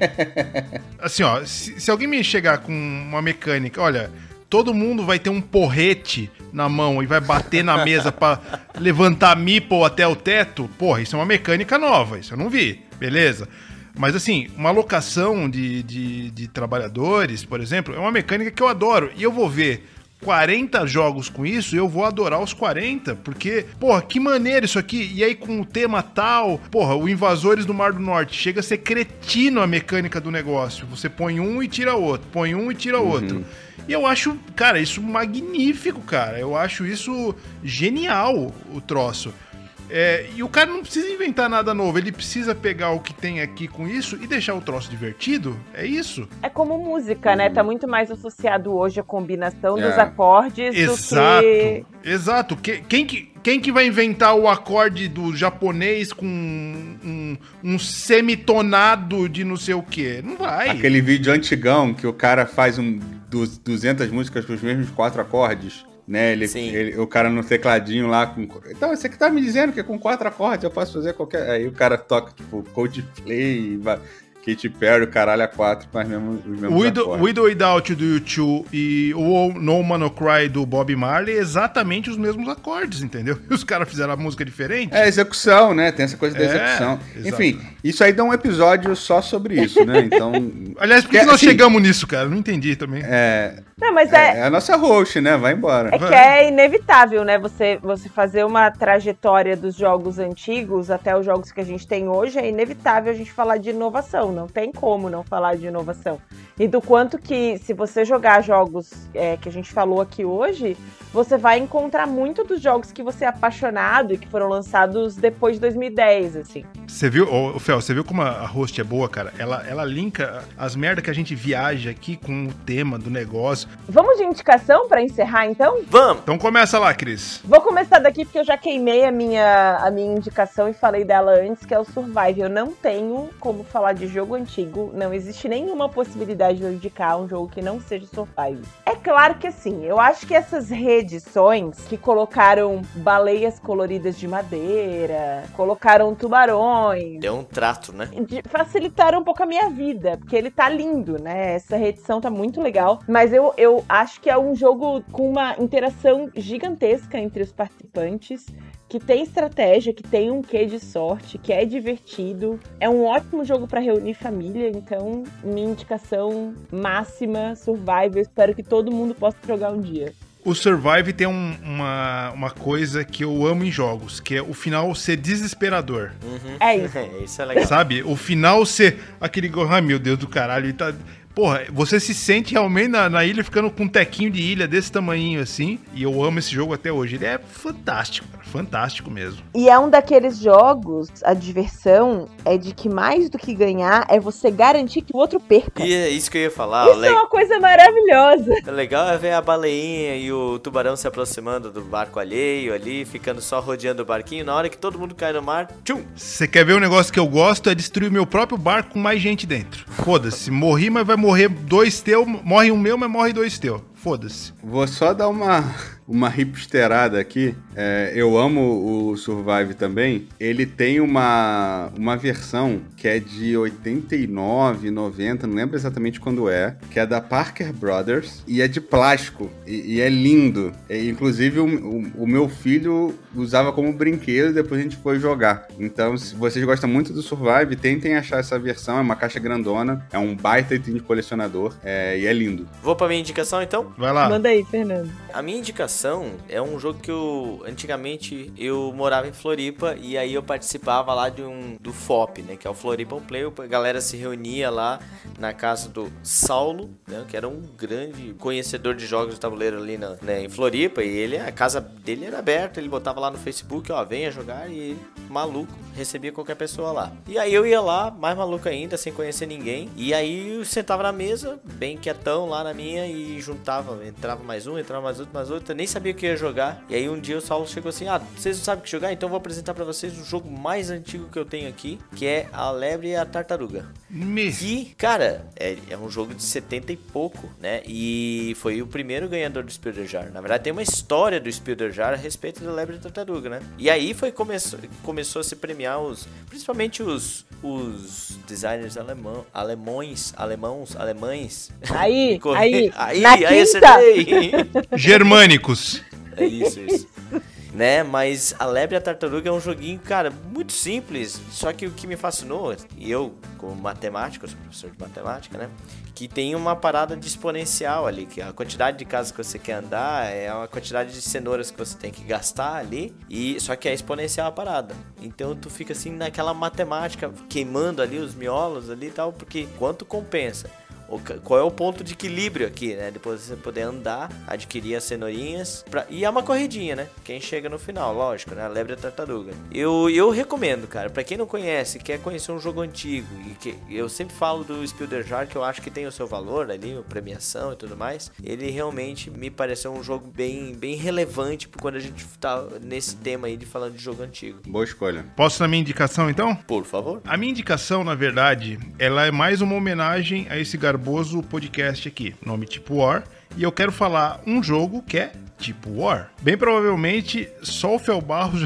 [SPEAKER 2] Assim, ó, se, se alguém me chegar com uma mecânica, olha, todo mundo vai ter um porrete na mão e vai bater na mesa pra levantar meeple até o teto, porra, isso é uma mecânica nova, isso eu não vi, beleza? Mas assim, uma locação de, de, de trabalhadores, por exemplo, é uma mecânica que eu adoro. E eu vou ver quarenta jogos com isso, eu vou adorar os quarenta, porque, porra, que maneiro isso aqui. E aí com o tema tal, porra, o Invasores do Mar do Norte, chega a ser cretino a mecânica do negócio. Você põe um e tira outro, põe um e tira outro. E eu acho, cara, isso magnífico, cara. Eu acho isso genial, o troço. É, e o cara não precisa inventar nada novo, ele precisa pegar o que tem aqui com isso e deixar o troço divertido, é isso?
[SPEAKER 1] É como música, né? Tá muito mais associado hoje à combinação
[SPEAKER 3] É.
[SPEAKER 1] dos acordes
[SPEAKER 2] Exato,
[SPEAKER 1] do que...
[SPEAKER 2] exato. Que- Quem que, quem que vai inventar o acorde do japonês com um, um semitonado de não sei o quê? Não vai.
[SPEAKER 3] Aquele vídeo antigão que o cara faz um, du- duzentas músicas com os mesmos quatro acordes, né? Ele,
[SPEAKER 4] Sim.
[SPEAKER 3] ele- o cara no tecladinho lá com... Então, você que tá me dizendo que é com quatro acordes eu posso fazer qualquer... Aí o cara toca, tipo, Coldplay, va- Katy Perry, o caralho a quatro, mas mesmo os mesmos
[SPEAKER 2] With,
[SPEAKER 3] acordes.
[SPEAKER 2] With or Without do U dois e o No Man No Cry do Bob Marley, exatamente os mesmos acordes, entendeu? E os caras fizeram a música diferente.
[SPEAKER 3] É, execução, né? Tem essa coisa da
[SPEAKER 2] É,
[SPEAKER 3] execução.
[SPEAKER 2] exato.
[SPEAKER 3] Enfim, isso aí dá um episódio só sobre isso, né? Então...
[SPEAKER 2] Aliás, por que
[SPEAKER 3] Porque,
[SPEAKER 2] nós
[SPEAKER 3] assim,
[SPEAKER 2] chegamos nisso, cara? Não entendi também.
[SPEAKER 3] É,
[SPEAKER 1] Não, mas
[SPEAKER 3] é,
[SPEAKER 1] é,
[SPEAKER 3] é a nossa host, né? Vai embora.
[SPEAKER 1] é que é inevitável, né? Você, você fazer uma trajetória dos jogos antigos até os jogos que a gente tem hoje, é inevitável a gente falar de inovação. Não tem como não falar de inovação. E do quanto que, se você jogar jogos é, que a gente falou aqui hoje, você vai encontrar muito dos jogos que você é apaixonado e que foram lançados depois de dois mil e dez, assim.
[SPEAKER 2] Você viu, ô, ô, Fel, você viu como a host é boa, cara? Ela, ela linka as merdas que a gente viaja aqui com o tema do negócio.
[SPEAKER 1] Vamos de indicação pra encerrar, então?
[SPEAKER 4] Vamos!
[SPEAKER 2] Então começa lá, Cris.
[SPEAKER 1] Vou começar daqui porque eu já queimei a minha, a minha indicação e falei dela antes, que é o Survive. Eu não tenho como falar de jogo antigo, não existe nenhuma possibilidade de eu indicar um jogo que não seja Survive. É claro que assim, eu acho que essas reedições que colocaram baleias coloridas de madeira, colocaram tubarões,
[SPEAKER 4] Deu um trato, né?
[SPEAKER 1] de- facilitaram um pouco a minha vida, porque ele tá lindo, né? Essa reedição tá muito legal, mas eu, eu acho que é um jogo com uma interação gigantesca entre os participantes, que tem estratégia, que tem um quê de sorte, que é divertido. É um ótimo jogo pra reunir família, então minha indicação máxima, Survive, eu espero que todo mundo possa jogar um dia.
[SPEAKER 2] O Survive tem um- uma, uma coisa que eu amo em jogos, que é o final ser desesperador.
[SPEAKER 1] É isso.
[SPEAKER 4] Isso é legal.
[SPEAKER 2] Sabe? O final ser aquele... go- Ai, meu Deus do caralho. E tá... Porra, você se sente realmente na, na ilha ficando com um tequinho de ilha desse tamanhinho assim. E eu amo esse jogo até hoje. Ele é fantástico, cara. Fantástico mesmo.
[SPEAKER 1] E é um daqueles jogos, a diversão é de que mais do que ganhar é você garantir que o outro perca.
[SPEAKER 4] E é isso que eu ia falar. O
[SPEAKER 1] Isso é
[SPEAKER 4] le-
[SPEAKER 1] uma coisa maravilhosa.
[SPEAKER 4] o legal é ver a baleinha e o tubarão se aproximando do barco alheio ali, ficando só rodeando o barquinho. Na hora que todo mundo cai no mar, tchum!
[SPEAKER 2] Você quer ver um negócio que eu gosto? É destruir o meu próprio barco com mais gente dentro. Foda-se. Morri, mas vai morrer dois teu. Morre um meu, mas morre dois teu. Foda-se.
[SPEAKER 3] Vou só dar uma, uma hipsterada aqui. É, eu amo o Survive também. Ele tem uma, uma versão que é de oitenta e nove, noventa, não lembro exatamente quando é, que é da Parker Brothers e é de plástico e, e é lindo. E, inclusive o, o, o meu filho usava como brinquedo e depois a gente foi jogar. Então, se vocês gostam muito do Survive, tentem achar essa versão. É uma caixa grandona, é um baita item de colecionador é, e é lindo.
[SPEAKER 4] Vou pra minha indicação então?
[SPEAKER 2] Vai lá.
[SPEAKER 1] Manda aí, Fernando.
[SPEAKER 4] A minha indicação é um jogo que eu, antigamente, eu morava em Floripa e aí eu participava lá de um, do F O P, né, que é o Floripa Play. A galera se reunia lá na casa do Saulo, né, que era um grande conhecedor de jogos de tabuleiro ali na, né, em Floripa, e ele, a casa dele era aberta, ele botava lá no Facebook, ó, venha jogar, e ele, maluco, recebia qualquer pessoa lá. E aí eu ia lá, mais maluco ainda, sem conhecer ninguém, e aí eu sentava na mesa, bem quietão lá na minha, e juntava, entrava mais um, entrava mais outro, mais outro, eu nem sabia o que ia jogar. E aí um dia o Saulo chegou assim, ah, vocês não sabem o que jogar? Então eu vou apresentar pra vocês o jogo mais antigo que eu tenho aqui, que é A Lebre e a Tartaruga.
[SPEAKER 2] Me...
[SPEAKER 4] Que, cara, é, é um jogo de setenta e pouco, né? E foi o primeiro ganhador do Spiel der Jahre. Na verdade, tem uma história do Spiel der Jahre a respeito da Lebre e da Tartaruga, né? E aí foi começou, começou a se premiar os, principalmente os, os designers alemão, alemães, alemãos, alemães.
[SPEAKER 1] Aí,
[SPEAKER 4] Corre-
[SPEAKER 1] aí,
[SPEAKER 4] aí,
[SPEAKER 1] na
[SPEAKER 4] aí
[SPEAKER 1] quinta.
[SPEAKER 4] acertei.
[SPEAKER 2] Germânicos.
[SPEAKER 4] É isso, isso. Né, mas A Lebre e a Tartaruga é um joguinho, cara, muito simples. Só que o que me fascinou, e eu, como matemático, eu sou professor de matemática, né? Que tem uma parada de exponencial ali, que a quantidade de casas que você quer andar é a quantidade de cenouras que você tem que gastar ali, e só que é exponencial a parada. Então tu fica assim naquela matemática, queimando ali os miolos ali e tal, porque quanto compensa? Qual é o ponto de equilíbrio aqui, né? Depois você poder andar, adquirir as cenourinhas. Pra... E é uma corridinha, né? Quem chega no final, lógico, né? A Lebre e a Tartaruga. Eu, eu recomendo, cara. Pra quem não conhece, quer conhecer um jogo antigo. E que eu sempre falo do Spiel der Jahre, que eu acho que tem o seu valor ali, a premiação e tudo mais. Ele realmente me pareceu um jogo bem, bem relevante quando a gente tá nesse tema aí de falando de jogo antigo.
[SPEAKER 3] Boa escolha.
[SPEAKER 2] Posso dar minha indicação, então?
[SPEAKER 4] Por favor.
[SPEAKER 2] A minha indicação, na verdade, ela é mais uma homenagem a esse garboso podcast aqui, nome Tipo War, e eu quero falar um jogo que é Tipo War. Bem provavelmente só o Fel Barros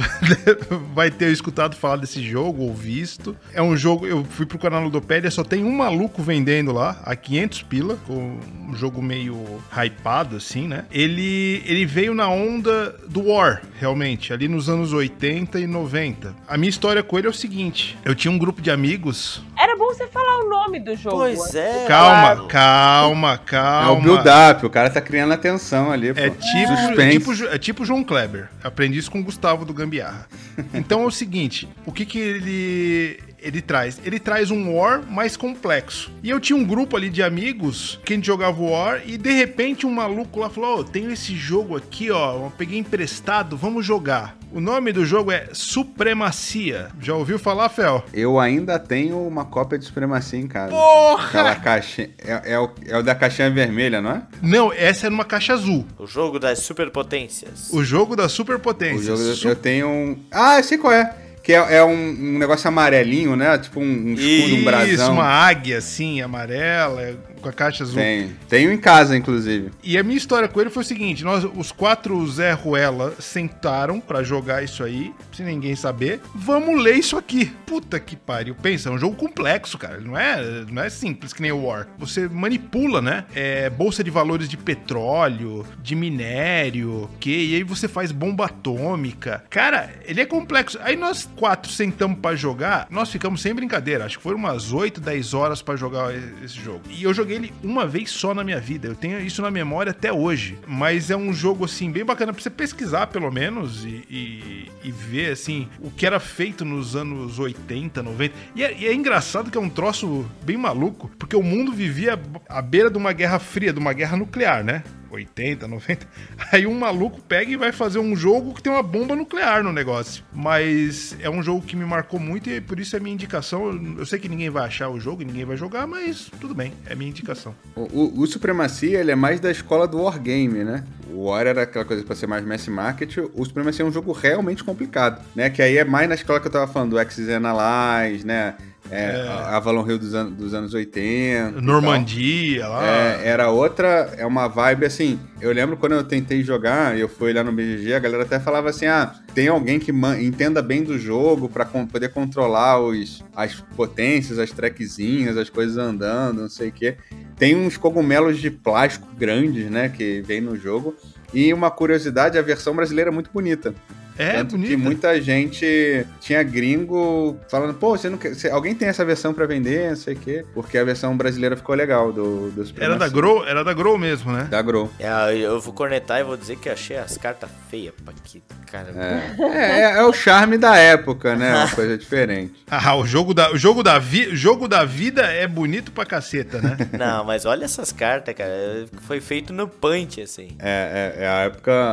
[SPEAKER 2] vai ter escutado falar desse jogo ou visto. É um jogo, eu fui procurar na Ludopédia, só tem um maluco vendendo lá a quinhentos pila, com um jogo meio hypado assim, né? Ele, ele veio na onda do War, realmente, ali nos anos oitenta e noventa. A minha história com ele é o seguinte, eu tinha um grupo de amigos...
[SPEAKER 1] Era bom você falar o nome do jogo.
[SPEAKER 4] Pois é.
[SPEAKER 2] Calma,
[SPEAKER 4] claro.
[SPEAKER 2] calma, calma.
[SPEAKER 3] É o build-up, o cara tá criando atenção ali, pô.
[SPEAKER 2] É tipo, é,
[SPEAKER 3] Suspense.
[SPEAKER 2] tipo, é tipo João Kleber. Aprendi isso com o Gustavo do Gambiarra. Então é o seguinte, o que que ele... ele traz? Ele traz um War mais complexo. E eu tinha um grupo ali de amigos que a gente jogava War e de repente um maluco lá falou, ó, oh, tenho esse jogo aqui, ó, eu peguei emprestado, vamos jogar. O nome do jogo é Supremacia. Já ouviu falar, Fel?
[SPEAKER 3] Eu ainda tenho uma cópia de Supremacia em casa.
[SPEAKER 2] Porra!
[SPEAKER 3] Aquela caixinha... É, é, o, é o da caixinha vermelha, não é?
[SPEAKER 2] Não, essa é numa caixa azul.
[SPEAKER 4] O jogo das superpotências.
[SPEAKER 2] O jogo da
[SPEAKER 3] O
[SPEAKER 2] superpotência.
[SPEAKER 3] jogo,
[SPEAKER 2] Su-
[SPEAKER 3] eu tenho um... Ah, eu sei qual é. Que é, é um, um negócio amarelinho, né? Tipo um, um escudo, um brasão.
[SPEAKER 2] Isso, uma águia assim, amarela, com a caixa azul.
[SPEAKER 3] Tenho. Tenho em casa, inclusive.
[SPEAKER 2] E a minha história com ele foi o seguinte, nós, os quatro Zé Ruela sentaram pra jogar isso aí, sem ninguém saber. Vamos ler isso aqui. Puta que pariu. Pensa, é um jogo complexo, cara. Não é, não é simples que nem o War. Você manipula, né? É, bolsa de valores de petróleo, de minério, que e aí você faz bomba atômica. Cara, ele é complexo. Aí nós quatro sentamos pra jogar, nós ficamos sem brincadeira. Acho que foram umas oito, dez horas pra jogar esse jogo. E eu joguei ele uma vez só na minha vida. Eu tenho isso na memória até hoje. Mas é um jogo, assim, bem bacana pra você pesquisar, pelo menos, e, e, e ver, assim, o que era feito nos anos oitenta, noventa. E é, e é engraçado que é um troço bem maluco, porque o mundo vivia à beira de uma guerra fria, de uma guerra nuclear, né? oitenta, noventa. Aí um maluco pega e vai fazer um jogo que tem uma bomba nuclear no negócio. Mas é um jogo que me marcou muito e por isso é minha indicação. Eu, eu sei que ninguém vai achar o jogo e ninguém vai jogar, mas tudo bem, é minha indicação.
[SPEAKER 3] O, o, o Supremacia, ele é mais da escola do Wargame, né? O War era aquela coisa pra ser mais mass market. O Supremacia é um jogo realmente complicado, né? Que aí é mais na escola que eu tava falando, do Axis Analyze, né? É,
[SPEAKER 2] É.
[SPEAKER 3] a Avalon Hill dos, an dos anos oitenta.
[SPEAKER 2] Normandia, lá.
[SPEAKER 3] É, era outra, é uma vibe assim. Eu lembro quando eu tentei jogar, eu fui lá no B G G, a galera até falava assim: ah, tem alguém que entenda bem do jogo pra con poder controlar os, as potências, as trackzinhas, as coisas andando, não sei o quê. Tem uns cogumelos de plástico grandes, né, que vem no jogo. E uma curiosidade, a versão brasileira é muito bonita.
[SPEAKER 2] É,
[SPEAKER 3] Tanto
[SPEAKER 2] bonita.
[SPEAKER 3] que muita gente tinha gringo falando, pô, você não quer, você, alguém tem essa versão pra vender, não sei o quê, porque a versão brasileira ficou legal do, do
[SPEAKER 2] Era da Grow, era da Grow mesmo, né?
[SPEAKER 3] Da Grow.
[SPEAKER 4] É, eu vou cornetar e vou dizer que achei as cartas feias. Pra que, cara.
[SPEAKER 3] É, é, é o charme da época, né? Uma coisa diferente.
[SPEAKER 2] Ah, o jogo da, o jogo da, vi, jogo da vida é bonito pra caceta, né?
[SPEAKER 4] Não, mas olha essas cartas, cara. Foi feito no punch, assim.
[SPEAKER 3] É, é, é a época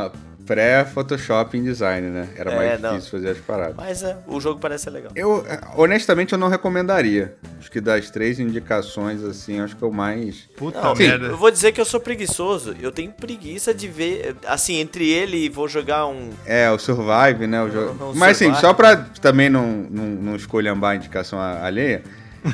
[SPEAKER 3] pré-Photoshop em design, né? Era
[SPEAKER 4] É,
[SPEAKER 3] mais
[SPEAKER 4] não.
[SPEAKER 3] difícil fazer as paradas.
[SPEAKER 4] Mas é, o jogo parece ser legal.
[SPEAKER 3] Eu, honestamente, eu não recomendaria. Acho que das três indicações, assim, acho que eu mais...
[SPEAKER 2] Puta
[SPEAKER 4] Não,
[SPEAKER 2] merda.
[SPEAKER 4] eu vou dizer que eu sou preguiçoso. Eu tenho preguiça de ver, assim, entre ele e vou jogar um...
[SPEAKER 3] É, o Survive, né? O jogo...
[SPEAKER 4] Não,
[SPEAKER 3] Mas, assim,
[SPEAKER 4] Survive.
[SPEAKER 3] só pra também não, não, não escolhambar a indicação a- alheia,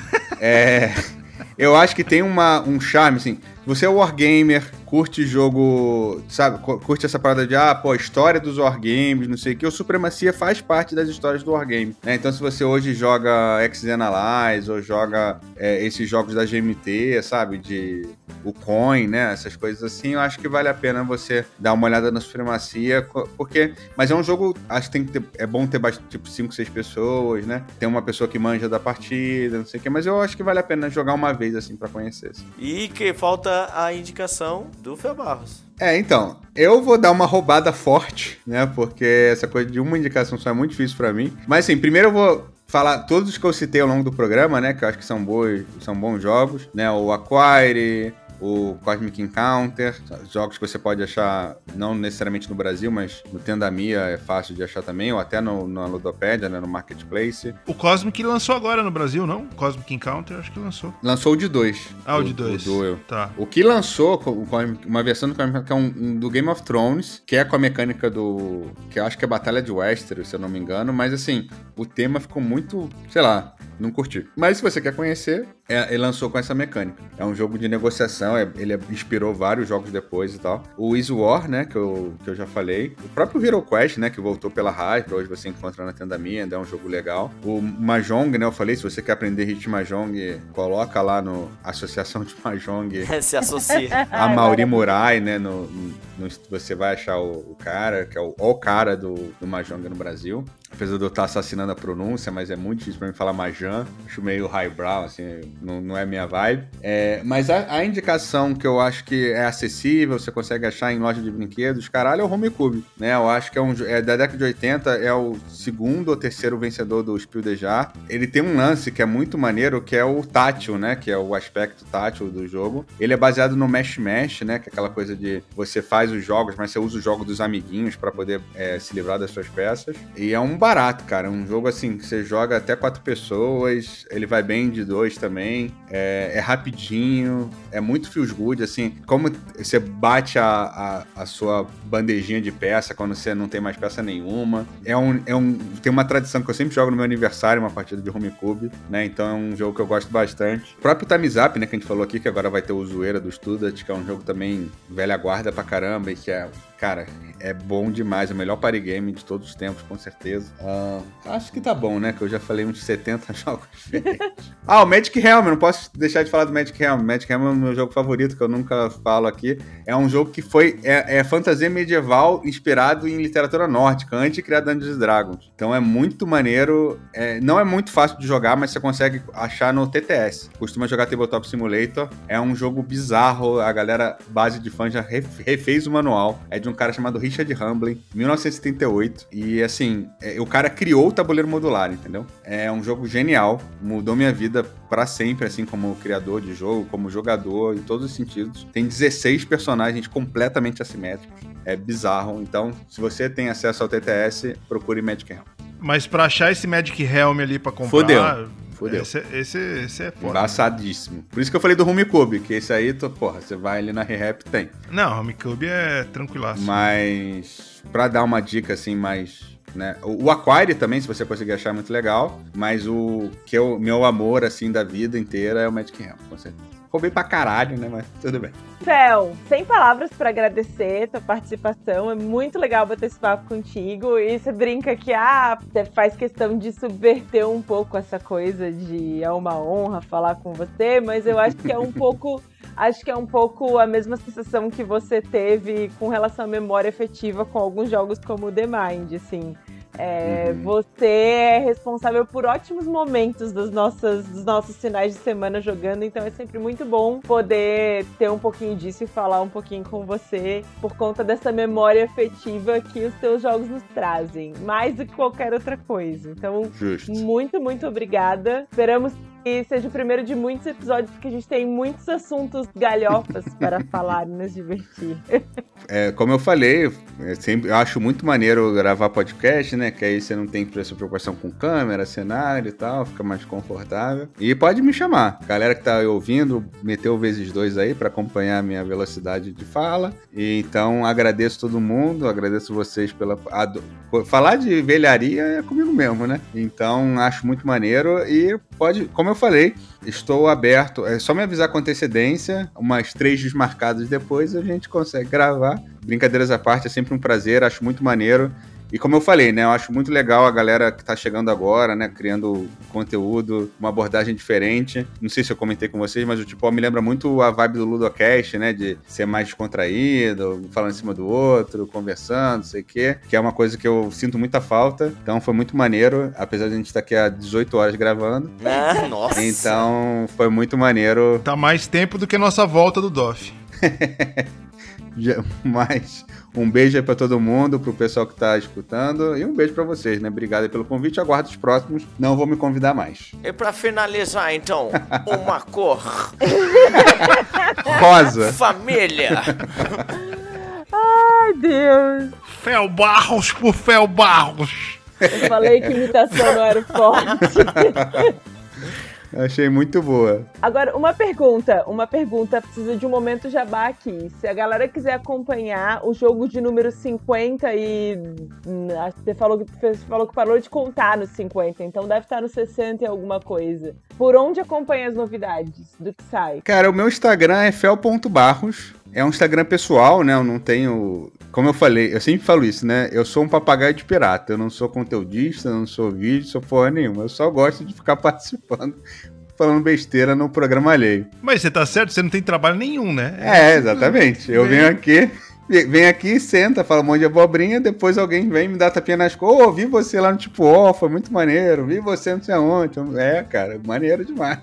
[SPEAKER 3] é... Eu acho que tem uma, um charme, assim... Você é wargamer, curte jogo, sabe, cu- curte essa parada de, ah, pô, a história dos wargames, não sei o que, o Supremacia faz parte das histórias do wargame, né? Então, se você hoje joga X-Analyze ou joga é, esses jogos da G M T, sabe, de o Coin, né, essas coisas assim, eu acho que vale a pena você dar uma olhada na Supremacia, co- porque, mas é um jogo, acho que tem que ter, é bom ter, bast- tipo, cinco, seis pessoas, né? Tem uma pessoa que manja da partida, não sei o que, mas eu acho que vale a pena jogar uma vez, assim, pra conhecer, assim.
[SPEAKER 4] E que falta a indicação do Fel Barros.
[SPEAKER 3] É, então, eu vou dar uma roubada forte, né? Porque essa coisa de uma indicação só é muito difícil pra mim. Mas assim, primeiro eu vou falar todos os que eu citei ao longo do programa, né? Que eu acho que são bons, são bons jogos, né? O Acquire, o Cosmic Encounter, jogos que você pode achar não necessariamente no Brasil, mas no Tendamia é fácil de achar também, ou até no, na Ludopédia, né? No Marketplace.
[SPEAKER 2] O Cosmic lançou agora no Brasil, não? Cosmic Encounter, acho que lançou.
[SPEAKER 3] Lançou o de dois.
[SPEAKER 2] Ah, o de dois.
[SPEAKER 3] O Duel.
[SPEAKER 2] Tá.
[SPEAKER 3] O que lançou, com- com uma versão do Cosmic, que é um, um do Game of Thrones, que é com a mecânica do... que eu acho que é Batalha de Westeros, se eu não me engano, mas assim, o tema ficou muito, sei lá, não curti. Mas se você quer conhecer, é, ele lançou com essa mecânica. É um jogo de negociação, é- ele é- inspirou vários jogos depois e tal. O Is War, né, que eu, que eu já falei. O próprio Hero Quest, né, que voltou pela Hype, hoje você encontra na Tendamia, é um jogo legal. O Mahjong, né, eu falei, se você quer aprender hit Mahjong, coloca lá no Associação de Mahjong
[SPEAKER 4] Se associa.
[SPEAKER 3] a Mauri Murai, né? No, no- você vai achar o, o cara, que é o, o cara do, do Mahjong no Brasil. Apesar de eu estar assassinando a pronúncia, mas é muito difícil pra mim falar Mahjong. Acho meio highbrow, assim, não, não é minha vibe. É, mas a, a indicação que eu acho que é acessível, você consegue achar em loja de brinquedos, caralho, é o Homecube, né? Eu acho que é um jo- é da década de oitenta, é o segundo ou terceiro vencedor do Spiel des Jahres. Ele tem um lance que é muito maneiro, que é o tátil, né? Que é o aspecto tátil do jogo. Ele é baseado no Mesh Mesh, né? Que é aquela coisa de você faz os jogos, mas você usa o jogo dos amiguinhos pra poder é, se livrar das suas peças. E é um barato, cara. É um jogo assim que você joga até quatro pessoas. Ele vai bem de dois também. É, é rapidinho. É muito feels good, assim. Como você bate a, a, a sua bandejinha de peça quando você não tem mais peça nenhuma. É um, é um, tem uma tradição que eu sempre jogo no meu aniversário, uma partida de Homecube, né? Então é um jogo que eu gosto bastante. O próprio Time's Up, né? Que a gente falou aqui, que agora vai ter o Zoeira do Student, que é um jogo também velha guarda pra caramba e que é, cara, é bom demais. É o melhor party game de todos os tempos, com certeza. Ah, acho que tá bom, né? Que eu já falei uns setenta jogos diferentes. Ah, o Magic Realm, eu não posso deixar de falar do Magic Realm. Magic Realm é o meu jogo favorito, que eu nunca falo aqui. É um jogo que foi... É, é fantasia medieval inspirado em literatura nórdica, antes de criar Dungeons and Dragons. Então é muito maneiro. É, não é muito fácil de jogar, mas você consegue achar no T T S. Costuma jogar Tabletop Simulator. É um jogo bizarro. A galera, base de fãs, já ref- refez o manual. É de um cara chamado Richard Hamblin, mil novecentos e setenta e oito. E assim, é, o cara criou o tabuleiro modular, entendeu? É um jogo genial. Mudou minha vida pra sempre, assim, como criador de jogo, como jogador, em todos os sentidos. Tem dezesseis personagens completamente assimétricos. É bizarro. Então, se você tem acesso ao T T S, procure Magic Realm.
[SPEAKER 2] Mas pra achar esse Magic Helm ali pra comprar...
[SPEAKER 3] Fodeu. Fodeu.
[SPEAKER 2] Esse, esse, esse é foda.
[SPEAKER 3] Embaçadíssimo. Por isso que eu falei do Homecube, que esse aí, tu, porra, você vai ali na ReHap, tem.
[SPEAKER 2] Não, Homecube é tranquilaço.
[SPEAKER 3] Mas, pra dar uma dica, assim, mais... Né? O, o Acquire também, se você conseguir achar, é muito legal. Mas o que é o meu amor, assim, da vida inteira é o Magic Realm, com certeza. Roubei pra caralho, né? Mas tudo bem.
[SPEAKER 1] Fel, sem palavras pra agradecer tua participação. É muito legal bater esse papo contigo. E você brinca que ah, você faz questão de subverter um pouco essa coisa de é uma honra falar com você, mas eu acho que é um pouco. Acho que é um pouco a mesma sensação que você teve com relação à memória afetiva com alguns jogos como o The Mind, assim. É,
[SPEAKER 3] Uhum.
[SPEAKER 1] Você é responsável por ótimos momentos dos nossos, dos nossos finais de semana jogando, então é sempre muito bom poder ter um pouquinho disso e falar um pouquinho com você por conta dessa memória afetiva que os teus jogos nos trazem, mais do que qualquer outra coisa. Então,
[SPEAKER 3] Justo.
[SPEAKER 1] muito, muito obrigada. Esperamos e seja o primeiro de muitos episódios, porque a gente tem muitos assuntos galhofas para falar e nos divertir.
[SPEAKER 3] É, como eu falei, eu, sempre, eu acho muito maneiro gravar podcast, né? Que aí você não tem essa preocupação com câmera, cenário e tal, fica mais confortável. E pode me chamar. Galera que tá ouvindo, meteu vezes dois aí para acompanhar a minha velocidade de fala. E então agradeço todo mundo, agradeço vocês pela... Ado... Falar de velharia é comigo mesmo, né? Então acho muito maneiro e pode, como eu falei, estou aberto. É só me avisar com antecedência, umas três desmarcadas depois a gente consegue gravar. Brincadeiras à parte, é sempre um prazer, acho muito maneiro. E como eu falei, né, eu acho muito legal a galera que tá chegando agora, né, criando conteúdo, uma abordagem diferente. Não sei se eu comentei com vocês, mas o tipo me lembra muito a vibe do Ludocast, né, de ser mais descontraído, falando em cima do outro, conversando, não sei o quê, que é uma coisa que eu sinto muita falta. Então foi muito maneiro, apesar de a gente estar aqui há dezoito horas gravando.
[SPEAKER 4] Ah, nossa!
[SPEAKER 3] Então foi muito maneiro.
[SPEAKER 2] Tá mais tempo do que a nossa volta do D O F.
[SPEAKER 3] Mas um beijo aí pra todo mundo, pro pessoal que tá escutando, e um beijo pra vocês, né? Obrigado aí pelo convite, aguardo os próximos, não vou me convidar mais.
[SPEAKER 4] E pra finalizar, então, uma cor.
[SPEAKER 3] Rosa.
[SPEAKER 4] Família.
[SPEAKER 1] Ai, Deus.
[SPEAKER 2] Fel Barros por Fel Barros.
[SPEAKER 1] Eu falei que imitação não era forte.
[SPEAKER 3] Achei muito boa.
[SPEAKER 1] Agora, uma pergunta, uma pergunta, precisa de um momento jabá aqui. Se a galera quiser acompanhar o jogo de número cinquenta e... Você falou que, você falou que parou de contar no cinquenta, então deve estar no sessenta e alguma coisa. Por onde acompanha as novidades do que sai?
[SPEAKER 3] Cara, o meu Instagram é fel ponto barros. É um Instagram pessoal, né? Eu não tenho... Como eu falei, eu sempre falo isso, né? Eu sou um papagaio de pirata. Eu não sou conteudista, não sou vídeo, sou porra nenhuma. Eu só gosto de ficar participando, falando besteira no programa alheio.
[SPEAKER 2] Mas você tá certo, você não tem trabalho nenhum, né?
[SPEAKER 3] É, exatamente. Eu venho aqui... Vem aqui, senta, fala um monte de abobrinha, depois alguém vem me dar tapinha nas costas. Ô, vi você lá no Tipo Ó, foi muito maneiro. Vi você não sei aonde. É, cara, maneiro demais.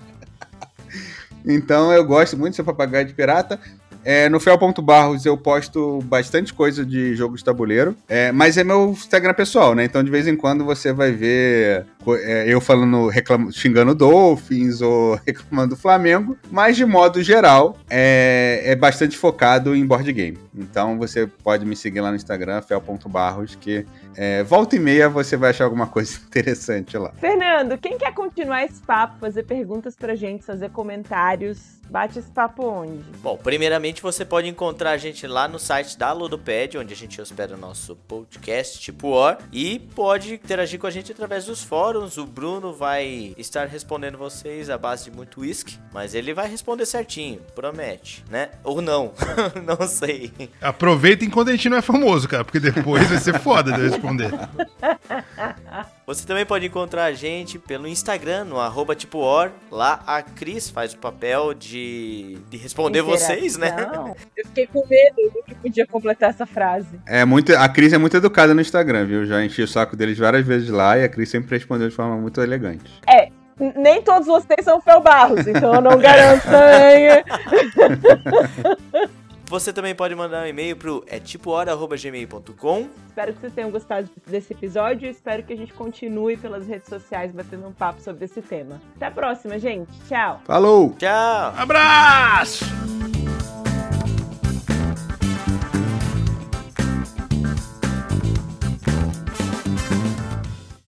[SPEAKER 3] Então eu gosto muito de ser papagaio de pirata. É, no fel ponto barros eu posto bastante coisa de jogo de tabuleiro, é, mas é meu Instagram pessoal, né? Então de vez em quando você vai ver é, eu falando, reclam... xingando Dolphins ou reclamando do Flamengo, mas de modo geral é, é bastante focado em board game. Então você pode me seguir lá no Instagram, fel ponto barros, que é, volta e meia você vai achar alguma coisa interessante lá.
[SPEAKER 1] Fernando, quem quer continuar esse papo, fazer perguntas pra gente, fazer comentários, bate esse papo onde?
[SPEAKER 4] Bom, primeiramente você pode encontrar a gente lá no site da Ludopad, onde a gente hospeda o nosso podcast Tipo War, e pode interagir com a gente através dos fóruns. O Bruno vai estar respondendo vocês à base de muito whisky, mas ele vai responder certinho, promete, né? Ou não, não sei.
[SPEAKER 2] Aproveita enquanto a gente não é famoso, cara, porque depois vai ser foda de eu responder.
[SPEAKER 4] Você também pode encontrar a gente pelo Instagram, no arroba tipo or. Lá a Cris faz o papel de, de responder vocês, né?
[SPEAKER 1] Eu fiquei com medo do que podia completar essa frase.
[SPEAKER 3] É muito, a Cris é muito educada no Instagram, viu? Já enchi o saco deles várias vezes lá e a Cris sempre respondeu de forma muito elegante.
[SPEAKER 1] É, nem todos vocês são Fel Barros, então eu não garanto também.
[SPEAKER 4] Você também pode mandar um e-mail pro é tipo hora arroba gmail ponto com.
[SPEAKER 1] Espero que vocês tenham gostado desse episódio e espero que a gente continue pelas redes sociais batendo um papo sobre esse tema. Até a próxima, gente. Tchau.
[SPEAKER 3] Falou!
[SPEAKER 4] Tchau!
[SPEAKER 2] Abraço!